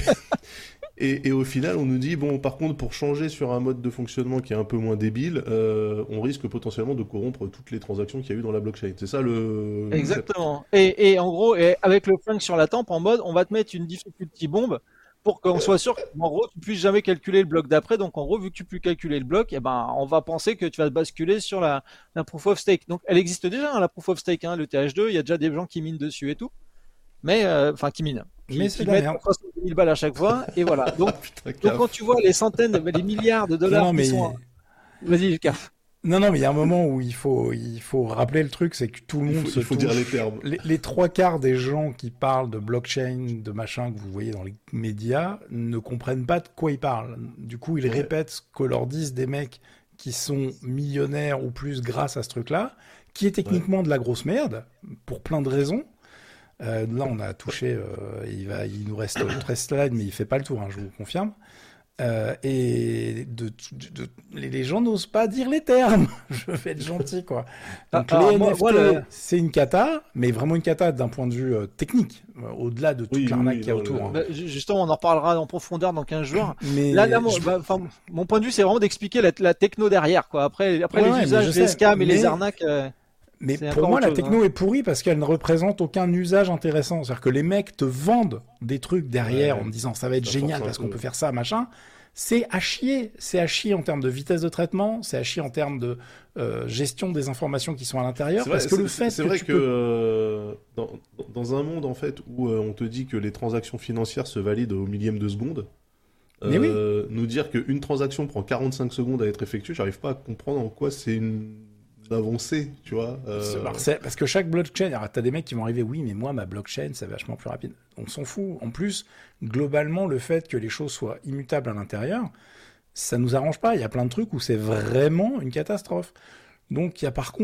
Et, et au final, on nous dit, bon, par contre, pour changer sur un mode de fonctionnement qui est un peu moins débile, euh, on risque potentiellement de corrompre toutes les transactions qu'il y a eu dans la blockchain. C'est ça le... Exactement. Et, et en gros, et avec le flingue sur la tempe, en mode, on va te mettre une difficulty bombe pour qu'on soit sûr qu'en gros, tu puisses jamais calculer le bloc d'après. Donc, en gros, vu que tu peux plus calculer le bloc, eh ben, on va penser que tu vas basculer sur la, la proof of stake. Donc, elle existe déjà, hein, la proof of stake, hein, le T H deux. Il y a déjà des gens qui minent dessus et tout. Mais, euh, enfin, qui minent. Qui, Mais qui c'est de la mettent merde. soixante mille balles à chaque fois. Et voilà. Donc, Putain, donc caf. quand tu vois les centaines, les milliards de dollars Non, mais... qui sont. Vas-y, Caf. Non, non, mais il y a un moment où il faut, il faut rappeler le truc, c'est que tout le Il monde faut- se il faut touche. dire les termes. Les, les trois quarts des gens qui parlent de blockchain, de machin que vous voyez dans les médias, ne comprennent pas de quoi ils parlent. Du coup, ils répètent ce que leur disent des mecs qui sont millionnaires ou plus grâce à ce truc-là, qui est techniquement de la grosse merde, pour plein de raisons. Euh, là, on a touché, euh, il, va, il nous reste treize slides, mais il fait pas le tour, hein, je vous confirme. Euh, et de, de, de- les les gens n'osent pas dire les termes. Je vais être gentil, quoi. Donc Ah, alors, les moi- N F T, moi, le- c'est une cata, mais vraiment une cata d'un point de vue euh, technique, euh, au-delà de toute Oui, l'arnaque oui, qu'il y a non, autour. le- hein. Bah, ju- justement, on en reparlera en profondeur dans quinze jours. Mais Là, là, mon, je- bah, enfin, mon point de vue, c'est vraiment d'expliquer la, la techno derrière, quoi. Après, après Ouais, les ouais, mais usages, je les sais, scams et les mais- arnaques. euh, Mais C'est pour encore moi, autre la chose, techno est pourrie parce qu'elle ne représente aucun usage intéressant. C'est-à-dire que les mecs te vendent des trucs derrière Ouais, en disant ça va être ça génial force un parce qu'on peu. peut faire ça, machin. C'est à chier. C'est à chier en termes de vitesse de traitement, c'est à chier en termes de euh, gestion des informations qui sont à l'intérieur. C'est vrai, Parce que le c'est- fait c'est que vrai tu que peux... euh, dans, dans un monde en fait où euh, on te dit que les transactions financières se valident au millième de seconde, Mais euh, nous dire qu'une transaction prend quarante-cinq secondes à être effectuée, j'arrive pas à comprendre en quoi c'est une avancée, tu vois. euh, C'est- alors, c'est- parce que chaque blockchain, alors t'as des mecs qui vont arriver, oui, mais moi, ma blockchain, c'est vachement plus rapide. On s'en fout. En plus, globalement, le fait que les choses soient immutables à l'intérieur, ça nous arrange pas. Il y a plein de trucs où c'est vraiment une catastrophe. Donc, il y a par contre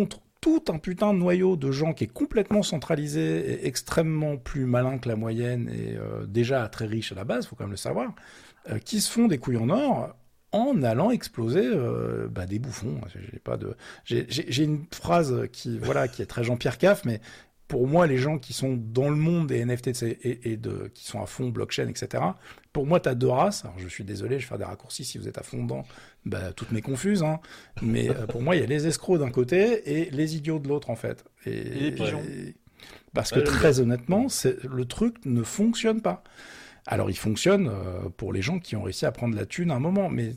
tout un putain de noyau de gens qui est complètement centralisé et extrêmement plus malin que la moyenne et euh, déjà très riche à la base, faut quand même le savoir, euh, qui se font des couilles en or en allant exploser euh, bah, des bouffons. J'ai pas de, j'ai, j'ai, j'ai une phrase qui voilà qui est très Jean-Pierre Caff, mais pour moi, les gens qui sont dans le monde des N F T et, et de, qui sont à fond blockchain, et cetera, pour moi, tu as deux races. Alors, je suis désolé, je vais faire des raccourcis si vous êtes à fond dedans, bah, toutes mes confuses, hein. Mais euh, pour moi, il y a les escrocs d'un côté et les idiots de l'autre, en fait. Et, Et les pigeons. et- parce que très honnêtement, c'est, le truc ne fonctionne pas. Alors, il fonctionne euh, pour les gens qui ont réussi à prendre la thune à un moment, mais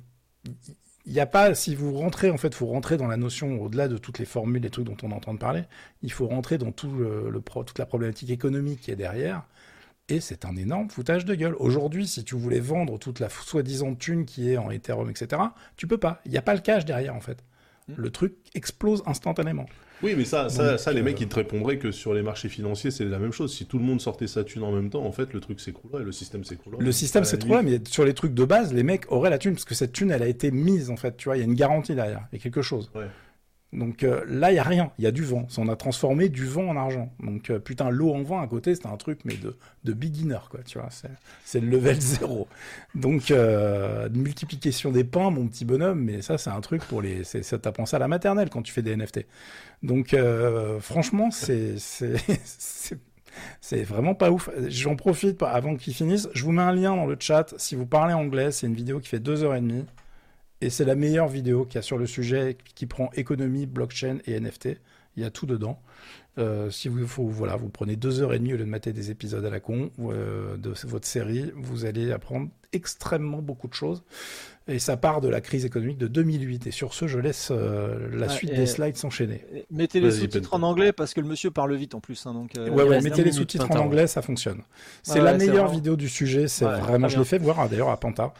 il n'y a pas, si vous rentrez, en fait, faut rentrer dans la notion, au-delà de toutes les formules, les trucs dont on entend parler, il faut rentrer dans tout le, le pro- toute la problématique économique qui est derrière, et c'est un énorme foutage de gueule. Aujourd'hui, si tu voulais vendre toute la soi-disant thune qui est en Ethereum, et cetera, tu peux pas. Il n'y a pas le cash derrière, en fait. Le truc explose instantanément. Oui, mais ça, ça, Donc, ça les euh, mecs, ils te répondraient que sur les marchés financiers, c'est la même chose. Si tout le monde sortait sa thune en même temps, en fait, le truc s'écroulerait, le système s'écroulerait. Le système, À la c'est trop là, mais sur les trucs de base, les mecs auraient la thune, parce que cette thune, elle a été mise, en fait, tu vois, il y a une garantie derrière, il y a quelque chose. Ouais. Donc euh, là, il y a rien, il y a du vent. On a transformé du vent en argent. Donc euh, putain, l'eau en vent à côté, c'était un truc, mais de, de beginner, quoi, tu vois, c'est, c'est le level zéro. Donc, euh, multiplication des pains, mon petit bonhomme, mais ça, c'est un truc pour les... C'est, ça, t'apprends ça à la maternelle quand tu fais des N F T. Donc, euh, franchement, c'est... c'est, c'est... C'est vraiment pas ouf. J'en profite avant qu'ils finissent. Je vous mets un lien dans le chat. Si vous parlez anglais, c'est une vidéo qui fait deux heures et demie. Et c'est la meilleure vidéo qu'il y a sur le sujet, qui prend économie, blockchain et N F T. Il y a tout dedans. Euh, si vous, faut, voilà, vous prenez deux heures et demie au lieu de mater des épisodes à la con euh, de votre série, vous allez apprendre extrêmement beaucoup de choses. Et ça part de la crise économique de deux mille huit. Et sur ce, je laisse euh, la Ouais, suite et- des slides s'enchaîner. Mettez les Vas-y, sous-titres Penta. en anglais parce que le monsieur parle vite en plus. Hein, donc, euh, Ouais, il ouais, reste mettez un les minute, sous-titres en Penta, anglais, ça fonctionne. C'est Ouais, la ouais, c'est meilleure vraiment- vidéo du sujet. C'est Ouais, vraiment, très je l'ai bien. fait voir hein, d'ailleurs à Panta.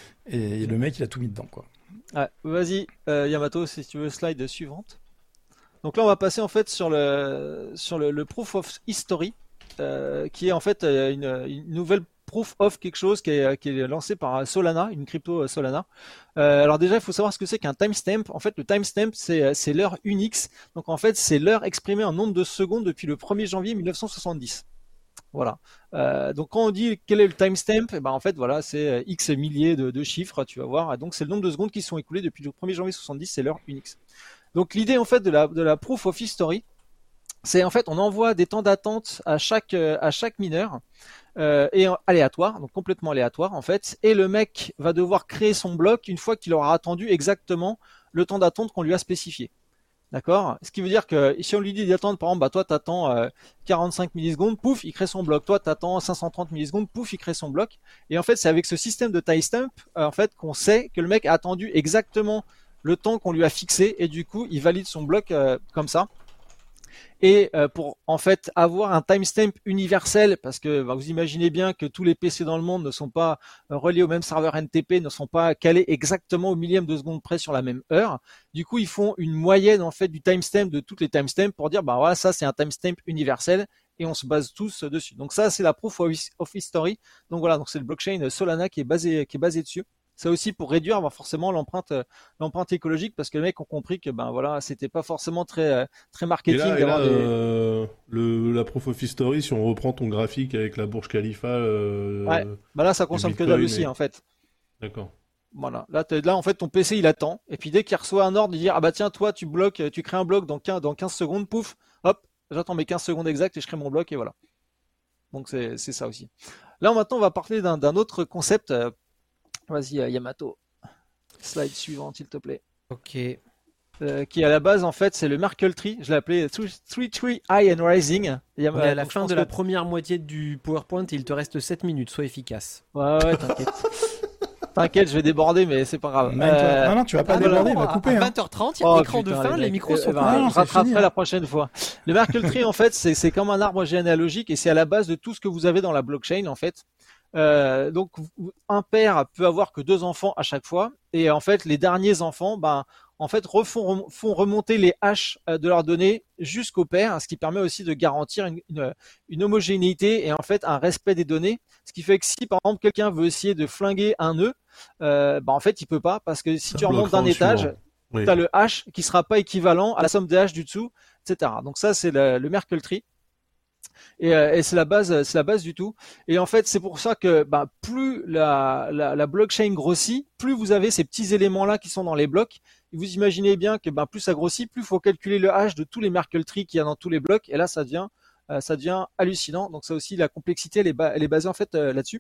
Et le mec, il a tout mis dedans, quoi. Ouais, vas-y, euh, Yamato, si tu veux, slide suivante. Donc là, on va passer en fait sur le sur le, le proof of history, euh, qui est en fait euh, une, une nouvelle proof of quelque chose qui est, qui est lancé par Solana, une crypto euh, Solana. Euh, alors déjà, il faut savoir ce que c'est qu'un timestamp. En fait, le timestamp, c'est c'est l'heure Unix. Donc en fait, c'est l'heure exprimée en nombre de secondes depuis le premier janvier mille neuf cent soixante-dix. Voilà. Euh, donc quand on dit quel est le timestamp, eh ben en fait voilà, c'est euh, X milliers de, de chiffres, tu vas voir. Et donc c'est le nombre de secondes qui sont écoulées depuis le premier janvier soixante-dix, c'est l'heure Unix. Donc l'idée en fait de la, de la proof of history, c'est en fait on envoie des temps d'attente à chaque euh, à chaque mineur euh, et en- aléatoire, donc complètement aléatoire en fait, et le mec va devoir créer son bloc une fois qu'il aura attendu exactement le temps d'attente qu'on lui a spécifié. D'accord? Ce qui veut dire que si on lui dit d'attendre, par exemple, bah toi t'attends euh, quarante-cinq millisecondes, pouf, il crée son bloc. Toi t'attends cinq cent trente millisecondes, pouf, il crée son bloc. Et en fait, c'est avec ce système de timestamp euh, en fait qu'on sait que le mec a attendu exactement le temps qu'on lui a fixé et du coup, il valide son bloc euh, comme ça. Et euh, pour en fait avoir un timestamp universel, parce que bah, vous imaginez bien que tous les P C dans le monde ne sont pas euh, reliés au même serveur N T P, ne sont pas calés exactement au millième de seconde près sur la même heure. Du coup, ils font une moyenne en fait du timestamp de toutes les timestamps pour dire bah voilà, ça c'est un timestamp universel et on se base tous dessus. Donc ça c'est la proof of his- of history. Donc voilà, donc c'est le blockchain Solana qui est basé qui est basé dessus. Ça aussi pour réduire bah, forcément l'empreinte euh, l'empreinte écologique parce que les mecs ont compris que ben voilà, c'était pas forcément très euh, très Et marketing là, et d'avoir là des euh, le, la proof of history, si on reprend ton graphique avec la Burj Khalifa, euh, Ouais. Bah là, ça consomme que Bitcoin dalle aussi, et- en fait. D'accord. Voilà. Là, t'es- là, en fait, ton P C, il attend. Et puis, dès qu'il reçoit un ordre, il dit, ah bah tiens, toi, tu bloques, tu crées un bloc dans quinze, dans quinze secondes, pouf, hop, j'attends mes quinze secondes exactes et je crée mon bloc et voilà. Donc, c'est, c'est ça aussi. Là, maintenant, on va parler d'un, d'un autre concept. Euh, Vas-y, euh, Yamato. Slide suivant, s'il te plaît. Ok. Euh, qui, à la base, en fait, c'est le Merkle Tree. Je l'ai appelé Three Tree High and Rising. Yam- On est à euh, la donc, je fin pense de que- la première moitié du PowerPoint et il te reste sept minutes, sois efficace. Ouais, ouais, t'inquiète. T'inquiète, je vais déborder, mais c'est pas grave. Même toi- Euh, Non, non, tu vas pas ah, voilà. déborder, il va couper. À hein. vingt heures trente, il y a Oh, l'écran de putain, fin, les les mecs. micros Eh sont ben, Ah, non, je c'est rattraperai fini, hein. la prochaine fois. Le Merkle Tree, en fait, c'est c'est comme un arbre généalogique et c'est à la base de tout ce que vous avez dans la blockchain, en fait. Euh, donc, vous- un père peut avoir que deux enfants à chaque fois et en fait, les derniers enfants, ben, en fait, refont, rem- font remonter les haches euh, de leurs données jusqu'au père, ce qui permet aussi de garantir une, une, une homogénéité et en fait un respect des données. Ce qui fait que si par exemple quelqu'un veut essayer de flinguer un nœud, euh, ben, en fait, il peut pas parce que si Ça tu remontes bloquera d'un au étage, suivant. oui. Tu as le hash qui sera pas équivalent à la somme des hash du dessous, et cetera. Donc ça, c'est le, le Merkle tree. Et, euh, et c'est la base, c'est la base du tout. Et en fait, c'est pour ça que bah, plus la, la, la blockchain grossit, plus vous avez ces petits éléments-là qui sont dans les blocs. Et vous imaginez bien que bah, plus ça grossit, plus il faut calculer le hash de tous les Merkle trees qu'il y a dans tous les blocs. Et là, ça devient, euh, ça devient hallucinant. Donc ça aussi, la complexité, elle est, ba- elle est basée en fait euh, là-dessus.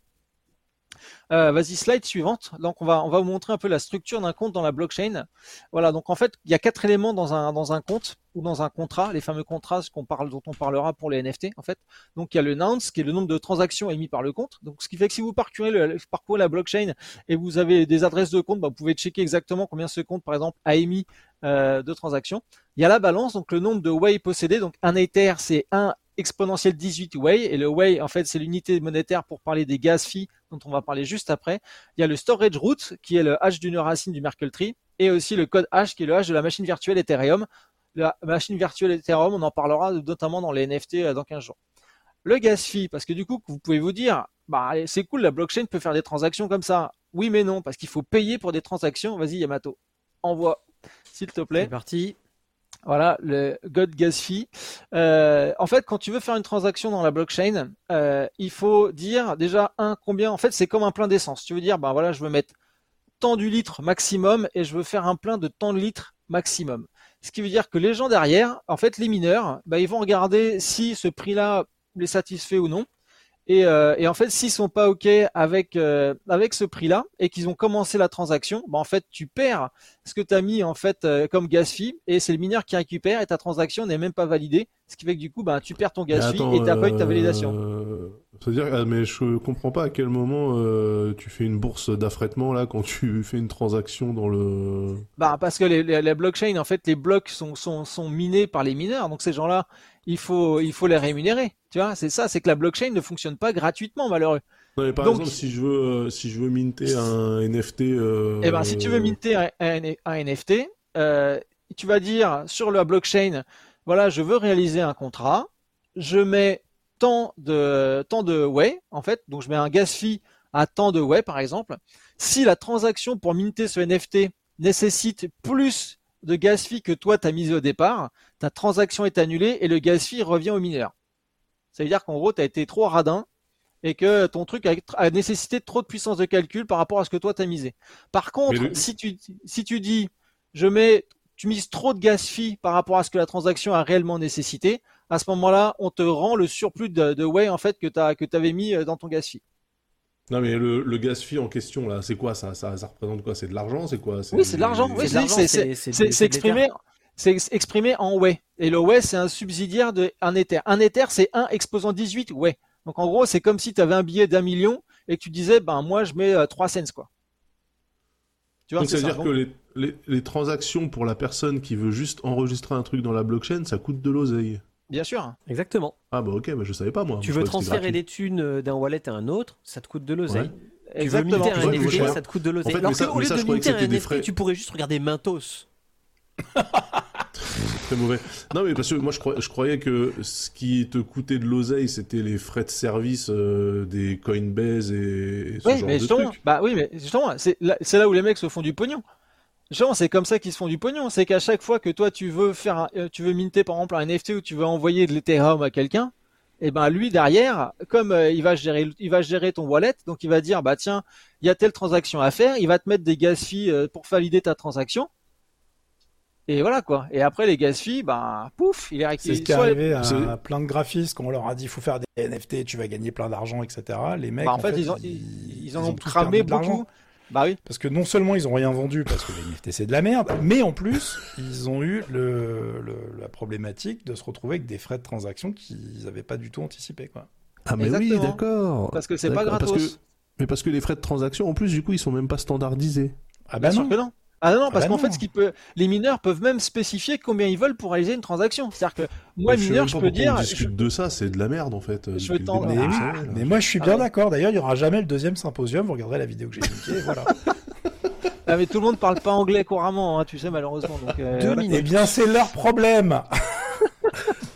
Euh, vas-y, slide suivante. Donc on va on va vous montrer un peu la structure d'un compte dans la blockchain. Voilà, donc en fait, il y a quatre éléments dans un dans un compte ou dans un contrat, les fameux contrats qu'on parle dont on parlera pour les N F T en fait. Donc il y a le nonce qui est le nombre de transactions émises par le compte. Donc ce qui fait que si vous parcourez le parcourez la blockchain et vous avez des adresses de compte, bah, vous pouvez checker exactement combien ce compte par exemple a émis euh, de transactions. Il y a la balance, donc le nombre de whey possédés. Donc un Ether, c'est un exponentielle dix-huit whey, et le whey en fait c'est l'unité monétaire pour parler des gas fees dont on va parler juste après. Il y a le storage root qui est le hash d'une racine du Merkle tree, et aussi le code hash qui est le hash de la machine virtuelle Ethereum. La machine virtuelle Ethereum, on en parlera notamment dans les N F T dans quinze jours. Le gas fee, parce que du coup vous pouvez vous dire bah c'est cool, la blockchain peut faire des transactions comme ça. Oui mais non, parce qu'il faut payer pour des transactions. Vas-y Yamato, envoie s'il te plaît. C'est parti. Voilà, le God Gas Fee. Euh, en fait, quand tu veux faire une transaction dans la blockchain, euh, il faut dire déjà un combien. En fait, c'est comme un plein d'essence. Tu veux dire, ben voilà, je veux mettre tant du litre maximum et je veux faire un plein de tant de litres maximum. Ce qui veut dire que les gens derrière, en fait, les mineurs, ben, ils vont regarder si ce prix-là les satisfait ou non. Et, euh, et en fait, s'ils sont pas ok avec euh, avec ce prix-là et qu'ils ont commencé la transaction, bah en fait, tu perds ce que tu as mis en fait euh, comme gas fee, et c'est le mineur qui récupère et ta transaction n'est même pas validée, ce qui fait que du coup, bah tu perds ton gas fee et t'as euh, pas eu ta validation. Euh... C'est-à-dire, ah, mais je comprends pas à quel moment euh, tu fais une bourse d'affrètement là quand tu fais une transaction dans le. Bah parce que les, les, la blockchain, en fait, les blocs sont sont sont minés par les mineurs, donc ces gens-là, il faut il faut les rémunérer. Tu vois, c'est ça, c'est que la blockchain ne fonctionne pas gratuitement, malheureux. Non, mais par Donc, exemple, si je veux euh, si je veux minter un N F T. Euh... Eh ben, si tu veux minter un, un, un N F T, euh, tu vas dire sur la blockchain, voilà, je veux réaliser un contrat, je mets tant de tant de whey en fait, donc je mets un gas fee à tant de whey par exemple. Si la transaction pour minter ce N F T nécessite plus de gas fee que toi t'as misé au départ, ta transaction est annulée et le gas fee revient au mineur. Ça veut dire qu'en gros, tu as été trop radin et que ton truc a, a nécessité trop de puissance de calcul par rapport à ce que toi t'as misé. Par contre, le... si tu si tu dis je mets tu mises trop de gas fee par rapport à ce que la transaction a réellement nécessité, à ce moment-là, on te rend le surplus de, de whey en fait que tu as que tu avais mis dans ton gas fee. Non mais le, le gas fee en question là, c'est quoi ça, ça ça représente quoi? C'est de l'argent, c'est quoi? Oui, c'est de l'argent. Oui, c'est c'est c'est, c'est, c'est, c'est exprimé c'est exprimé en whey. Et le whey, c'est un subsidiaire de un Ether. Un Ether, c'est un exposant dix-huit whey. Donc en gros, c'est comme si tu avais un billet d'un million et que tu disais, ben moi, je mets euh, trois cents, quoi. Tu vois, donc ça veut dire que les, les, les transactions pour la personne qui veut juste enregistrer un truc dans la blockchain, ça coûte de l'oseille. Bien sûr. Exactement. Ah bah ok, bah je savais pas moi. Tu veux transférer des thunes d'un wallet à un autre, ça te coûte de l'oseille. Ouais. Tu Exactement. veux minter un N F T, ça te coûte de l'oseille. En fait, Alors qu'au lieu de minter un N F T, tu pourrais juste regarder Mintos. C'est très mauvais. Non mais parce que moi je croyais, je croyais que ce qui te coûtait de l'oseille c'était les frais de service euh, des Coinbase et, et ce oui, genre mais de trucs. trucs. Bah oui mais justement c'est là, c'est là où les mecs se font du pognon. Genre c'est comme ça qu'ils se font du pognon, c'est qu'à chaque fois que toi tu veux faire un, euh, tu veux minter par exemple un N F T ou tu veux envoyer de l'Ethereum à quelqu'un, et ben lui derrière comme euh, il va gérer il va gérer ton wallet, donc il va dire bah tiens, il y a telle transaction à faire, il va te mettre des gas fees euh, pour valider ta transaction. Et voilà quoi. Et après les gas fees, ben pouf, il est récupéré. C'est ce qui est arrivé à, à plein de graphistes quand on leur a dit il faut faire des N F T, tu vas gagner plein d'argent, et cetera. Les mecs, bah, en, en fait, fait, ils, ont, ils, ils, ils en ont, ont cramé beaucoup. Bah oui. Parce que non seulement ils ont rien vendu parce que les N F T c'est de la merde, mais en plus ils ont eu le, le, la problématique de se retrouver avec des frais de transaction qu'ils n'avaient pas du tout anticipé quoi. Ah mais Exactement. oui, d'accord. Parce que c'est d'accord. pas gratos. Parce que... Mais parce que les frais de transaction en plus du coup ils sont même pas standardisés. Ah bah non. Que non. Ah non, non, parce ah bah qu'en non. fait, ce qui peut, les mineurs peuvent même spécifier combien ils veulent pour réaliser une transaction. C'est-à-dire que moi, mais mineur, je, je peux dire. On discute je... de ça, c'est de la merde en fait. Je veux tendre. Mais, oui, mais moi, je suis bien ah, d'accord. D'ailleurs, il y aura jamais le deuxième symposium. Vous regarderez la vidéo que j'ai linkée. Voilà. Ah mais tout le monde parle pas anglais couramment, hein, tu sais malheureusement. Donc, euh, Deux minutes. Eh bien, c'est leur problème.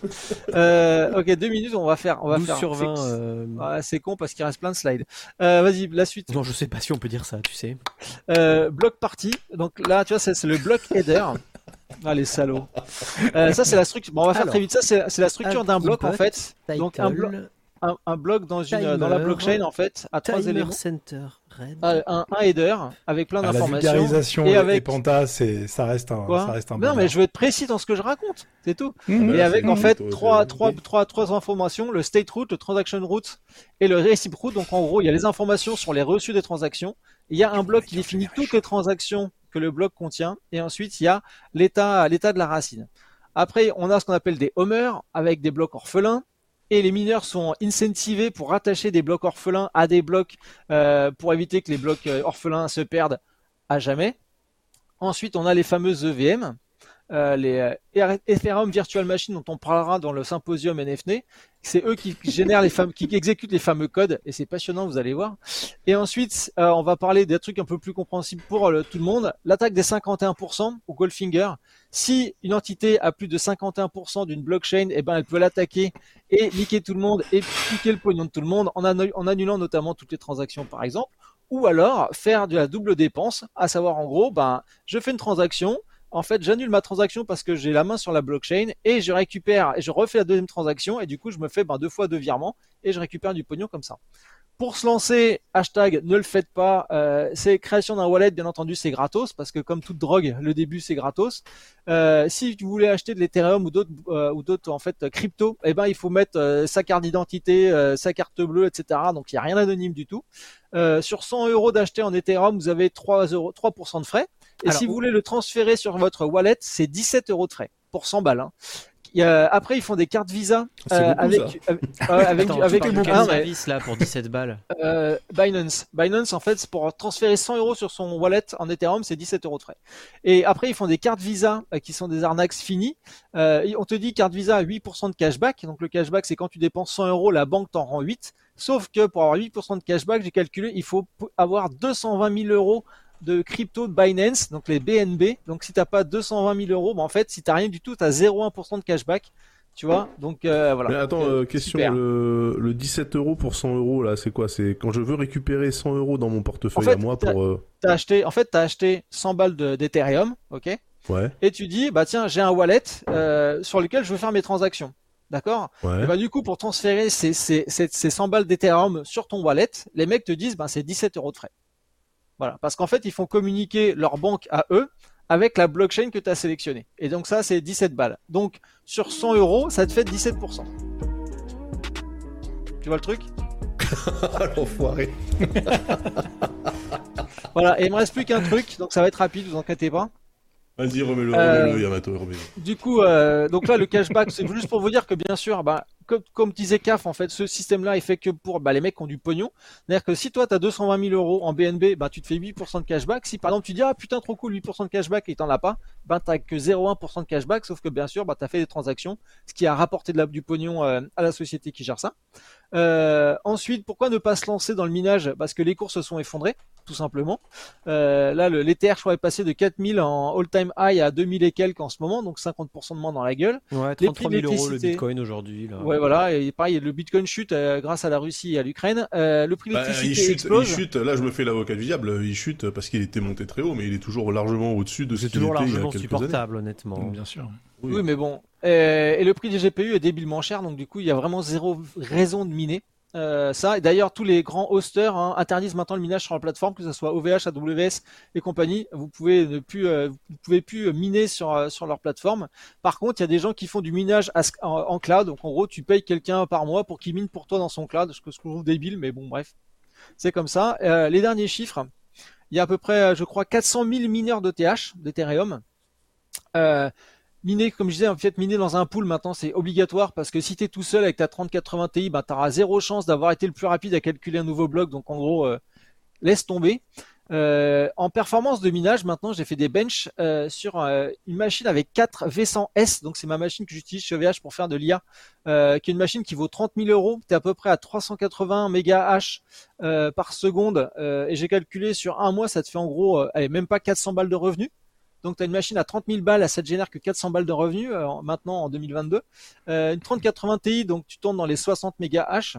Euh, ok, deux minutes, on va faire, on va douze faire. sur vingt. C'est euh, ouais, c'est con parce qu'il reste plein de slides. Euh, vas-y, la suite. Non, je sais pas si on peut dire ça, tu sais. Euh, bloc party. Donc là, tu vois, c'est, c'est le bloc header. Ah, les salauds. Euh, ça, c'est la structure. Bon, on va faire Alors, très vite. Ça, c'est, c'est la structure d'un bloc, en input, fait. Donc, un, blo- title, un, un bloc dans une, timer, dans la blockchain, en fait, à trois timer éléments. center red. Ah, Un, un header avec plein Ah, la d'informations. vulgarisation et et, avec- et Panta, c'est, ça reste un, Quoi ça reste un Non, mais bonheur. je veux être précis dans ce que je raconte. C'est tout. Mmh. Et Bah, avec c'est en bon, fait toi, trois, t'as- trois, trois, trois informations, le state root, le transaction root et le receipt root. Donc en gros, il y a les informations sur les reçus des transactions. Il y a un bloc qui définit toutes les transactions que le bloc contient. Et ensuite, il y a l'état, l'état de la racine. Après, on a ce qu'on appelle des homers avec des blocs orphelins. Et les mineurs sont incentivés pour rattacher des blocs orphelins à des blocs euh, pour éviter que les blocs euh, orphelins se perdent à jamais. Ensuite, on a les fameuses E V M. Euh, les euh, Ethereum Virtual Machine dont on parlera dans le symposium N F T, c'est eux qui génèrent les fameux, qui exécutent les fameux codes et c'est passionnant, vous allez voir. Et ensuite, euh, on va parler des trucs un peu plus compréhensibles pour le, tout le monde. L'attaque des cinquante et un pour cent au Goldfinger. Si une entité a plus de cinquante et un pour cent d'une blockchain, eh ben elle peut l'attaquer et niquer tout le monde et piquer le pognon de tout le monde en, annu- en annulant notamment toutes les transactions par exemple. Ou alors faire de la double dépense, à savoir en gros, ben je fais une transaction. En fait, j'annule ma transaction parce que j'ai la main sur la blockchain et je récupère et je refais la deuxième transaction et du coup, je me fais ben, deux fois deux virements et je récupère du pognon comme ça. Pour se lancer, hashtag ne le faites pas, euh, c'est création d'un wallet, bien entendu, c'est gratos parce que comme toute drogue, le début c'est gratos. Euh, si vous voulez acheter de l'Ethereum ou d'autres euh, ou d'autres en fait crypto, eh ben il faut mettre euh, sa carte d'identité, euh, sa carte bleue, et cetera. Donc il n'y a rien d'anonyme du tout. Euh, sur cent euros d'acheter en Ethereum, vous avez trois euros, trois pour cent de frais. Et Alors, si vous voulez le transférer sur votre wallet, c'est dix-sept euros de frais pour cent balles. Hein. Il y a- après, ils font des cartes Visa C'est euh, beaucoup, avec, ça. avec, euh, avec, Attends, du- tu avec parles le de quel ah, mais, service là pour dix-sept balles? euh, Binance. Binance, en fait, c'est pour transférer cent euros sur son wallet en Ethereum, c'est dix-sept euros de frais. Et après, ils font des cartes Visa euh, qui sont des arnaques finies. Euh, on te dit carte Visa à huit pour cent de cashback. Donc le cashback, c'est quand tu dépenses cent euros, la banque t'en rend huit. Sauf que pour avoir huit pour cent de cashback, j'ai calculé, il faut p- avoir deux cent vingt mille euros de crypto de Binance, donc les B N B. Donc si t'as pas deux cent vingt mille euros, bah en fait, si t'as rien du tout, t'as zéro virgule un pour cent de cashback. Tu vois, donc euh, voilà. Mais attends, Euh, euh, question, super. le, le dix-sept euros pour cent euros, là, c'est quoi? C'est quand je veux récupérer cent euros dans mon portefeuille En fait, à moi t'as- pour... euh, T'as acheté, en fait, t'as acheté cent balles de- d'Ethereum, ok? Ouais, Et tu dis, bah tiens, j'ai un wallet euh, sur lequel je veux faire mes transactions. D'accord? ouais. Et bah du coup, pour transférer ces, ces, ces, ces cent balles d'Ethereum sur ton wallet, les mecs te disent, bah c'est dix-sept euros de frais. Voilà. Parce qu'en fait, ils font communiquer leur banque à eux avec la blockchain que tu as sélectionnée. Et donc ça, c'est dix-sept balles. Donc sur cent euros, ça te fait dix-sept pour cent. Tu vois le truc? Ah, l'enfoiré. Voilà. Et il me reste plus qu'un truc, donc ça va être rapide, vous inquiétez pas. Vas-y, remets-le, Euh, remets-le, Yamato, remets-le. Du coup, euh, donc là, le cashback, c'est juste pour vous dire que bien sûr, bah, comme, comme disait C A F, en fait, ce système-là est fait que pour bah, les mecs qui ont du pognon. C'est-à-dire que si toi, tu as deux cent vingt mille euros en B N B, bah, tu te fais huit pour cent de cashback. Si par exemple, tu dis, ah putain, trop cool, huit pour cent de cashback et t'en as pas, bah, t'as que zéro virgule un pour cent de cashback, sauf que bien sûr, bah, tu as fait des transactions, ce qui a rapporté de la, du pognon euh, à la société qui gère ça. Euh, ensuite, pourquoi ne pas se lancer dans le minage? Parce que les cours se sont effondrés, tout simplement. Euh, là, le, l'E T H, je crois, est passé de quatre mille en all-time high à deux mille et quelques en ce moment, donc cinquante pour cent de moins dans la gueule. Ouais, Les trente-trois prix de mille euros le l'électricité. bitcoin aujourd'hui. Là. Ouais, voilà, et pareil, le bitcoin chute euh, grâce à la Russie et à l'Ukraine. Euh, le prix de Bah, il l'électricité chute, il explose. chute, là je me fais l'avocat du diable, il chute parce qu'il était monté très haut, mais il est toujours largement au-dessus de ce C'est qu'il toujours était il y a largement quelques supportable, honnêtement. Bien sûr. années. Oui, mais bon. Euh, et le prix des G P U est débilement cher, donc du coup, il y a vraiment zéro raison de miner. Euh, ça, et d'ailleurs, tous les grands hosters hein, interdisent maintenant le minage sur la plateforme, que ce soit O V H, A W S et compagnie. Vous pouvez ne plus, euh, vous pouvez plus miner sur euh, sur leur plateforme. Par contre, il y a des gens qui font du minage à- en, en cloud. Donc, en gros, tu payes quelqu'un par mois pour qu'il mine pour toi dans son cloud, ce que je trouve débile, mais bon, bref, c'est comme ça. Euh, les derniers chiffres, il y a à peu près, je crois, quatre cent mille mineurs d'E T H, d'Ethereum. Euh, Miner, comme je disais, en fait, miner dans un pool maintenant c'est obligatoire parce que si tu es tout seul avec ta trente quatre-vingts Ti, ben, tu auras zéro chance d'avoir été le plus rapide à calculer un nouveau bloc. Donc en gros, euh, laisse tomber. Euh, en performance de minage, maintenant j'ai fait des benches euh, sur euh, une machine avec quatre V cent S. Donc c'est ma machine que j'utilise chez O V H pour faire de l'I A, euh, qui est une machine qui vaut trente mille euros. Tu es à peu près à trois cent quatre-vingts mégas H euh, par seconde. Euh, et j'ai calculé sur un mois, ça te fait en gros, euh, allez, même pas quatre cents balles de revenus. Donc tu as une machine à trente mille balles, ça te génère que quatre cents balles de revenus euh, maintenant en deux mille vingt-deux. Euh, une trente quatre-vingts Ti, donc tu tournes dans les soixante mégahash.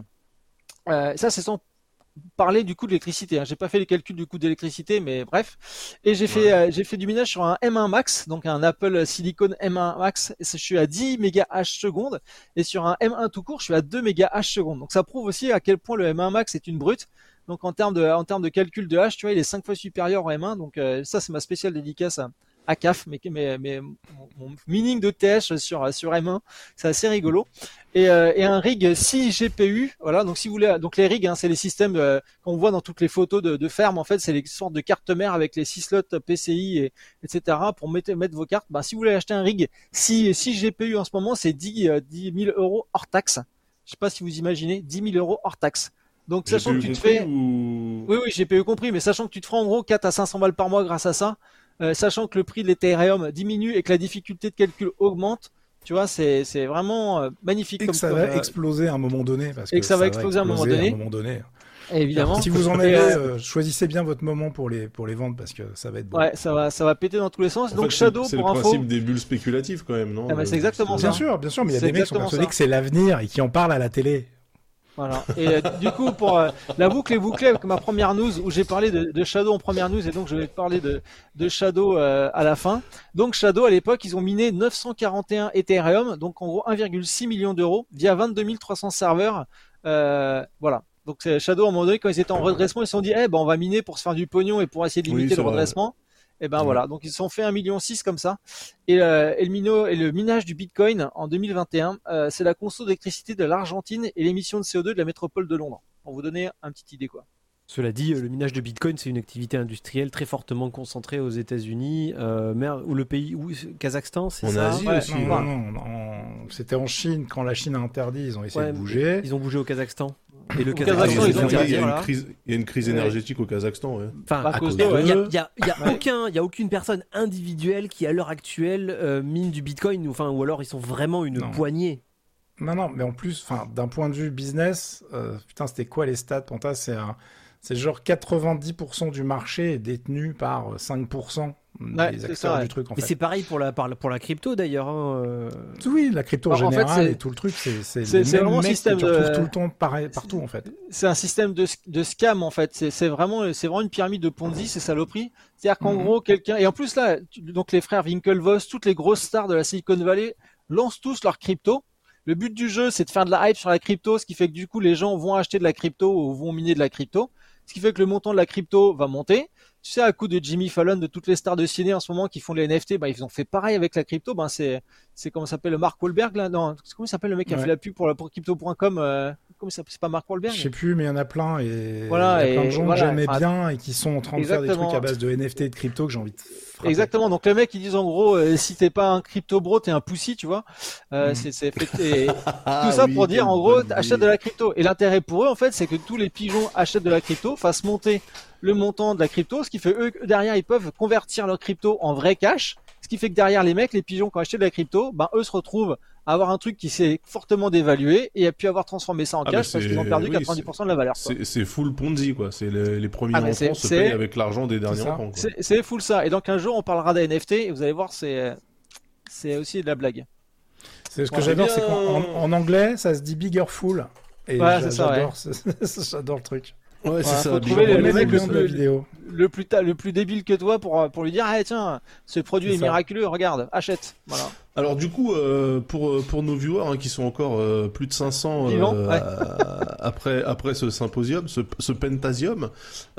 Euh, ça c'est sans parler du coût de l'électricité. Hein. J'ai pas fait les calculs du coût d'électricité, mais bref. Et j'ai fait, ouais. euh, j'ai fait du minage sur un M un Max, donc un Apple Silicon M un Max. Et je suis à dix mégahash seconde. Et sur un M un tout court, je suis à deux mégahash seconde. Donc ça prouve aussi à quel point le M un Max est une brute. Donc en termes de, en termes de calcul de hash, tu vois, il est cinq fois supérieur au M un. Donc euh, ça, c'est ma spéciale dédicace à, à C A F, mais, mais, mais mon, mon mining de T H sur, sur M un, c'est assez rigolo. Et, euh, et un rig six G P U, voilà. Donc si vous voulez, donc les rigs, hein, c'est les systèmes euh, qu'on voit dans toutes les photos de, de ferme. En fait, c'est les sortes de cartes mères avec les six slots P C I et etc. pour mettre, mettre vos cartes. Bah, si vous voulez acheter un rig six G P U en ce moment, c'est dix mille euros hors taxe. Je sais pas si vous imaginez, dix mille euros hors taxe. Donc sachant que tu te fais, ou... oui oui, G P U compris, mais sachant que tu te feras en gros quatre à cinq cents balles par mois grâce à ça, euh, sachant que le prix de l'Ethereum diminue et que la difficulté de calcul augmente. Tu vois, c'est c'est vraiment euh, magnifique. Et comme que ça comme, va euh, exploser à un moment donné. Parce et que que ça va exploser à un moment donné. À un moment donné. Évidemment. Alors, si vous en avez, Et, euh, euh, choisissez bien votre moment pour les pour les vendre parce que ça va être bon. Ouais, ça va ça va péter dans tous les sens. En Donc fait, Shadow c'est, c'est pour le info. principe des bulles spéculatives quand même, non Ah bah, c'est exactement Bien ça. sûr, bien sûr, mais il y a C'est des mecs qui sont exactement persuadés ça. que c'est l'avenir et qui en parlent à la télé. Voilà. Et euh, du coup, pour euh, la boucle est bouclée avec ma première news où j'ai parlé de, de Shadow en première news et donc je vais parler de, de Shadow euh, à la fin. Donc Shadow, à l'époque, ils ont miné neuf cent quarante et un Ethereum, donc en gros un virgule six million d'euros via vingt-deux mille trois cents serveurs. Euh, voilà. Donc c'est Shadow, à un moment donné, quand ils étaient en redressement, ils se sont dit, eh ben on va miner pour se faire du pognon et pour essayer de Oui, limiter c'est le vrai. redressement. Et ben Ouais. voilà, donc ils se sont fait un virgule six million comme ça. Et, euh, et, le mino, et le minage du Bitcoin en deux mille vingt et un, euh, c'est la conso d'électricité de l'Argentine et l'émission de C O deux de la métropole de Londres. Pour vous donner un petit idée quoi. Cela dit, euh, le minage de Bitcoin, c'est une activité industrielle très fortement concentrée aux États-Unis, euh, mer- ou le pays, où, Kazakhstan, c'est En ça Asie Ouais, aussi. Non, ouais. non, non, en- c'était en Chine. Quand la Chine a interdit, ils ont essayé Ouais, de bouger. Ils ont bougé au Kazakhstan. Et le Au Kazakhstan, Kazakhstan, ils ils ont ont il, y a, interdit. il y a voilà. une crise, il y a une crise Ouais. énergétique au Kazakhstan, ouais. Enfin, À à cause cause d'eux, de- ouais. il y a, il y a- il y a Ouais. aucun, il y a aucune personne individuelle qui à l'heure actuelle euh, mine du Bitcoin, ou enfin, ou alors ils sont vraiment une Non. poignée. Non, non, mais en plus, enfin, d'un point de vue business, euh, putain, c'était quoi les stats, Panta? C'est un, c'est genre quatre-vingt-dix pour cent du marché est détenu par cinq pour cent Ouais, des c'est acteurs ça, ouais. du truc, en Mais fait. c'est pareil pour la, par la- pour la crypto d'ailleurs. hein, euh. Oui, la crypto Alors, en fait, générale c'est- et tout le truc, c'est c'est c'est- les c'est mêmes vraiment un mecs système que tu retrouves de- tout le temps pareil, partout, en fait. C'est un système de, de scam en fait. C'est c'est vraiment, c'est vraiment une pyramide de Ponzi, c'est saloperie. C'est-à-dire qu'en Mhm. gros, quelqu'un et en plus là, tu- donc les frères Winklevoss, toutes les grosses stars de la Silicon Valley lancent tous leur crypto. Le but du jeu, c'est de faire de la hype sur la crypto, ce qui fait que du coup, les gens vont acheter de la crypto ou vont miner de la crypto, ce qui fait que le montant de la crypto va monter. Tu sais, à coup de Jimmy Fallon, de toutes les stars de ciné en ce moment qui font les N F T, bah, ils ont fait pareil avec la crypto. Ben, c'est, c'est comment ça s'appelle, Mark Wahlberg, là? Non, comment il s'appelle le mec qui a Ouais. fait la pub pour la, pour crypto point com, euh, comment ça, c'est pas Mark Wahlberg? Je sais plus, mais il y en a plein et Voilà, il y a plein et de gens voilà, que j'aimais enfin, bien et qui sont en train de faire des exactement. trucs à base de N F T et de crypto que j'ai envie de frapper. Exactement. Donc les mecs ils disent en gros euh, si t'es pas un crypto bro t'es un pussy, tu vois. Euh, Mm. c'est c'est fait et Ah tout ça oui, pour dire quelle en gros bonne achète idée. de la crypto. Et l'intérêt pour eux en fait c'est que tous les pigeons achètent de la crypto, fassent monter le montant de la crypto, ce qui fait eux derrière ils peuvent convertir leur crypto en vrai cash. Ce qui fait que derrière les mecs, les pigeons qui ont acheté de la crypto, ben eux se retrouvent à avoir un truc qui s'est fortement dévalué et a pu avoir transformé ça en Ah, cash mais parce c'est- qu'ils ont perdu oui, quatre-vingt-dix pour cent de la valeur. quoi. C'est, c'est full Ponzi, quoi. C'est les, les premiers Ah, mais c'est- entrants se c'est- payent avec l'argent des derniers ça. entrants, quoi. C'est c'est full ça. Et donc un jour on parlera des N F T et vous allez voir c'est c'est aussi de la blague. C'est ce que Ouais, j'adore, bien. c'est qu'en en, en anglais, ça se dit biggerful. Et Ouais, j'a- c'est ça, j'adore, ce- j'adore le truc. Ouais, c'est Ouais, ça. faut Big trouver Brother. le Remets mec le le nom de la plus- vidéo. Le plus ta- le plus débile que toi pour pour lui dire ah tiens ce produit C'est est ça. miraculeux, regarde, achète. Voilà. Alors du coup, euh, pour pour nos viewers hein, qui sont encore euh, plus de cinq cents euh, Vivants, ouais. à- après après ce symposium, ce, ce pentasium,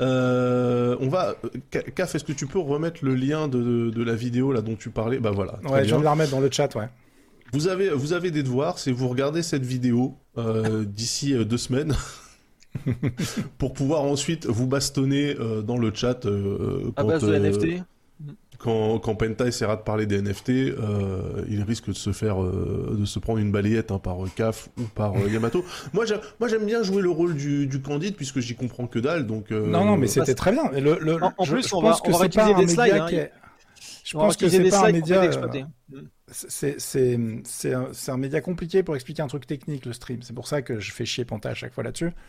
euh, on va. Ca- Caf, est-ce que tu peux remettre le lien de, de, de la vidéo là dont tu parlais? Bah voilà. très Ouais, je bien. viens de la remettre dans le chat, ouais. Vous avez vous avez des devoirs, c'est vous regardez cette vidéo euh, d'ici euh, deux semaines. pour pouvoir ensuite vous bastonner euh, dans le chat euh, À quand, base de euh, N F T. quand, quand Penta essaiera de parler des N F T, euh, il risque de se faire, euh, de se prendre une balayette hein, par C A F ou par euh, Yamato. moi, j'aime, moi, j'aime bien jouer le rôle du, du Candide puisque j'y comprends que dalle. Donc, euh, Non, non, mais c'était c'est- très bien. Et Le, le, En- en je, plus, je on pense va- que on va c'est pas utiliser un des slides, média hein, qui est... Je On va pense que utiliser c'est des pas un slides pour média... bien euh, exploiter. C'est c'est c'est un, c'est un média compliqué pour expliquer un truc technique, le stream. C'est pour ça que je fais chier Panta à chaque fois là-dessus.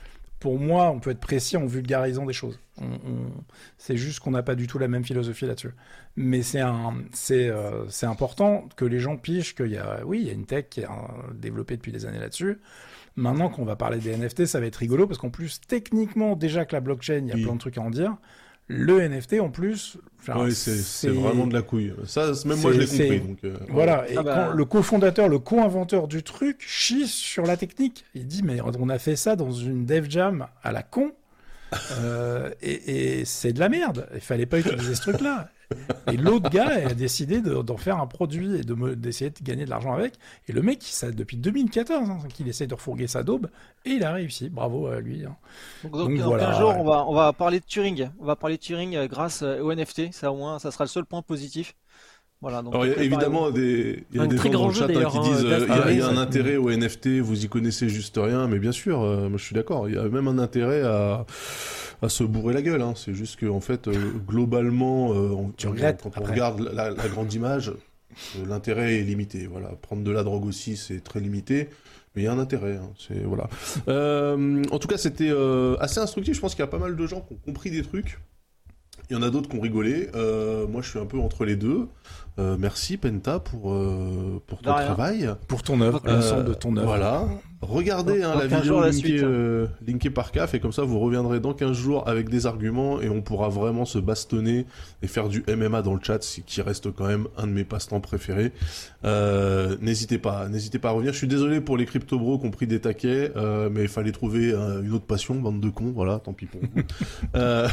pour moi, on peut être précis en vulgarisant des choses. On, on... C'est juste qu'on n'a pas du tout la même philosophie là-dessus. Mais c'est, un, c'est, euh, c'est important que les gens pigent qu'il y a, oui, il y a une tech qui est euh, développée depuis des années là-dessus. Maintenant qu'on va parler des N F T, ça va être rigolo parce qu'en plus, techniquement, déjà que la blockchain, il y a oui. plein de trucs à en dire. Le N F T en plus, enfin, oui, c'est, c'est... c'est vraiment de la couille. Ça, même moi, je l'ai compris. Donc, euh... Voilà. Et ah bah... quand le cofondateur, le co-inventeur du truc chie sur la technique. Il dit mais on a fait ça dans une dev jam à la con, euh, et, et c'est de la merde. Il fallait pas utiliser ce truc-là. Et l'autre gars a décidé de, d'en faire un produit et de me, d'essayer de gagner de l'argent avec. Et le mec, ça depuis deux mille quatorze, hein, qu'il essaie de refourguer sa daube, et il a réussi. Bravo à lui. Hein. Donc, donc, donc dans voilà. quinze jours, on va, on va parler de Turing. On va parler de Turing euh, grâce au N F T. Ça, au moins, ça sera le seul point positif. Voilà, donc alors, il y a évidemment des, il y a des gens dans le chat hein, qui disent euh, il y a, il y a un intérêt au N F T, vous y connaissez juste rien, mais bien sûr, euh, moi je suis d'accord, il y a même un intérêt à, à se bourrer la gueule. Hein. C'est juste qu'en fait, euh, globalement, euh, on, tu regrettes, quand on regarde la, la grande image, euh, l'intérêt est limité. Voilà, prendre de la drogue aussi, c'est très limité. Mais il y a un intérêt, hein. C'est, voilà. Euh, en tout cas, c'était euh, assez instructif. Je pense qu'il y a pas mal de gens qui ont compris des trucs. Il y en a d'autres qui ont rigolé. Euh, moi, je suis un peu entre les deux. Euh, merci Penta pour euh, pour ton travail, pour ton œuvre, euh, l'ensemble de ton œuvre. Voilà. Regardez donc, hein, la vidéo la linkée, euh, linkée par C A F et comme ça vous reviendrez dans quinze jours avec des arguments et on pourra vraiment se bastonner et faire du M M A dans le chat, ce qui reste quand même un de mes passe-temps préférés. Euh, n'hésitez pas, n'hésitez pas à revenir. Je suis désolé pour les crypto bros qui ont pris des taquets, euh, mais il fallait trouver euh, une autre passion, bande de cons. Voilà, tant pis pour vous. euh...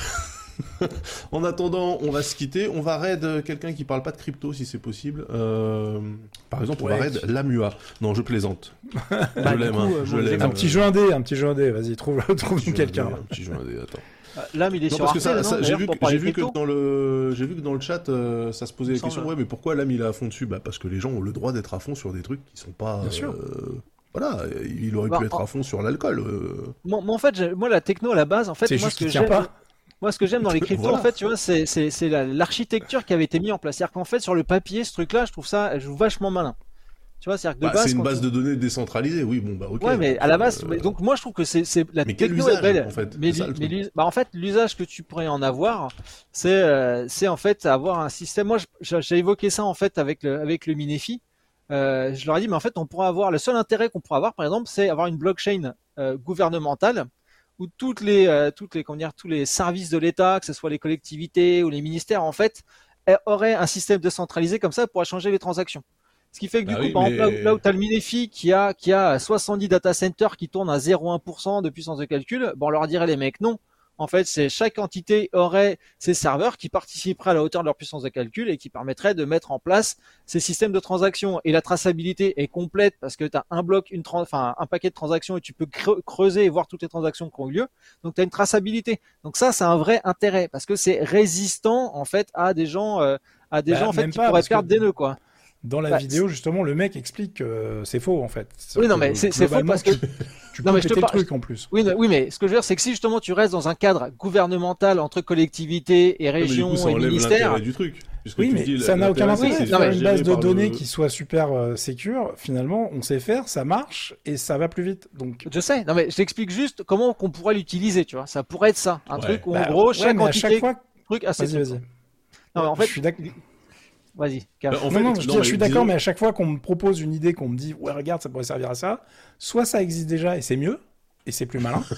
En attendant, on va se quitter. On va raid quelqu'un qui parle pas de crypto si c'est possible. Euh, par exemple, ouais, on va raid Lamua. Non, je plaisante. Bah, je l'aime. Coup, hein, je l'aime. Un petit jeu indé, un petit jeu indé. Vas-y, trouve, trouve quelqu'un. Indé, un petit jeu indé. Attends. L'âme, il est non, sur parce que Arcel, ça, non, ça, j'ai vu, que, j'ai vu que dans le, j'ai vu que dans le chat, euh, ça se posait la question. Ouais, mais pourquoi l'âme il est à fond dessus ? Bah parce que les gens ont le droit d'être à fond sur des trucs qui sont pas. Bien euh, sûr. Voilà, il aurait bah, pu être en... à fond sur l'alcool. Euh... Moi, moi, en fait, moi, la techno à la base, en fait, c'est moi, juste ce que j'aime pas. Moi, ce que j'aime dans les cryptos, voilà. en fait, tu vois, c'est, c'est, c'est la, l'architecture qui avait été mise en place. C'est-à-dire qu'en fait, sur le papier, ce truc-là, je trouve ça, je joue vachement malin. Tu vois, c'est-à-dire que de bah, base. C'est une base tu... de données décentralisée, oui, bon, bah, ok. Ouais, mais à la base, euh... donc moi, je trouve que c'est, c'est la mais techno quel usage, est belle. En fait, mais, ça, mais bah, en fait, l'usage que tu pourrais en avoir, c'est, euh, c'est en fait avoir un système. Moi, je, j'ai évoqué ça, en fait, avec le, avec le Minefi. Euh, je leur ai dit, mais en fait, on pourrait avoir, le seul intérêt qu'on pourrait avoir, par exemple, c'est avoir une blockchain euh, gouvernementale où toutes les, euh, toutes les, comment dire, tous les services de l'État, que ce soit les collectivités ou les ministères, en fait, auraient un système décentralisé comme ça pour changer les transactions. Ce qui fait que du bah coup, oui, par mais... exemple, là, là où tu as le Minefi qui a, qui a soixante-dix data centers qui tournent à zéro virgule un pour cent de puissance de calcul, bon, on leur dirait les mecs, non. En fait, c'est chaque entité aurait ses serveurs qui participeraient à la hauteur de leur puissance de calcul et qui permettraient de mettre en place ces systèmes de transactions. Et la traçabilité est complète parce que tu as un bloc, une trans- enfin un paquet de transactions et tu peux creuser et voir toutes les transactions qui ont eu lieu. Donc tu as une traçabilité. Donc ça, c'est un vrai intérêt parce que c'est résistant en fait à des gens, euh, à des bah, gens en fait qui pourraient perdre que... des nœuds quoi. Dans la bah, vidéo, justement, le mec explique que c'est faux, en fait. Oui, non, mais c'est, c'est faux parce que... Tu, tu non, peux mais je te par... le truc, en plus. Oui, oui, mais ce que je veux dire, c'est que si, justement, tu restes dans un cadre gouvernemental entre collectivités et régions et ministères... du truc. Oui, mais ça n'a aucun intérêt. Faire une base de données qui soit super euh, sécure, finalement, on sait faire, ça marche, et ça va plus vite. Donc... Je sais, non, mais je t'explique juste comment on pourrait l'utiliser, tu vois. Ça pourrait être ça. Un ouais. truc où, bah, en gros, chaque ouais, entité... À chaque fois... Truc assez vas-y, vas-y. Non, mais en fait... Je suis d'accord. Vas-y, euh, en fait, non, non, je, non, je suis d'accord, disons... mais à chaque fois qu'on me propose une idée, qu'on me dit ouais, regarde, ça pourrait servir à ça, soit ça existe déjà et c'est mieux, et c'est plus malin,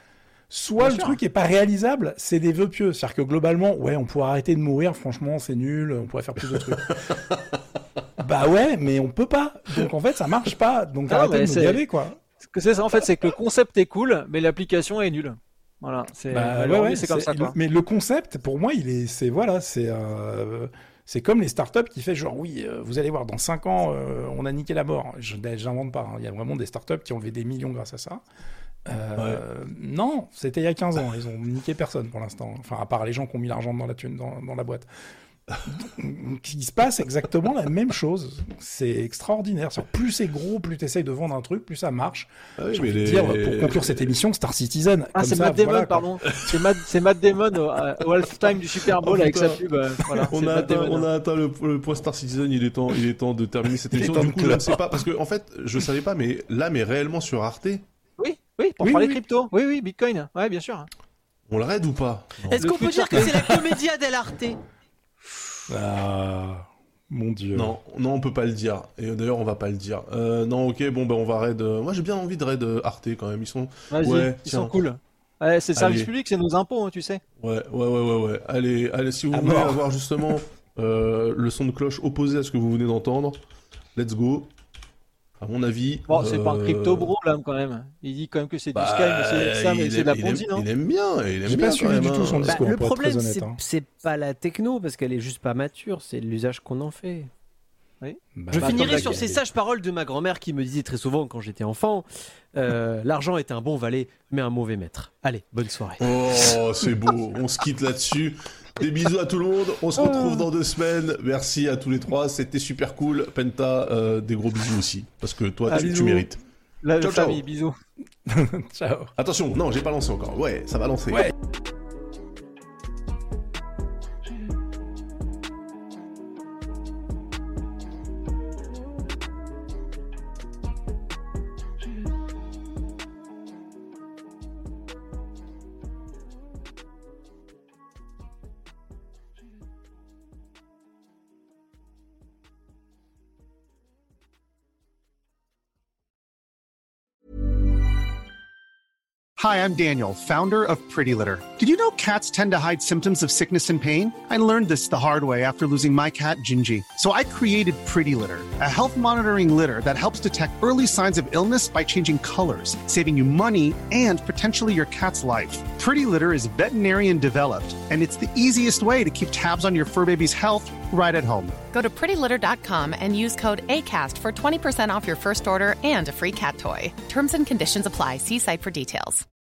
soit Bien le sûr. truc est pas réalisable, c'est des vœux pieux. C'est-à-dire que globalement, ouais, on pourrait arrêter de mourir, franchement, c'est nul, on pourrait faire plus de trucs. Bah ouais, mais on peut pas. Donc en fait, ça marche pas. Donc non, arrêtez de nous gaver, quoi. Ce que c'est ça, en fait, c'est que le concept est cool, mais l'application est nulle. Voilà, c'est, bah, ouais, ouais, c'est comme c'est... ça. Quoi. Mais le concept, pour moi, il est, c'est voilà, c'est, euh... c'est comme les startups qui fait genre oui, euh, vous allez voir, dans cinq ans, euh, on a niqué la mort. Je, j'invente pas. Hein. Il y a vraiment des startups qui ont levé des millions grâce à ça. Euh, ouais. Non, c'était il y a quinze ans. Ils ont niqué personne pour l'instant. Enfin, à part les gens qui ont mis l'argent dans la thune, dans, dans la boîte. Il se passe exactement la même chose. C'est extraordinaire. C'est plus c'est gros, plus tu essayes de vendre un truc, plus ça marche. Ah oui, mais les... dire, pour conclure cette émission, Star Citizen. Ah, c'est ça, Matt Damon, voilà, pardon. C'est Matt, c'est Matt Damon au, au halftime du Super Bowl oh, avec sa pub. Euh, voilà, on, a atteint, on a atteint le, le point Star Citizen. Il est temps, il est temps de terminer cette émission. Du coup, là, c'est pas parce que en fait, je savais pas, mais là, mais réellement sur Arte. Oui. Oui, pour Oui, parler oui. crypto. Oui, oui, Bitcoin. Ouais, bien sûr. On le raid ou pas? Non. Est-ce Le qu'on peut futur dire que c'est la commedia dell'arte? Ah, mon dieu. Non, non, on peut pas le dire. Et d'ailleurs, on va pas le dire. Euh, non, ok, bon, ben on va raid. euh, Moi, j'ai bien envie de raid euh, Arte quand même. Ils sont. Vas-y, Ouais, ils tiens. sont cool. Ouais, c'est le service Allez. public, c'est nos impôts, hein, tu sais. Ouais, ouais, ouais, ouais, ouais. Allez, allez, si vous À voulez mort. avoir justement euh, le son de cloche opposé à ce que vous venez d'entendre, let's go. À mon avis. Bon, c'est pas un euh, crypto bro là quand même. Il dit quand même que c'est bah, du Sky, mais c'est ça, mais il c'est de la aime- il aime- Ponzi, non? Il aime bien, il aime J'ai bien pas quand suivi même, du tout hein. son Bah, discours. le pour être problème, très honnête, c'est hein. c'est pas la techno, parce qu'elle est juste pas mature, c'est l'usage qu'on en fait. Bah, Je bah, finirai comme sur la- ces sages paroles de ma grand-mère qui me disait très souvent quand j'étais enfant euh, l'argent est un bon valet, mais un mauvais maître. Allez, bonne soirée. Oh, c'est beau. On se quitte là-dessus. Des bisous à tout le monde. On se retrouve dans deux semaines. Merci à tous les trois. C'était super cool. Penta, euh, des gros bisous aussi. Parce que toi, Ah, tu, tu bisous. mérites. La Ciao, famille, ciao. bisous. Ciao. Attention, non, j'ai pas lancé encore. Ouais, ça va lancer. Ouais. Hi, I'm Daniel, founder of Pretty Litter. Did you know cats tend to hide symptoms of sickness and pain? I learned this the hard way after losing my cat, Gingy. So I created Pretty Litter, a health monitoring litter that helps detect early signs of illness by changing colors, saving you money and potentially your cat's life. Pretty Litter is veterinarian developed, and it's the easiest way to keep tabs on your fur baby's health right at home. Go to pretty litter dot com and use code ACAST for twenty percent off your first order and a free cat toy. Terms and conditions apply. See site for details.